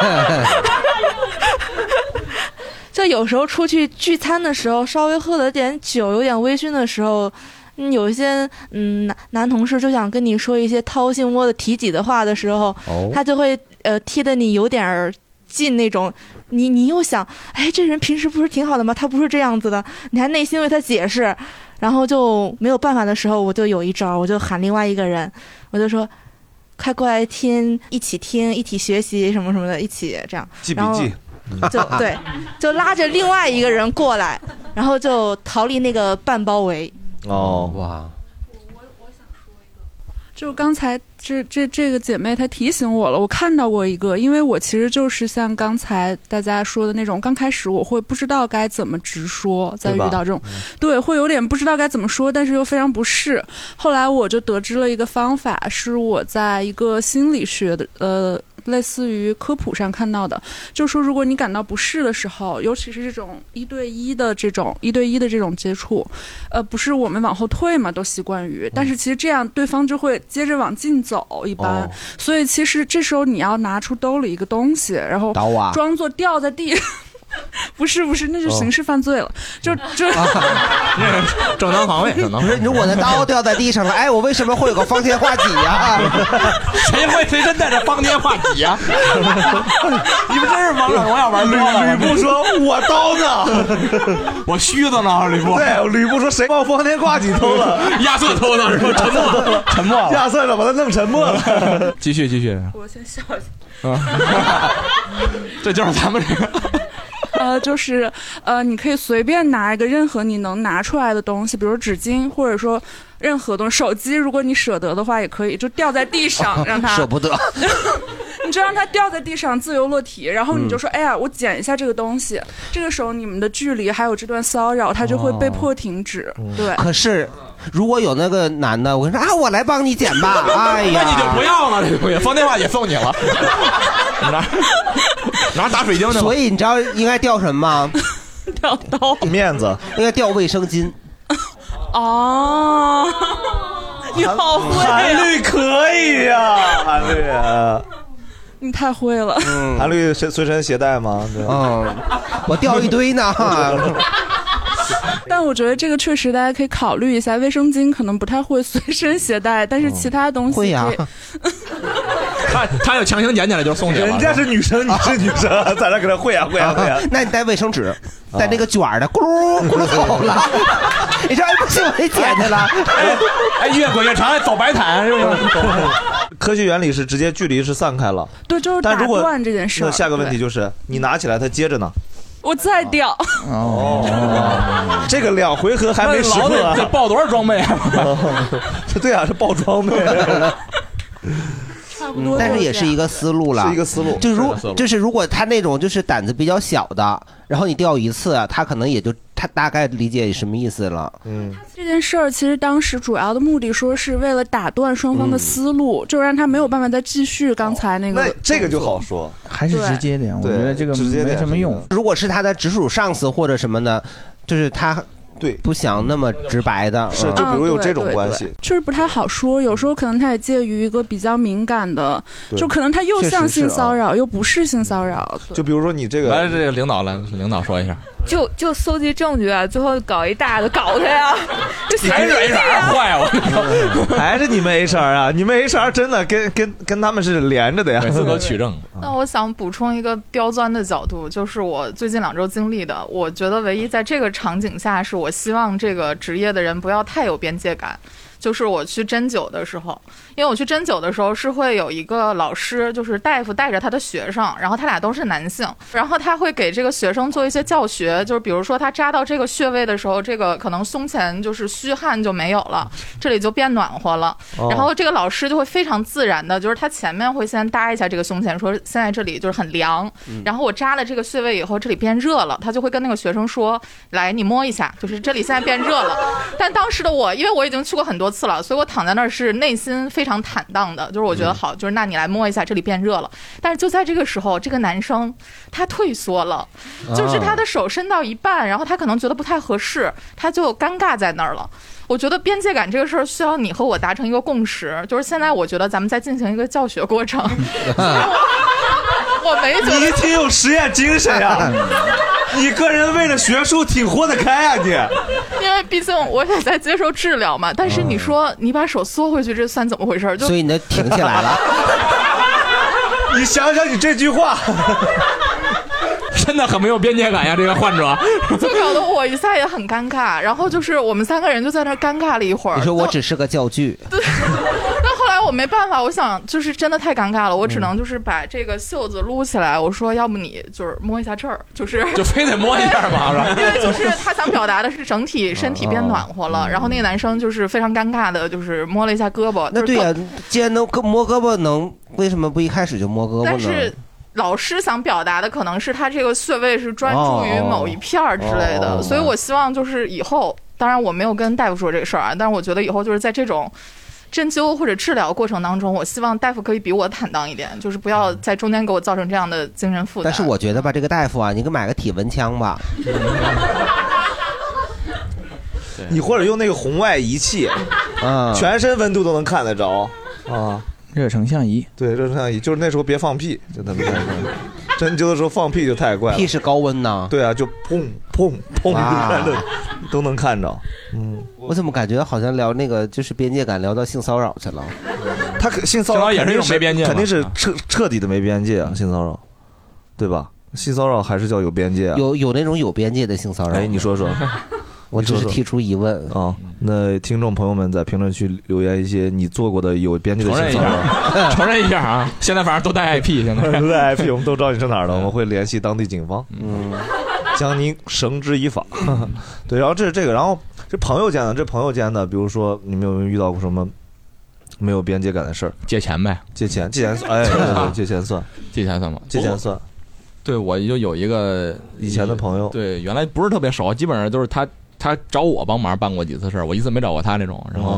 就有时候出去聚餐的时候，稍微喝了点酒，有点微醺的时候，嗯、有一些嗯男男同事就想跟你说一些掏心窝的提己的话的时候，哦、他就会呃踢得你有点近那种，你你又想，哎，这人平时不是挺好的吗？他不是这样子的，你还内心为他解释，然后就没有办法的时候，我就有一招，我就喊另外一个人，我就说，快过来听，一起听，一起学习什么什么的，一起这样， 记笔记。 就对，就拉着另外一个人过来，然后就逃离那个半包围。 哦，哇！ 就刚才这这这个姐妹她提醒我了，我看到过一个，因为我其实就是像刚才大家说的那种，刚开始我会不知道该怎么直说，在遇到这种 对, 对会有点不知道该怎么说，但是又非常不适。后来我就得知了一个方法，是我在一个心理学的呃。类似于科普上看到的，就是说如果你感到不适的时候，尤其是这种一对一的这种一对一的这种接触，呃，不是我们往后退嘛，都习惯于，但是其实这样对方就会接着往进走一般，哦、所以其实这时候你要拿出兜里一个东西，然后装作掉在地。不是不是，那是刑事犯罪了，哦、就就、啊、 正当防卫，正当防卫。 不是，我的刀掉在地上了，哎，我为什么会有个方天画戟呀？ 谁会随身带着方天画戟呀？你们真是王者荣耀玩多了。 吕布说：“我刀呢？ 我须子呢？”吕布对，吕布说：“谁把我方天画戟偷了？ 亚瑟偷的，说沉默了，沉默了， 亚瑟了，把他弄沉默了。” 继续继续。 我先笑一下。 这就是咱们这个。 呃，就是呃，你可以随便拿一个任何你能拿出来的东西，比如纸巾，或者说任何东西，手机，如果你舍得的话也可以，就掉在地上，让它舍不得， 你就让它掉在地上自由落体，然后你就说，嗯、哎呀，我捡一下这个东西。这个时候你们的距离还有这段骚扰，它就会被迫停止。哦、对。 可是如果有那个男的，我说啊，我来帮你捡吧，哎呀， 那你就不要了，这个东西，方天画戟送你了。 拿拿打水晶的。 所以你知道应该掉什么吗？ 掉刀面子， 应该掉卫生巾。 哦，你好会呀！ 韩律可以呀，韩律。 你太会了。 嗯，韩律随随身携带吗？对， 嗯，我掉一堆呢。 但我觉得这个确实大家可以考虑一下，卫生巾可能不太会随身携带，但是其他东西会呀。 他他要强行捡起来就送你了。 人家是女生，你是女生，在那给他会啊会啊会啊。 那你带卫生纸，带那个卷的，咕噜咕噜走了。你说哎不行，我得捡去了。 哎哎，越滚越长，走白毯是不是？ 科学原理是直接距离是散开了。 对，就是打断这件事。 那下个问题就是你拿起来，它接着呢。 我再掉。 哦，这个两回合还没识破啊！ 这爆多少装备啊？ 对啊，是爆装备。 差不多， 但是也是一个思路了， 是一个思路。 就如就是如果他那种就是胆子比较小的，然后你掉一次，他可能也就他大概理解什么意思了。 嗯， 这件事儿其实当时主要的目的说是为了打断双方的思路，嗯、就让他没有办法再继续刚才那个。 那这个就好说， 还是直接点，我觉得这个没什么用。 如果是他的直属上司或者什么的，就是他。 对， 不想那么直白的， 是就比如有这种关系， 确实不太好说。有时候可能他也介于一个比较敏感的，就可能他又像性骚扰，又不是性骚扰。 就比如说你这个， 来这个领导来，领导说一下。 就就搜集证据啊，最后搞一大的搞他呀， 还是 H R 坏我， 还是你们 H R 啊？你们 H R 真的跟跟跟他们是连着的呀， 每次都取证。 那我想补充一个刁钻的角度，就是我最近两周经历的，我觉得唯一在这个场景下，是我希望这个职业的人不要太有边界感。就是我去针灸的时候，因为我去针灸的时候是会有一个老师，就是大夫带着他的学生，然后他俩都是男性，然后他会给这个学生做一些教学，就是比如说他扎到这个穴位的时候，这个可能胸前就是虚汗就没有了，这里就变暖和了，然后这个老师就会非常自然的，就是他前面会先搭一下这个胸前，说现在这里就是很凉，然后我扎了这个穴位以后，这里变热了，他就会跟那个学生说，来你摸一下，就是这里现在变热了。但当时的我，因为我已经去过很多次了，所以我躺在那儿是内心非常坦荡的，就是我觉得好，就是那你来摸一下，这里变热了。但是就在这个时候，这个男生他退缩了，就是他的手伸到一半，然后他可能觉得不太合适，他就尴尬在那儿了。我觉得边界感这个事儿需要你和我达成一个共识，就是现在我觉得咱们在进行一个教学过程。我没觉得你挺有实验精神呀，你个人为了学术挺活得开啊你。 因为毕竟我也在接受治疗嘛，但是你说你把手缩回去，这算怎么回事？就所以你就挺起来了。 你想想你这句话。 真的很没有边界感呀，这个患者就搞得我一下也很尴尬，然后就是我们三个人就在那尴尬了一会儿。 你说我只是个教具。 对。但后来我没办法，我想就是真的太尴尬了，我只能就是把这个袖子撸起来，我说要不你就是摸一下这儿，就是就非得摸一下嘛，是吧？ 因为就是他想表达的是整体身体变暖和了，然后那个男生就是非常尴尬的，就是摸了一下胳膊。 那对呀、啊，既然能摸胳膊，能为什么不一开始就摸胳膊呢？ 但是老师想表达的可能是他这个穴位是专注于某一片儿之类的， oh, oh, 所以我希望就是以后，当然我没有跟大夫说这个事儿啊，但是我觉得以后就是在这种针灸或者治疗过程当中，我希望大夫可以比我坦荡一点，就是不要在中间给我造成这样的精神负担。 但是我觉得吧，这个大夫啊，你给买个体温枪吧。 你或者用那个红外仪器，啊，全身温度都能看得着啊。 热成像仪， 对，热成像仪，就是那时候别放屁，就他们针灸的时候放屁就太怪了。 屁是高温呐。 对啊，就砰砰砰的都能看着。嗯， 我怎么感觉好像聊那个就是边界感聊到性骚扰去了？ 他性骚扰也是一种没边界， 肯定是彻彻底的没边界啊，性骚扰，对吧？性骚扰还是叫有边界啊？ 有有那种有边界的性骚扰？ 哎，你说说。 我只是提出疑问啊、哦，那听众朋友们在评论区留言一些你做过的有边界的性骚扰， 承认一下啊！现在反正都带 I P， 现在都带 I P， 我们都知道你是哪儿的，我们会联系当地警方，嗯，将您绳之以法。对，然后这是这个，然后这朋友间的，这朋友间的，比如说你们有没有遇到过什么没有边界感的事儿？ 借钱呗， 借钱，借钱算，哎，对对对，借钱算， 借钱算吗？ 借钱算。 对，我就有一个以前的朋友， 对，原来不是特别熟，基本上都是他。他找我帮忙办过几次事儿，我一次没找过他那种。然后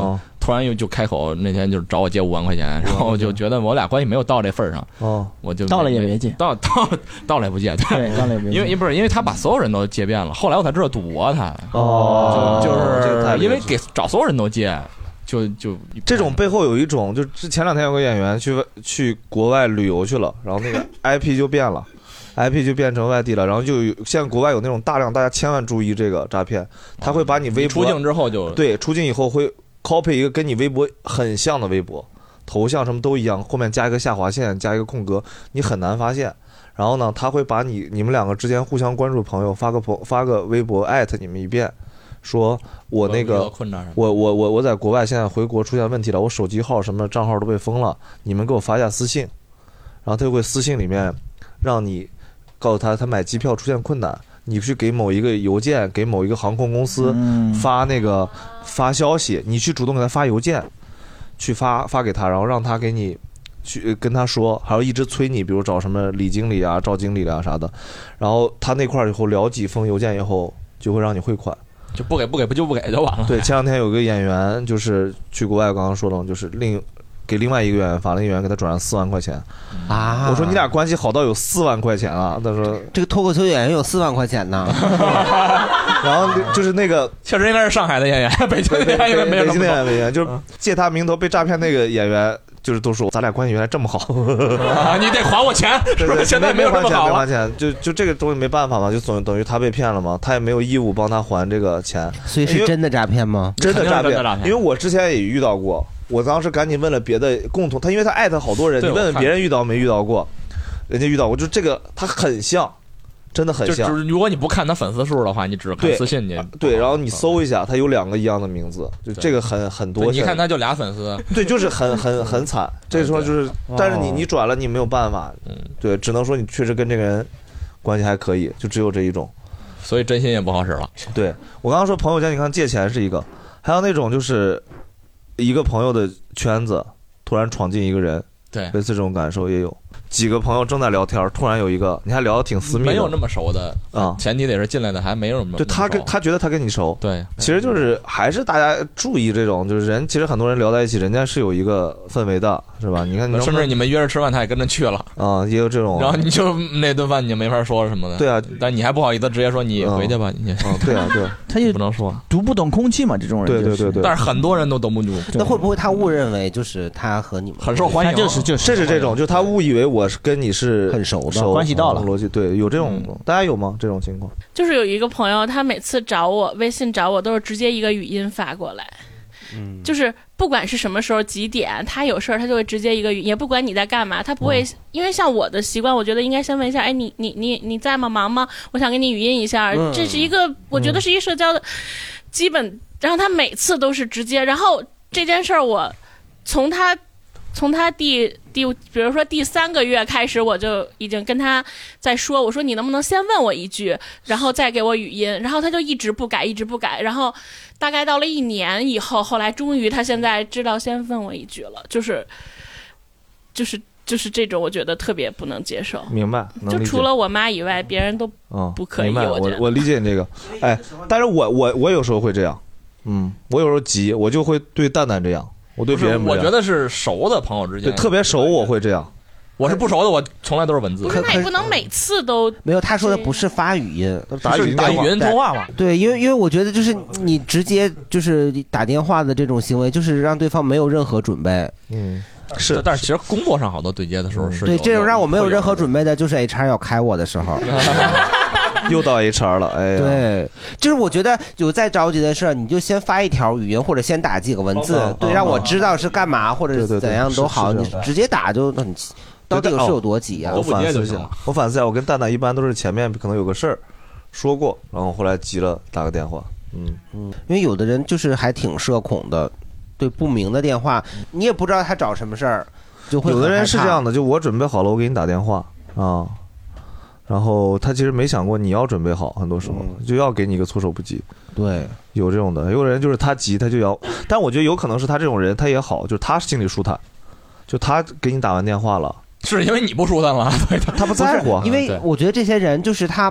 突然又就开口，那天就找我借五万块钱，然后我就觉得我俩关系没有到这份上， 哦， 我就到了也别借， 到到到了也不借， 对，到了也别借， 因为不是因为他把所有人都借遍了，后来我才知道赌博他， 哦， 就就是因为给找所有人都借。就就这种背后有一种，就前两天有个演员去去国外旅游去了，然后那个 I P 就变了，I P 就变成外地了，然后就有现在国外有那种大量，大家千万注意这个诈骗，他会把你微博出境之后就对出境以后会 copy 一个跟你微博很像的微博，头像什么都一样，后面加一个下划线，加一个空格，你很难发现。然后呢，他会把你你们两个之间互相关注的朋友发个朋发个微博艾特你们一遍。说我那个我我我我在国外现在回国出现问题了，我手机号什么账号都被封了，你们给我发一下私信，然后他就会私信里面让你告诉他他买机票出现困难，你去给某一个邮件给某一个航空公司发那个发消息，你去主动给他发邮件，去发发给他，然后让他给你去跟他说，还有一直催你，比如找什么李经理啊、赵经理啊啥的，然后他那块以后聊几封邮件以后，就会让你汇款。 就不给不给不就不给就完了。 对，前两天有个演员就是去国外，刚刚说了，就是另给另外一个演员发了，那个演员给他转了四万块钱啊！ 我说你俩关系好到有四万块钱啊？他说这个脱口秀演员有四万块钱呢。 然后就是那个确实应该是上海的演员，北京的演员没有那么多。 北京的演员就是借他名头被诈骗那个演员。就是都说咱俩关系原来这么好， 啊、你得还我钱，是吧？现在没有这么好了，没还钱，就就这个东西没办法嘛，就等等于他被骗了嘛，他也没有义务帮他还这个钱， 所以是真的诈骗吗？ 真的诈骗，因为我之前也遇到过，我当时赶紧问了别的共同，他因为他艾特好多人，你问问别人遇到没遇到过，人家遇到过，就这个他很像。真的很像， 就是如果你不看他粉丝数的话，你只看私信你对，然后你搜一下，他有两个一样的名字，就这个很很多。 你看他就俩粉丝， 对，就是很很很惨。这时候就是，但是你你转了，你没有办法，嗯，对，只能说你确实跟这个人关系还可以，就只有这一种， 所以真心也不好使了。 对我刚刚说朋友圈，你看借钱是一个，还有那种就是一个朋友的圈子突然闯进一个人， 对， 类似这种感受也有。几个朋友正在聊天，突然有一个你还聊得挺私密的， 没有那么熟的啊，前提得是进来的还没有那么。 对他跟他觉得他跟你熟， 对， 其实就是还是大家注意这种，就是人其实很多人聊在一起，人家是有一个氛围的，是吧？你看， 甚至你们约着吃饭，他也跟着去了啊，也有这种。 然后你就那顿饭你就没法说什么的， 对啊， 但你还不好意思直接说你回去吧，你啊，对啊，对， 他就不能说读不懂空气嘛，这种人。 对对对对。 但是很多人都懂不住， 那会不会他误认为就是他和你们很受欢迎？ 就是就是这是这种，就他误以为我是跟你是。 很熟的关系到了逻辑，对，有这种、嗯，大家有吗？这种情况？ 就是有一个朋友，他每次找我微信找我，都是直接一个语音发过来。嗯，就是不管是什么时候几点，他有事儿他就会直接一个语音，也不管你在干嘛，他不会、嗯、因为像我的习惯，我觉得应该先问一下，哎，你你你你在吗？忙吗？我想跟你语音一下，嗯、这是一个我觉得是一社交的基本。然后他每次都是直接，然后这件事儿我从他。从他第第，比如说第三个月开始，我就已经跟他在说，我说你能不能先问我一句，然后再给我语音，然后他就一直不改，一直不改，然后大概到了一年以后，后来终于他现在知道先问我一句了，就是，就是就是这种，我觉得特别不能接受。 明白， 就除了我妈以外，别人都不可以。 嗯、明白， 我我我理解你这个，哎，但是我我我有时候会这样，嗯，我有时候急，我就会对蛋蛋这样。我对别人我觉得是熟的朋友之间， 对特别熟我会这样， 我是不熟的，我从来都是文字。 不是，那也不能每次都没有。他说的不是发语音， 打语音打语音通话嘛。 对，因为因为我觉得就是你直接就是打电话的这种行为，就是让对方没有任何准备。 嗯，是。 但是其实工作上好多对接的时候是对这种让我没有任何准备的，就是 H R 要开我的时候。 又到 H R 了，哎呀， 对，就是我觉得有再着急的事，你就先发一条语音，或者先打几个文字，哦、对，让我知道是干嘛，或者怎样都好，你直接打就很，到底有是有多急啊？ 我反思一下，我反思一下，我跟蛋蛋一般都是前面可能有个事儿说过，然后后来急了打个电话，嗯嗯，因为有的人就是还挺社恐的，对不明的电话，你也不知道他找什么事儿，就会有的人是这样的，就我准备好了，我给你打电话啊。然后他其实没想过你要准备好，很多时候、嗯、就要给你一个措手不及。 对， 有这种的，有人就是他急他就要，但我觉得有可能是他这种人他也好，就是他心里舒坦，就他给你打完电话了， 是因为你不舒坦了，对， 他不在乎， 因为我觉得这些人就是他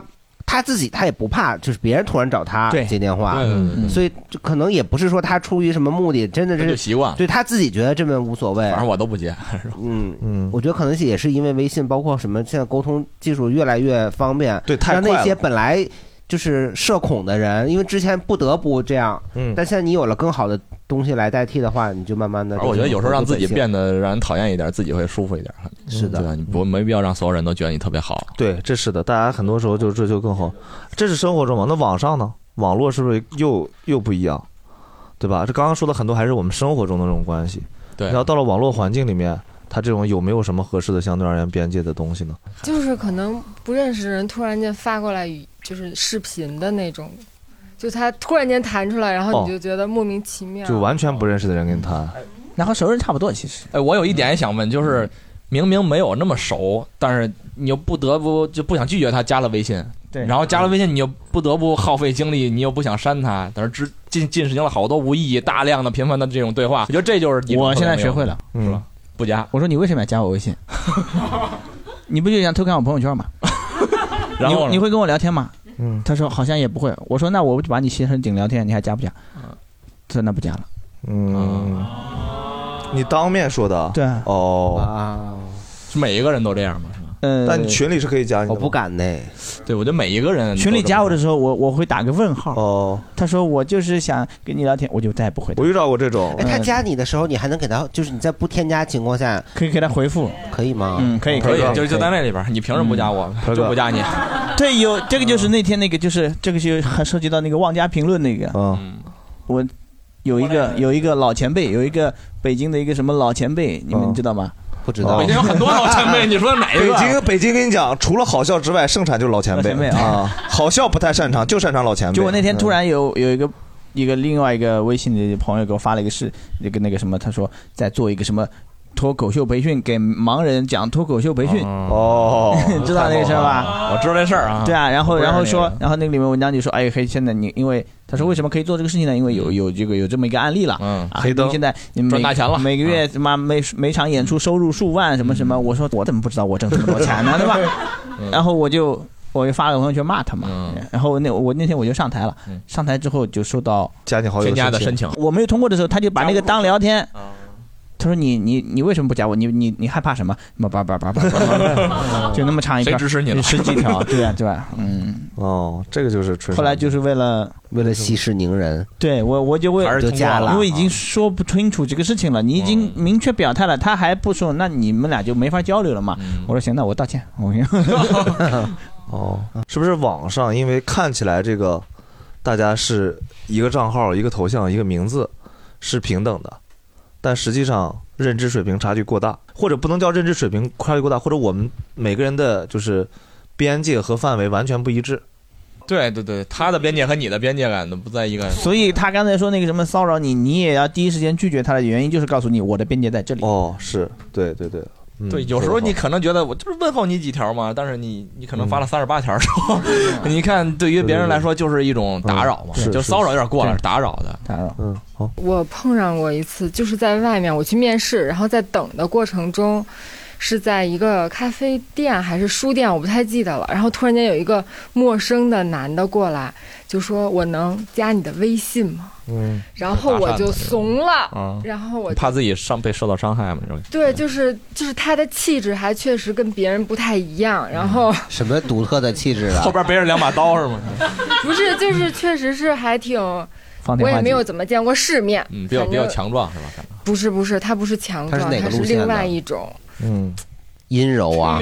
他自己他也不怕，就是别人突然找他接电话， 对对对， 所以就可能也不是说他出于什么目的，真的是习惯， 对他自己觉得这么无所谓， 反正我都不接。 嗯嗯，我觉得可能也是因为微信，包括什么现在沟通技术越来越方便， 对，太让那些本来就是社恐的人，因为之前不得不这样，嗯，但现在你有了更好的东西来代替的话，你就慢慢的。 而我觉得有时候让自己变得让人讨厌一点，自己会舒服一点。 是的， 对吧？你不没必要让所有人都觉得你特别好。 对，这是的，大家很多时候就追求更好，这是生活中嘛。那网上呢？网络是不是又又不一样？对吧？这刚刚说的很多还是我们生活中的这种关系。 对。 然后到了网络环境里面，它这种有没有什么合适的相对而言边界的东西呢？ 就是可能不认识人突然间发过来语，就是视频的那种。就他突然间弹出来，然后你就觉得莫名其妙， 哦、就完全不认识的人跟你谈， 然后熟人差不多。其实， 哎，我有一点也想问，就是明明没有那么熟，但是你又不得不就不想拒绝他加了微信， 对， 然后加了微信，你又不得不耗费精力，你又不想删他，但是只进进行了好多无意义、大量的频繁的这种对话，我觉得这就是你我现在学会了， 是吧？不加。 我说你为什么要加我微信？你不就想偷看我朋友圈吗？然后你会跟我聊天吗？嗯，他说好像也不会。我说那我就把你携成顶聊天，你还加不加？他说那不加了。 嗯，你当面说的？ 对。 哦啊，是每一个人都这样吗？是吧？ 呃， 但你群里是可以加你的。 我不敢呢。 对，我觉得每一个人群里加我的时候，我我会打个问号。 哦。 他说我就是想跟你聊天，我就再也不回。 我遇到过这种。 哎，他加你的时候，你还能给他，就是你在不添加情况下， 可以给他回复， 可以吗？ 嗯，可以可以，就就在那里边，你凭什么不加我？就不加你。 对，有这个就是那天那个，就是这个就还涉及到那个妄加评论那个。 嗯， 我有一个有一个老前辈，有一个北京的一个什么老前辈，你们知道吗？ 不知道。 北京有很多老前辈，你说哪一个？ 北京北京跟你讲，除了好笑之外，盛产就是老前辈。 老前辈啊，好笑不太擅长，就擅长老前辈。 就我那天突然有有一个一个另外一个微信的朋友给我发了一个是那个那个什么，他说在做一个什么。脱口秀培训，给盲人讲脱口秀培训哦， 知道那个事儿吧？ 我知道这事儿啊。 对啊，然后然后说，然后那个里面文章就说，哎，可以现在你因为他说为什么可以做这个事情呢？因为有有这个有这么一个案例了，嗯，黑灯现在你赚大钱了， 每个月什么每每场演出收入数万什么什么，我说我怎么不知道我挣这么多钱呢？对吧？然后我就我就发了朋友圈骂他嘛，然后那我那天我就上台了，上台之后就收到加你好友添加的申请， 我没有通过的时候，他就把那个当聊天。他说你你你为什么不加我？你你你害怕什么？什么叭叭叭叭叭，就那么长一条， 谁支持你了？ 十几条，对啊对吧？嗯， 哦，这个就是后来就是为了为了息事宁人， 对我我就为就加了， 因为已经说不清楚这个事情了，你已经明确表态了，他还不说，那你们俩就没法交流了嘛。我说行，那我道歉。我哦，是不是网上因为看起来这个大家是一个账号、一个头像、一个名字是平等的？但实际上认知水平差距过大，或者不能叫认知水平差距过大，或者我们每个人的就是边界和范围完全不一致。 对对对，他的边界和你的边界感都不在一个。 所以他刚才说那个什么骚扰你，你也要第一时间拒绝他的原因，就是告诉你我的边界在这里。 哦，是对对对。嗯、 对，有时候你可能觉得我就是问候你几条嘛，但是你你可能发了三十八条的时候，嗯、你看对于别人来说就是一种打扰嘛， 嗯、 就骚扰有点过了，打扰的打扰。 嗯，好。 我碰上过一次，就是在外面我去面试，然后在等的过程中，是在一个咖啡店还是书店，我不太记得了。然后突然间有一个陌生的男的过来，就说我能加你的微信吗？嗯，然后我就怂了，嗯、然后我怕自己伤被受到伤害嘛， 对，就是就是他的气质还确实跟别人不太一样，然后、嗯、 什么独特的气质啊？ 后边背着两把刀是吗？ 不是，就是确实是还挺，我也没有怎么见过世面， 嗯，比较比较强壮是吧？ 不是不是，他不是强壮， 他是哪个路线的？ 他是另外一种， 嗯， 阴柔啊。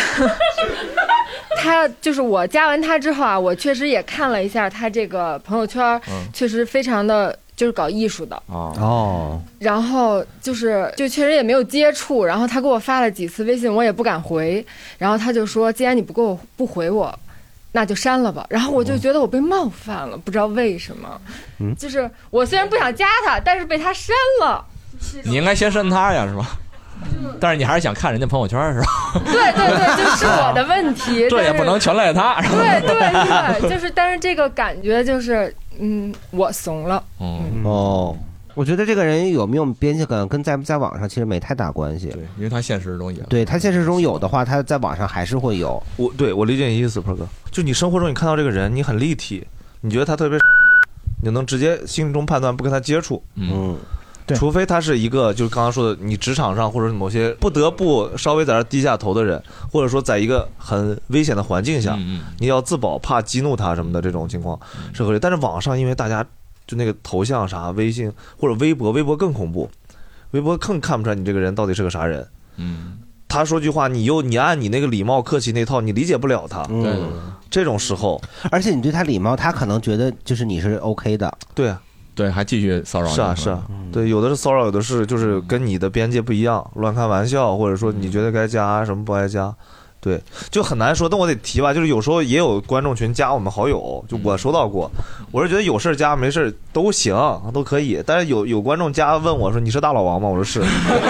他就是我加完他之后啊，我确实也看了一下他这个朋友圈，嗯、确实非常的就是搞艺术的哦。 然后就是就确实也没有接触，然后他给我发了几次微信，我也不敢回。然后他就说，既然你不给我不回我，那就删了吧。然后我就觉得我被冒犯了，不知道为什么。嗯，就是我虽然不想加他，但是被他删了。 你应该先删他呀，是吧？但是你还是想看人家朋友圈是吧？ 对对对，就是我的问题。 这也不能全赖他。 对对对，就是，但是这个感觉就是，嗯，我怂了。 嗯哦， 我觉得这个人有没有边界感，跟在不在网上其实没太大关系。 对，因为他现实中有。 对他现实中有的话，他在网上还是会有。 我对我理解你意思，鹏哥，就你生活中你看到这个人，你很立体，你觉得他特别，你能直接心中判断不跟他接触。 嗯。 对，除非他是一个，就是刚刚说的，你职场上或者某些不得不稍微在这低下头的人，或者说在一个很危险的环境下，嗯、你要自保，怕激怒他什么的这种情况是合理。但是网上因为大家就那个头像啥，微信或者微博，微博更恐怖，微博更看不出来你这个人到底是个啥人。嗯，他说句话，你又你按你那个礼貌客气那套，你理解不了他。 嗯，对这种时候， 而且你对他礼貌，他可能觉得就是你是 OK 的。 对啊。 对，还继续骚扰你。 是啊，是啊，对，有的是骚扰，有的是就是跟你的边界不一样，乱开玩笑，或者说你觉得该加什么不该加，对，就很难说。但我得提吧，就是有时候也有观众群加我们好友，就我收到过，我是觉得有事加没事都行，都可以。但是有有观众加问我说你是大老王吗？我说是。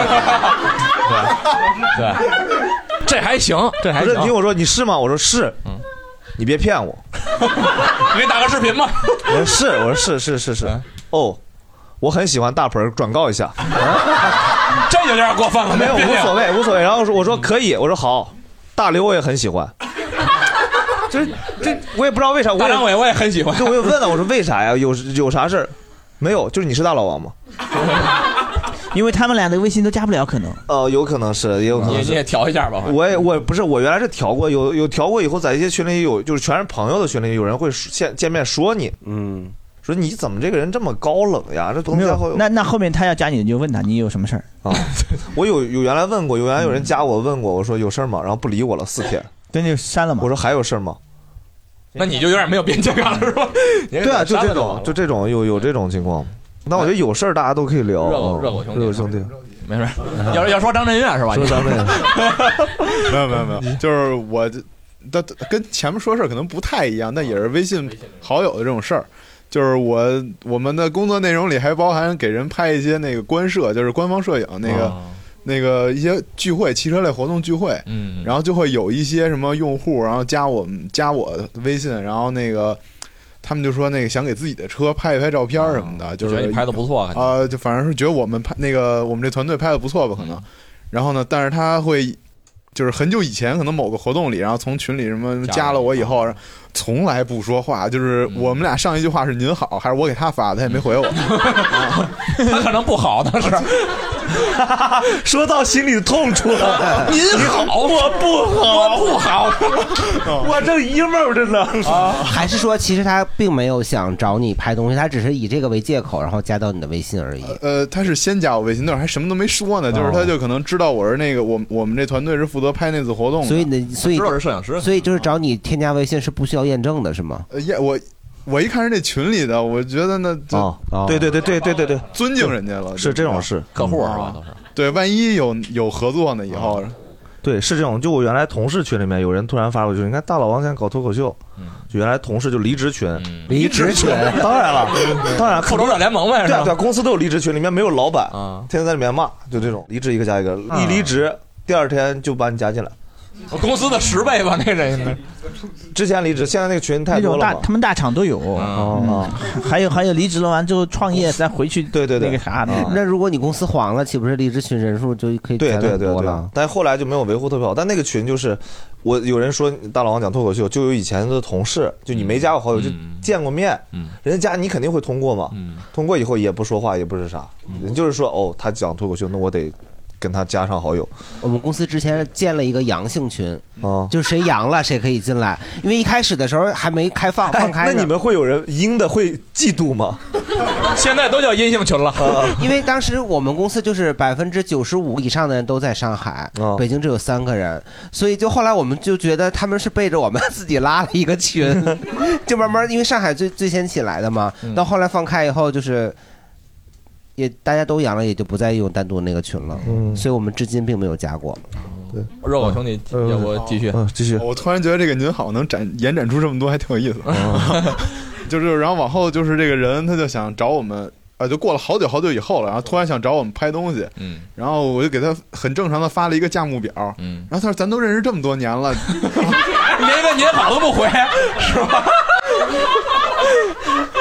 对对，这还行，这还行。 不是，听我说你是吗？我说是。嗯。你别骗我， 你给打个视频吗？ 我说是，我说是是是是。哦，我很喜欢大盆，转告一下。 这有点过分了。 没有，无所谓无所谓。然后我说可以，我说好。大刘我也很喜欢。这这我也不知道为啥。 大张伟我也很喜欢。 就我有问了，我说为啥呀？有有啥事儿？没有，就是你是大老王吗？ 因为他们俩的微信都加不了，可能哦、呃，有可能是，也有可能是。 你也调一下吧。 我也我不是，我原来是调过，有有调过以后，在一些群里有，就是全是朋友的群里，有人会见见面说你，嗯，说你怎么这个人这么高冷呀？这东西后那那后面他要加你，你就问他你有什么事儿啊？ 我有有原来问过，有原来有人加我问过，我说有事儿吗？然后不理我了四天， 对，就删了嘛。 我说还有事儿吗？ 那你就有点没有边界感了，是吧？ 对啊，就这种，就这种有有这种情况。那我觉得有事儿大家都可以聊， 热狗热狗兄弟， 热狗兄弟。 没事，要要说张震岳是吧？ 说张震岳， 没有没有没有，就是我，但跟前面说事儿可能不太一样，但也是微信好友的这种事儿。就是我我们的工作内容里还包含给人拍一些那个官摄，就是官方摄影那个、哦、那个一些聚会，汽车类活动聚会，嗯，然后就会有一些什么用户，然后加我们加我微信，然后那个。他们就说那个想给自己的车拍一拍照片什么的，哦、就是觉得你拍的不错啊、 呃，就反正是觉得我们拍那个我们这团队拍的不错吧，可能。嗯、然后呢，但是他会就是很久以前可能某个活动里，然后从群里什么加了我以后，从来不说话，就是我们俩上一句话是您好，还是我给他发的，他也没回我。 他可能不好，当时。 说到心里痛处了。 您好， 我不好， 我不好， 我正 emo 着呢。 啊，还是说其实他并没有想找你拍东西，他只是以这个为借口，然后加到你的微信而已。 呃，他是先加我微信，那会儿还什么都没说呢，就是他就可能知道我是那个我我们这团队是负责拍那次活动的， 所以呢，所以知道是摄影师， 所以就是找你添加微信是不需要验证的，是吗？ 呃，验我。我一看是那群里的，我觉得那哦，对对对对对对对， 尊敬人家了， 是这种事， 客户是吧？都是对，万一有有合作呢，以后， 对，是这种。就我原来同事群里面有人突然发过去，你看大老王现在搞脱口秀，就原来同事就离职群， 离职群， 当然了，当然， 复仇者联盟呗， 对对，公司都有离职群，里面没有老板啊，天天在里面骂，就这种离职一个加一个，一离职第二天就把你加进来。 公司的十倍吧，那个人应该。 之前离职，现在那个群太多了大，他们大厂都有啊。 还有还有离职了完之后创业再回去， 对对对， 那个啥的。 那如果你公司黄了，岂不是离职群人数就可以对对对对。但后来就没有维护特别好。但那个群就是，我有人说大老王讲脱口秀，就有以前的同事，就你没加过好友就见过面，人家加你肯定会通过嘛。通过以后也不说话，也不是啥，人就是说哦，他讲脱口秀，那我得。跟他加上好友， 我们公司之前建了一个阳性群，哦，就是谁阳了谁可以进来，因为一开始的时候还没开放放开、 哎。那你们会有人阴的会嫉妒吗？ 现在都叫阴性群了， 因为当时我们公司就是百分之九十五以上的人都在上海，哦、北京只有三个人，所以就后来我们就觉得他们是背着我们自己拉了一个群，就慢慢因为上海最最先起来的嘛，嗯、到后来放开以后就是。也大家都阳了，也就不再用单独那个群了，嗯，所以我们至今并没有加过。 对， 热狗兄弟，要不继续？ 嗯，继续。 我突然觉得这个您好能展延展出这么多，还挺有意思。就是，然后往后就是这个人，他就想找我们，呃，就过了好久好久以后了，然后突然想找我们拍东西，嗯，然后我就给他很正常的发了一个价目表，嗯，然后他说咱都认识这么多年了， 连个您好都不回，是吧？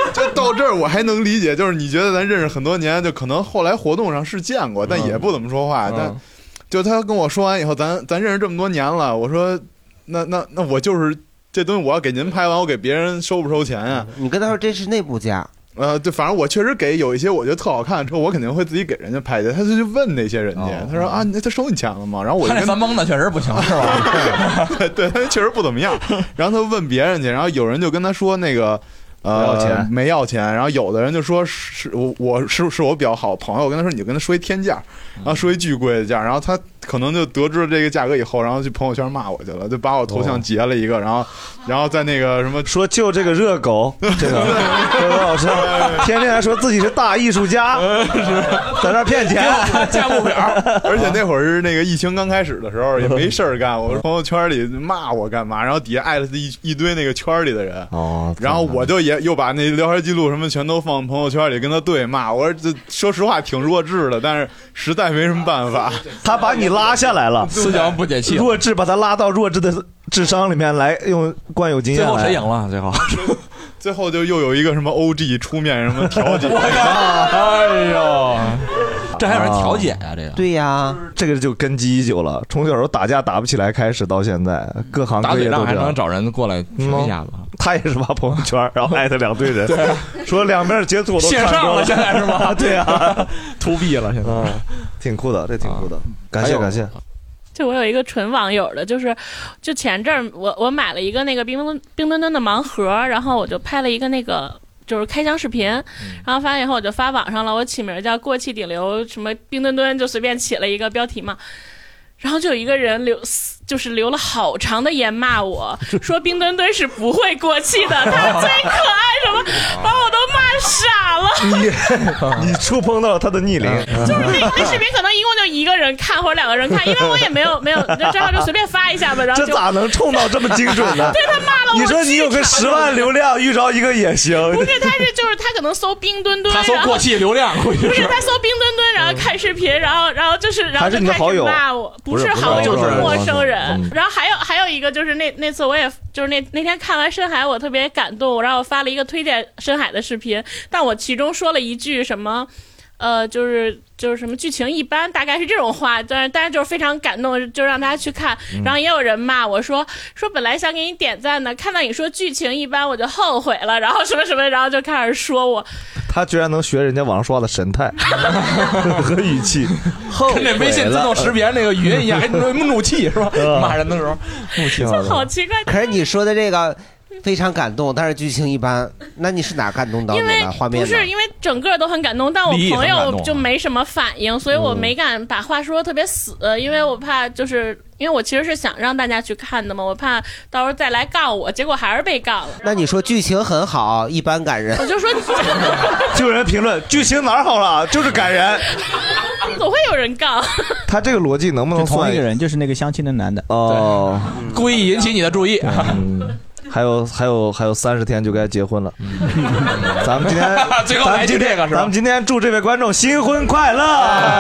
就到这儿我还能理解，就是你觉得咱认识很多年，就可能后来活动上是见过，但也不怎么说话。 嗯、 但就他跟我说完以后，咱咱认识这么多年了，我说那那那我就是这东西，我要给您拍完，我给别人收不收钱呀、啊？ 你跟他说这是内部价。 呃，对，反正我确实给有一些我觉得特好看的车，我肯定会自己给人家拍去。他就去问那些人家，哦、他说啊，那他收你钱了吗？然后我就跟他那翻蒙的确实不行，是吧？ 对对，他确实不怎么样。然后他问别人去，然后有人就跟他说那个。呃， 没要钱， 没要钱。然后有的人就说是我，我是是我比较好朋友，我跟他说你就跟他说一天价，然后说一巨贵的价，然后他可能就得知了这个价格以后，然后去朋友圈骂我去了，就把我头像截了一个，然后然后在那个什么说就这个热狗，这个这个老师天天还说自己是大艺术家，在那骗钱， 价目表。而且那会儿是那个疫情刚开始的时候，也没事儿干，我朋友圈里骂我干嘛，然后底下艾特一一堆那个圈里的人， 哦， 然后我就也。又把那聊天记录什么全都放朋友圈里跟他对骂，我说这说实话挺弱智的，但是实在没什么办法。 他把你拉下来了， 思想不解气， 弱智把他拉到弱智的智商里面来，用惯有经验。 最后谁赢了？最后， 最后就又有一个什么 O G 出面什么调解。 哎呦！这还有人调解呀、啊？这个对呀， 这个就根基已久了。从小时候打架打不起来开始到现在，各行各业都这样。 打嘴仗还能找人过来评一下子。 嗯、他也是发朋友圈，然后艾特两队人，对、啊，说两边截图我都线上了，现在是吗？ 对啊， 突毙了，现在、 嗯、挺酷的，这挺酷的，感谢感谢。 就我有一个纯网友的，就是就前阵儿我我买了一个那个冰冰冰墩墩的盲盒，然后我就拍了一个那个。就是开箱视频，然后发现以后我就发网上了，我起名叫过气顶流什么冰墩墩，就随便起了一个标题嘛，然后就有一个人留就是留了好长的言骂我，说冰墩墩是不会过气的，他最可爱什么，把我都骂傻了。 你你触碰到了他的逆鳞， 就是那那视频可能一共就一个人看或者两个人看，因为我也没有没有，就正好就随便发一下吧，然后就这咋能冲到这么精准呢？ 对他骂了我， 你说你有个十万流量遇着一个也行， 不是他是就是他可能搜冰墩墩， 他搜过气流量，不是他搜冰墩墩，然后看视频，然后然后就是然后就开始骂我，不是好友是陌生人。然后还有还有一个就是那那次我也就是那那天看完深海我特别感动，然后我发了一个推荐深海的视频，但我其中说了一句什么呃就是就是什么剧情一般，大概是这种话，但是但是就是非常感动，就让大家去看。然后也有人骂我说说本来想给你点赞的，看到你说剧情一般我就后悔了，然后什么什么，然后就开始说我。 他居然能学人家网上说话的神态和语气， 跟那微信自动识别那个语音一样，还怒气是吧？骂人的时候怒气， 就好奇怪。 可是你说的这个非常感动，但是剧情一般，那你是哪感动到你了？画面不是因为整个都很感动，但我朋友就没什么反应，所以我没敢把话说特别死，因为我怕就是因为我其实是想让大家去看的嘛，我怕到时候再来告我，结果还是被告了。 那你说剧情很好，一般感人， 我就说就有人评论剧情哪儿好了，就是感人， 总会有人告。 他这个逻辑能不能同一个人？就是那个相亲的男的哦， 故意引起你的注意。 嗯还有还有还有三十天就该结婚了，咱们今天最后来就这个是吧？ 咱们今天祝这位观众新婚快乐。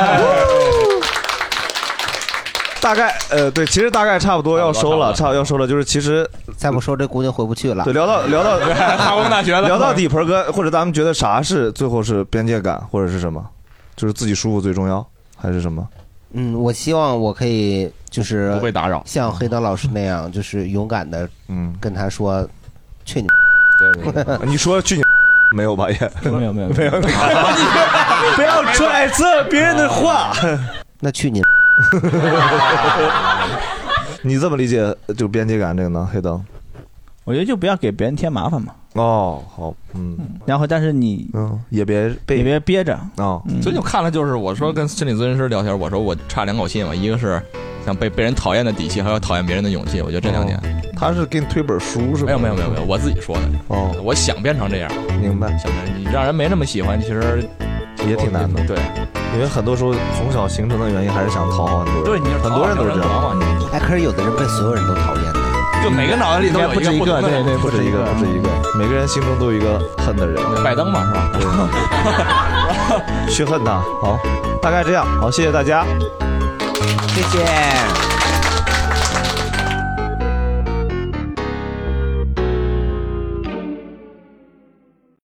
大概呃对，其实大概差不多要收了，差要收了，就是其实再不收这姑娘回不去了。 对，聊到聊到哈工大学的， 聊到底，盆哥或者咱们觉得啥是最后是边界感，或者是什么，就是自己舒服最重要，还是什么？ 嗯，我希望我可以就是不被打扰， 像黑灯老师那样，就是勇敢的，嗯，跟他说，去你， 对，你说去你，没有吧？也没有没有没有，不要揣测别人的话， 那去你， 你这么理解就边界感这个呢？黑灯， 我觉得就不要给别人添麻烦嘛。 哦，好，嗯， 然后但是你嗯也别被也别憋着哦。 所以就看了，就是我说跟心理咨询师聊天，我说我差两口气嘛，一个是像被被人讨厌的底气，还有讨厌别人的勇气。我觉得这两点， 他是给你推本书是吧？ 没有没有没有没有，我自己说的。 哦， 我想变成这样， 明白？ 想变你让人没那么喜欢，其实也挺难的。 对， 因为很多时候从小形成的原因还是想讨好很多人。 对，你很多人都是这样嘛。 哎，可是有的人被所有人都讨厌的。 就每个脑袋里都有不止一个，对对， 不止一个，不止一个，每个人心中都有一个恨的人。 拜登嘛，是吧？ 去恨他。好，大概这样。好，谢谢大家， 谢谢。